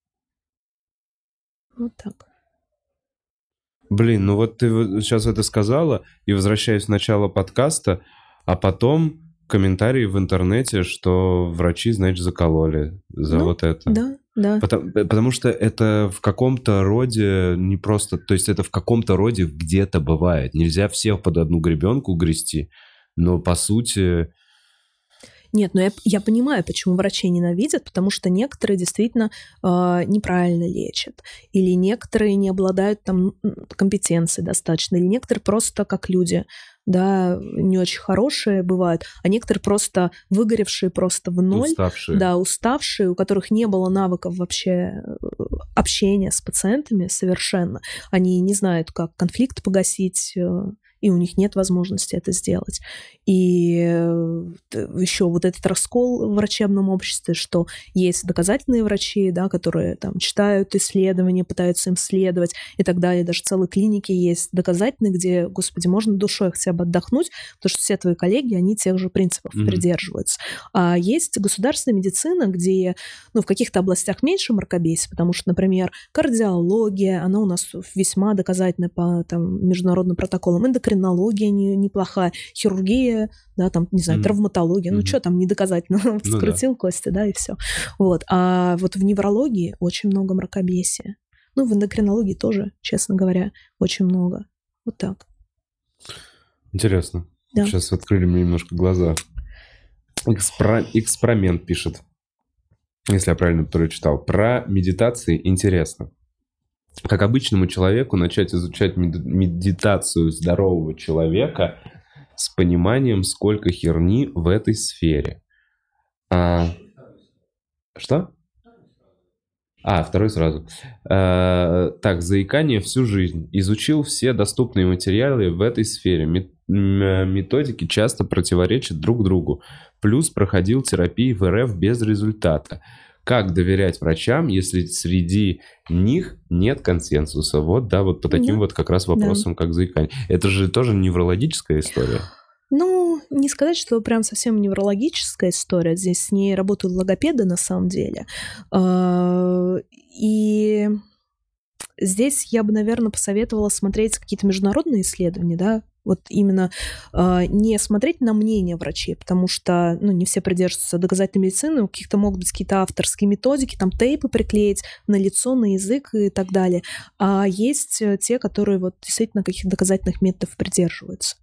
Вот так. Блин, вот ты сейчас это сказала, и возвращаюсь в начало подкаста, а потом комментарии в интернете, что врачи, значит, закололи за вот это. Да. Потому что это в каком-то роде не просто... То есть это в каком-то роде где-то бывает. Нельзя всех под одну гребенку грести, но по сути... Нет, но я понимаю, почему врачей ненавидят, потому что некоторые действительно неправильно лечат, или некоторые не обладают там компетенцией достаточно, или некоторые просто как люди, да, не очень хорошие бывают, а некоторые просто выгоревшие просто в ноль. Уставшие. Да, уставшие, у которых не было навыков вообще общения с пациентами совершенно. Они не знают, как конфликт погасить, и у них нет возможности это сделать. И еще вот этот раскол в врачебном обществе, что есть доказательные врачи, да, которые там читают исследования, пытаются им следовать и так далее. Даже целые клиники есть доказательные, где, господи, можно душой хотя бы отдохнуть, потому что все твои коллеги, они тех же принципов придерживаются. А есть государственная медицина, где в каких-то областях меньше мракобесия, потому что, например, кардиология, она у нас весьма доказательна по международным протоколам, эндокринология неплохая, хирургия, да, там, не знаю, травматология, что там недоказательно, скрутил кости, да, и все. Вот. А вот в неврологии очень много мракобесия. В эндокринологии тоже, честно говоря, очень много. Вот так. Интересно. Да. Сейчас открыли мне немножко глаза. Эксперимент пишет, если я правильно прочитал. Про медитации интересно. Как обычному человеку начать изучать медитацию здорового человека с пониманием, сколько херни в этой сфере. Что? Второй сразу. Так, заикание всю жизнь. Изучил все доступные материалы в этой сфере. Методики часто противоречат друг другу. Плюс проходил терапии в РФ без результата. Как доверять врачам, если среди них нет консенсуса? Вот по таким вот как раз вопросам, как заикание. Это же тоже неврологическая история. Не сказать, что прям совсем неврологическая история. Здесь с ней работают логопеды на самом деле. И здесь я бы, наверное, посоветовала смотреть какие-то международные исследования, да, вот именно не смотреть на мнение врачей, потому что, не все придерживаются доказательной медицины, у каких-то могут быть какие-то авторские методики, там тейпы приклеить на лицо, на язык и так далее. А есть те, которые вот действительно каких-то доказательных методов придерживаются.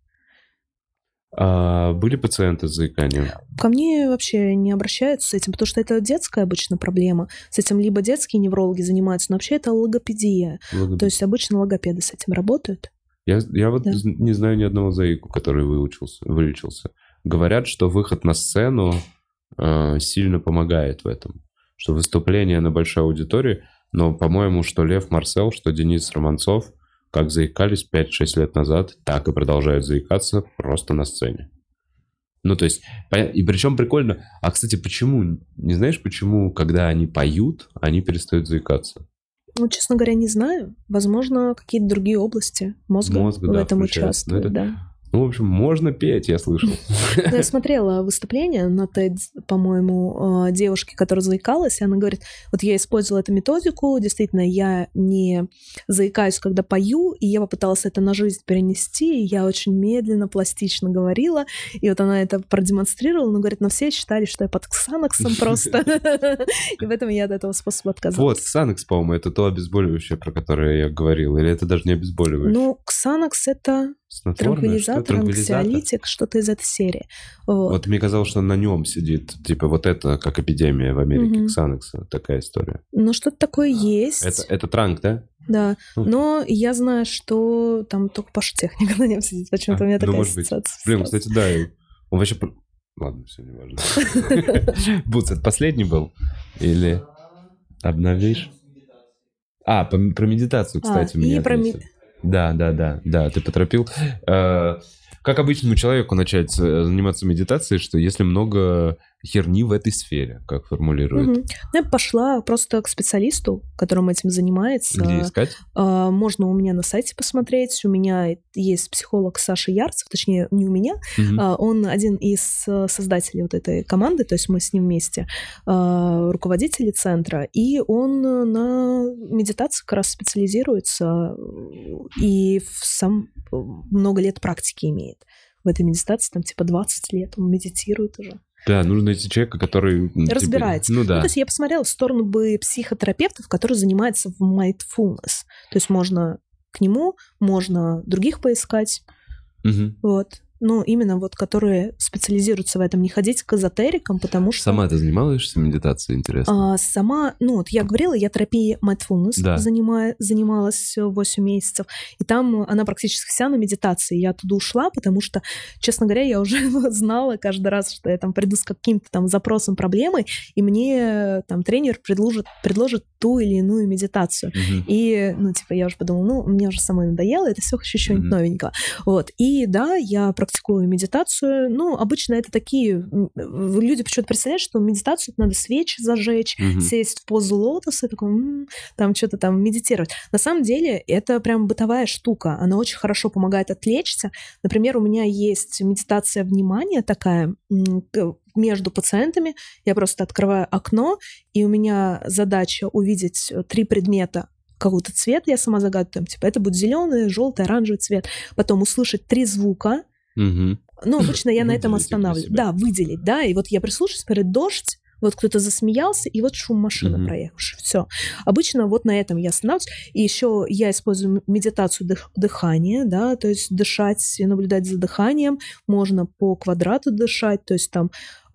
Были пациенты с заиканием? Ко мне вообще не обращаются с этим, потому что это детская обычно проблема. С этим либо детские неврологи занимаются, но вообще это логопедия. То есть обычно логопеды с этим работают. Я не знаю ни одного заику, который вылечился. Говорят, что выход на сцену сильно помогает в этом. Что выступление на большой аудитории, но, по-моему, что Лев Марсел, что Денис Романцов, как заикались 5-6 лет назад, так и продолжают заикаться просто на сцене. То есть, и причем прикольно. А, кстати, почему? Не знаешь, почему, когда они поют, они перестают заикаться? Честно говоря, не знаю. Возможно, какие-то другие области мозга в этом участвуют. В общем, можно петь, я слышал. Я смотрела выступление на TED, по-моему, девушки, которая заикалась, и она говорит, вот я использовала эту методику, действительно, я не заикаюсь, когда пою, и я попыталась это на жизнь перенести, и я очень медленно, пластично говорила, и вот она это продемонстрировала, но, говорит, но все считали, что я под ксаноксом просто, и поэтому я от этого способа отказалась. Вот, ксанокс, по-моему, это то обезболивающее, про которое я говорил, или это даже не обезболивающее? Ну, ксанокс — это транквилизатор, анксиолитик, что-то из этой серии. Вот мне казалось, что на нем сидит, типа, вот это, как эпидемия в Америке, ксанокса, такая история. Ну, что-то такое есть. Это транк, да? Да, но я знаю, что там только Паша-техник на нем сидит, почему-то у меня такая ассоциация. Блин, кстати, да, он вообще... Ладно, все, не важно. Буц, это последний был? Или обновишь? Про медитацию, кстати, меня ответили. Да, ты поторопил. Как обычному человеку начать заниматься медитацией, что если много херни в этой сфере, как формулируют? Я пошла просто к специалисту, которым этим занимается. Где искать? Можно у меня на сайте посмотреть. У меня есть психолог Саша Ярцев, точнее, не у меня. Он один из создателей вот этой команды, то есть мы с ним вместе, руководители центра, и он на медитации как раз специализируется и сам много лет практики имеет. В этой медитации там типа 20 лет он медитирует уже. Да, нужно найти человека, который... разбирается. Типа, то есть я посмотрела в сторону бы психотерапевтов, которые занимаются в mindfulness. То есть можно к нему, можно других поискать. Вот. Ну, именно вот, которые специализируются в этом. Не ходить к эзотерикам, потому что... Сама ты занимаешься медитацией, интересно? Сама, ну, вот я говорила, я терапией mindfulness занималась 8 месяцев, и там она практически вся на медитации. Я оттуда ушла, потому что, честно говоря, я уже знала каждый раз, что я там приду с каким-то там запросом, проблемой, и мне там тренер предложит ту или иную медитацию. И, ну, типа, я уже подумала, ну, мне уже самой надоело, это все хочу что-нибудь новенького. Вот. И да, я практикую медитацию. Ну, обычно это такие... Люди почему-то представляют, что медитацию надо свечи зажечь, сесть в позу лотоса, такой, там что-то там медитировать. На самом деле это прям бытовая штука. Она очень хорошо помогает отвлечься. Например, у меня есть медитация внимания такая между пациентами. Я просто открываю окно, и у меня задача увидеть 3 предмета какого-то цвета, я сама загадываю, там, типа, это будет зеленый, желтый, оранжевый цвет. Потом услышать 3 звука. Ну, обычно я на этом останавливаюсь. Да, выделить, да. И вот я прислушаюсь, перед дождь, вот кто-то засмеялся, и вот шум машины проехавшей. Все. Обычно вот на этом я останавливаюсь. И еще я использую медитацию дыхания, да, то есть дышать и наблюдать за дыханием. Можно по квадрату дышать, то есть там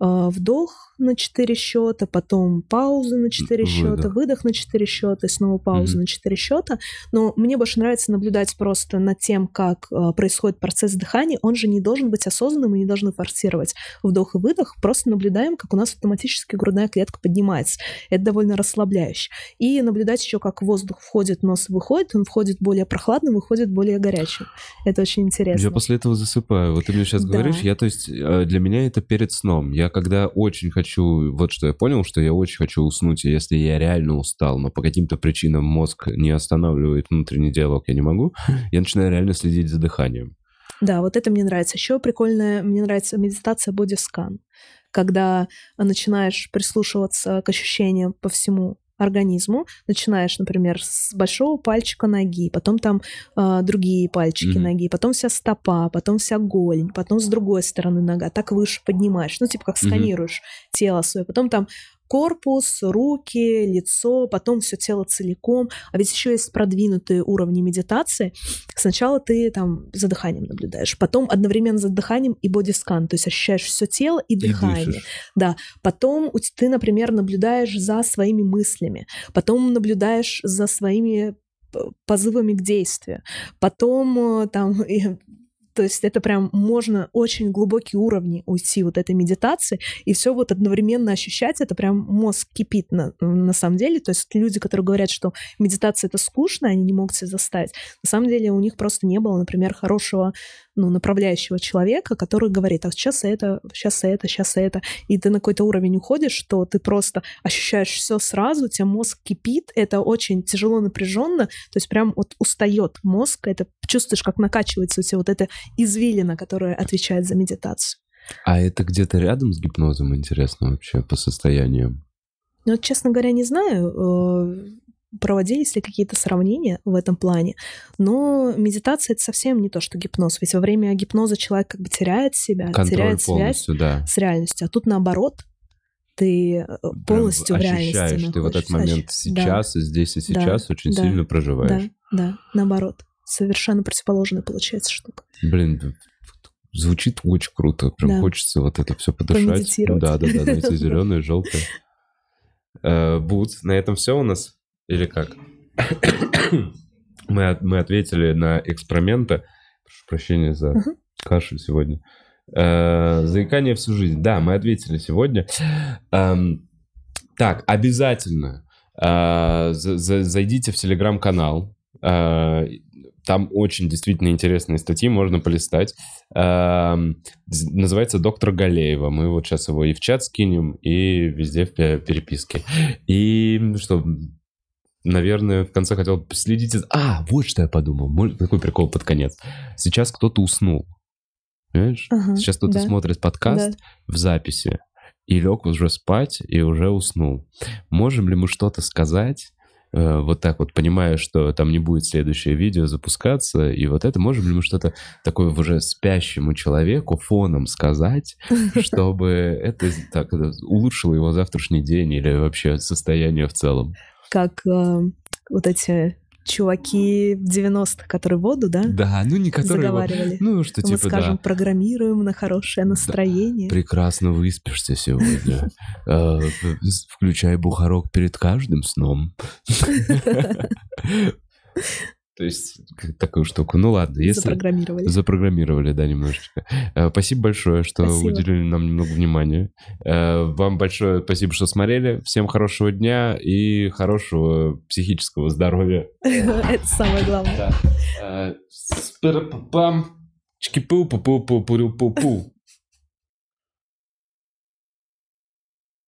вдох на 4 счета, потом пауза на 4 счета, выдох на 4 счета, и снова пауза на 4 счета. Но мне больше нравится наблюдать просто над тем, как происходит процесс дыхания. Он же не должен быть осознанным, мы не должны форсировать вдох и выдох. Просто наблюдаем, как у нас автоматически грудная клетка поднимается. Это довольно расслабляюще. И наблюдать еще, как воздух входит, нос выходит. Он входит более прохладным, выходит более горячим. Это очень интересно. Я после этого засыпаю. Вот ты мне сейчас говоришь, то есть для меня это перед сном. Я когда очень хочу, вот что я понял, что я очень хочу уснуть, и если я реально устал, но по каким-то причинам мозг не останавливает внутренний диалог, я не могу, я начинаю реально следить за дыханием. Да, вот это мне нравится. Еще прикольная, мне нравится медитация бодискан, когда начинаешь прислушиваться к ощущениям по всему организму, начинаешь, например, с большого пальчика ноги, потом там другие пальчики ноги, потом вся стопа, потом вся голень, потом с другой стороны нога, так выше поднимаешь, ну, типа как сканируешь тело свое, потом там корпус, руки, лицо, потом все тело целиком. А ведь еще есть продвинутые уровни медитации. Сначала ты там за дыханием наблюдаешь, потом одновременно за дыханием и бодискан, то есть ощущаешь все тело и дыхание. И да. Потом ты, например, наблюдаешь за своими мыслями, потом наблюдаешь за своими позывами к действию, потом там... То есть это прям можно очень глубокие уровни уйти вот этой медитации, и все вот одновременно ощущать, это прям мозг кипит на самом деле. То есть люди, которые говорят, что медитация — это скучно, они не могут себя заставить, на самом деле у них просто не было, например, хорошего направляющего человека, который говорит, а сейчас это, сейчас это, сейчас это. И ты на какой-то уровень уходишь, что ты просто ощущаешь все сразу, у тебя мозг кипит, это очень тяжело, напряженно, то есть прям вот устает мозг, это чувствуешь, как накачивается у тебя вот эта извилина, которая отвечает за медитацию. А это где-то рядом с гипнозом, интересно, вообще, по состояниям? Ну, вот, честно говоря, не знаю, проводились ли какие-то сравнения в этом плане, но медитация — это совсем не то, что гипноз. Ведь во время гипноза человек как бы теряет себя, Контроль теряет полностью, связь с реальностью. А тут наоборот, ты полностью прям в реальности ощущаешь, находишься. ты вот этот момент сейчас, и здесь, и сейчас очень да, сильно проживаешь. Да, наоборот. Совершенно противоположная получается штука. Блин, звучит очень круто. Прям хочется вот это все подышать. Помедитировать. Да, эти зеленые, желтые. Бут, на этом все у нас? Или как? Мы ответили на эксперименты. Прошу прощения за кашель сегодня. Заикание всю жизнь. Да, мы ответили сегодня. Так, обязательно зайдите в телеграм-канал. Там очень действительно интересные статьи, можно полистать. Называется «Доктор Галеева». Мы вот сейчас его и в чат скинем, и везде в переписке. И что, наверное, в конце хотел следите... вот что я подумал. Такой прикол под конец. Сейчас кто-то уснул. Понимаешь? Сейчас кто-то смотрит подкаст в записи и лег уже спать, и уже уснул. Можем ли мы что-то сказать... вот так вот, понимая, что там не будет следующее видео запускаться, и вот это, можем ли мы что-то такое уже спящему человеку фоном сказать, чтобы это так, улучшило его завтрашний день или вообще состояние в целом? Как вот эти чуваки в 90-х, которые воду, да? Да, ну не которые... Заговаривали. Ну, что мы типа, скажем, программируем на хорошее настроение. Да, прекрасно выспишься сегодня. Включай бухарок перед каждым сном. То есть, такую штуку. Ну ладно, если... Запрограммировали, да, немножечко. Спасибо большое, что уделили нам немного внимания. Вам большое спасибо, что смотрели. Всем хорошего дня и хорошего психического здоровья. Это самое главное. Чики-пу-пу-пу-пу-пу-пу-пу.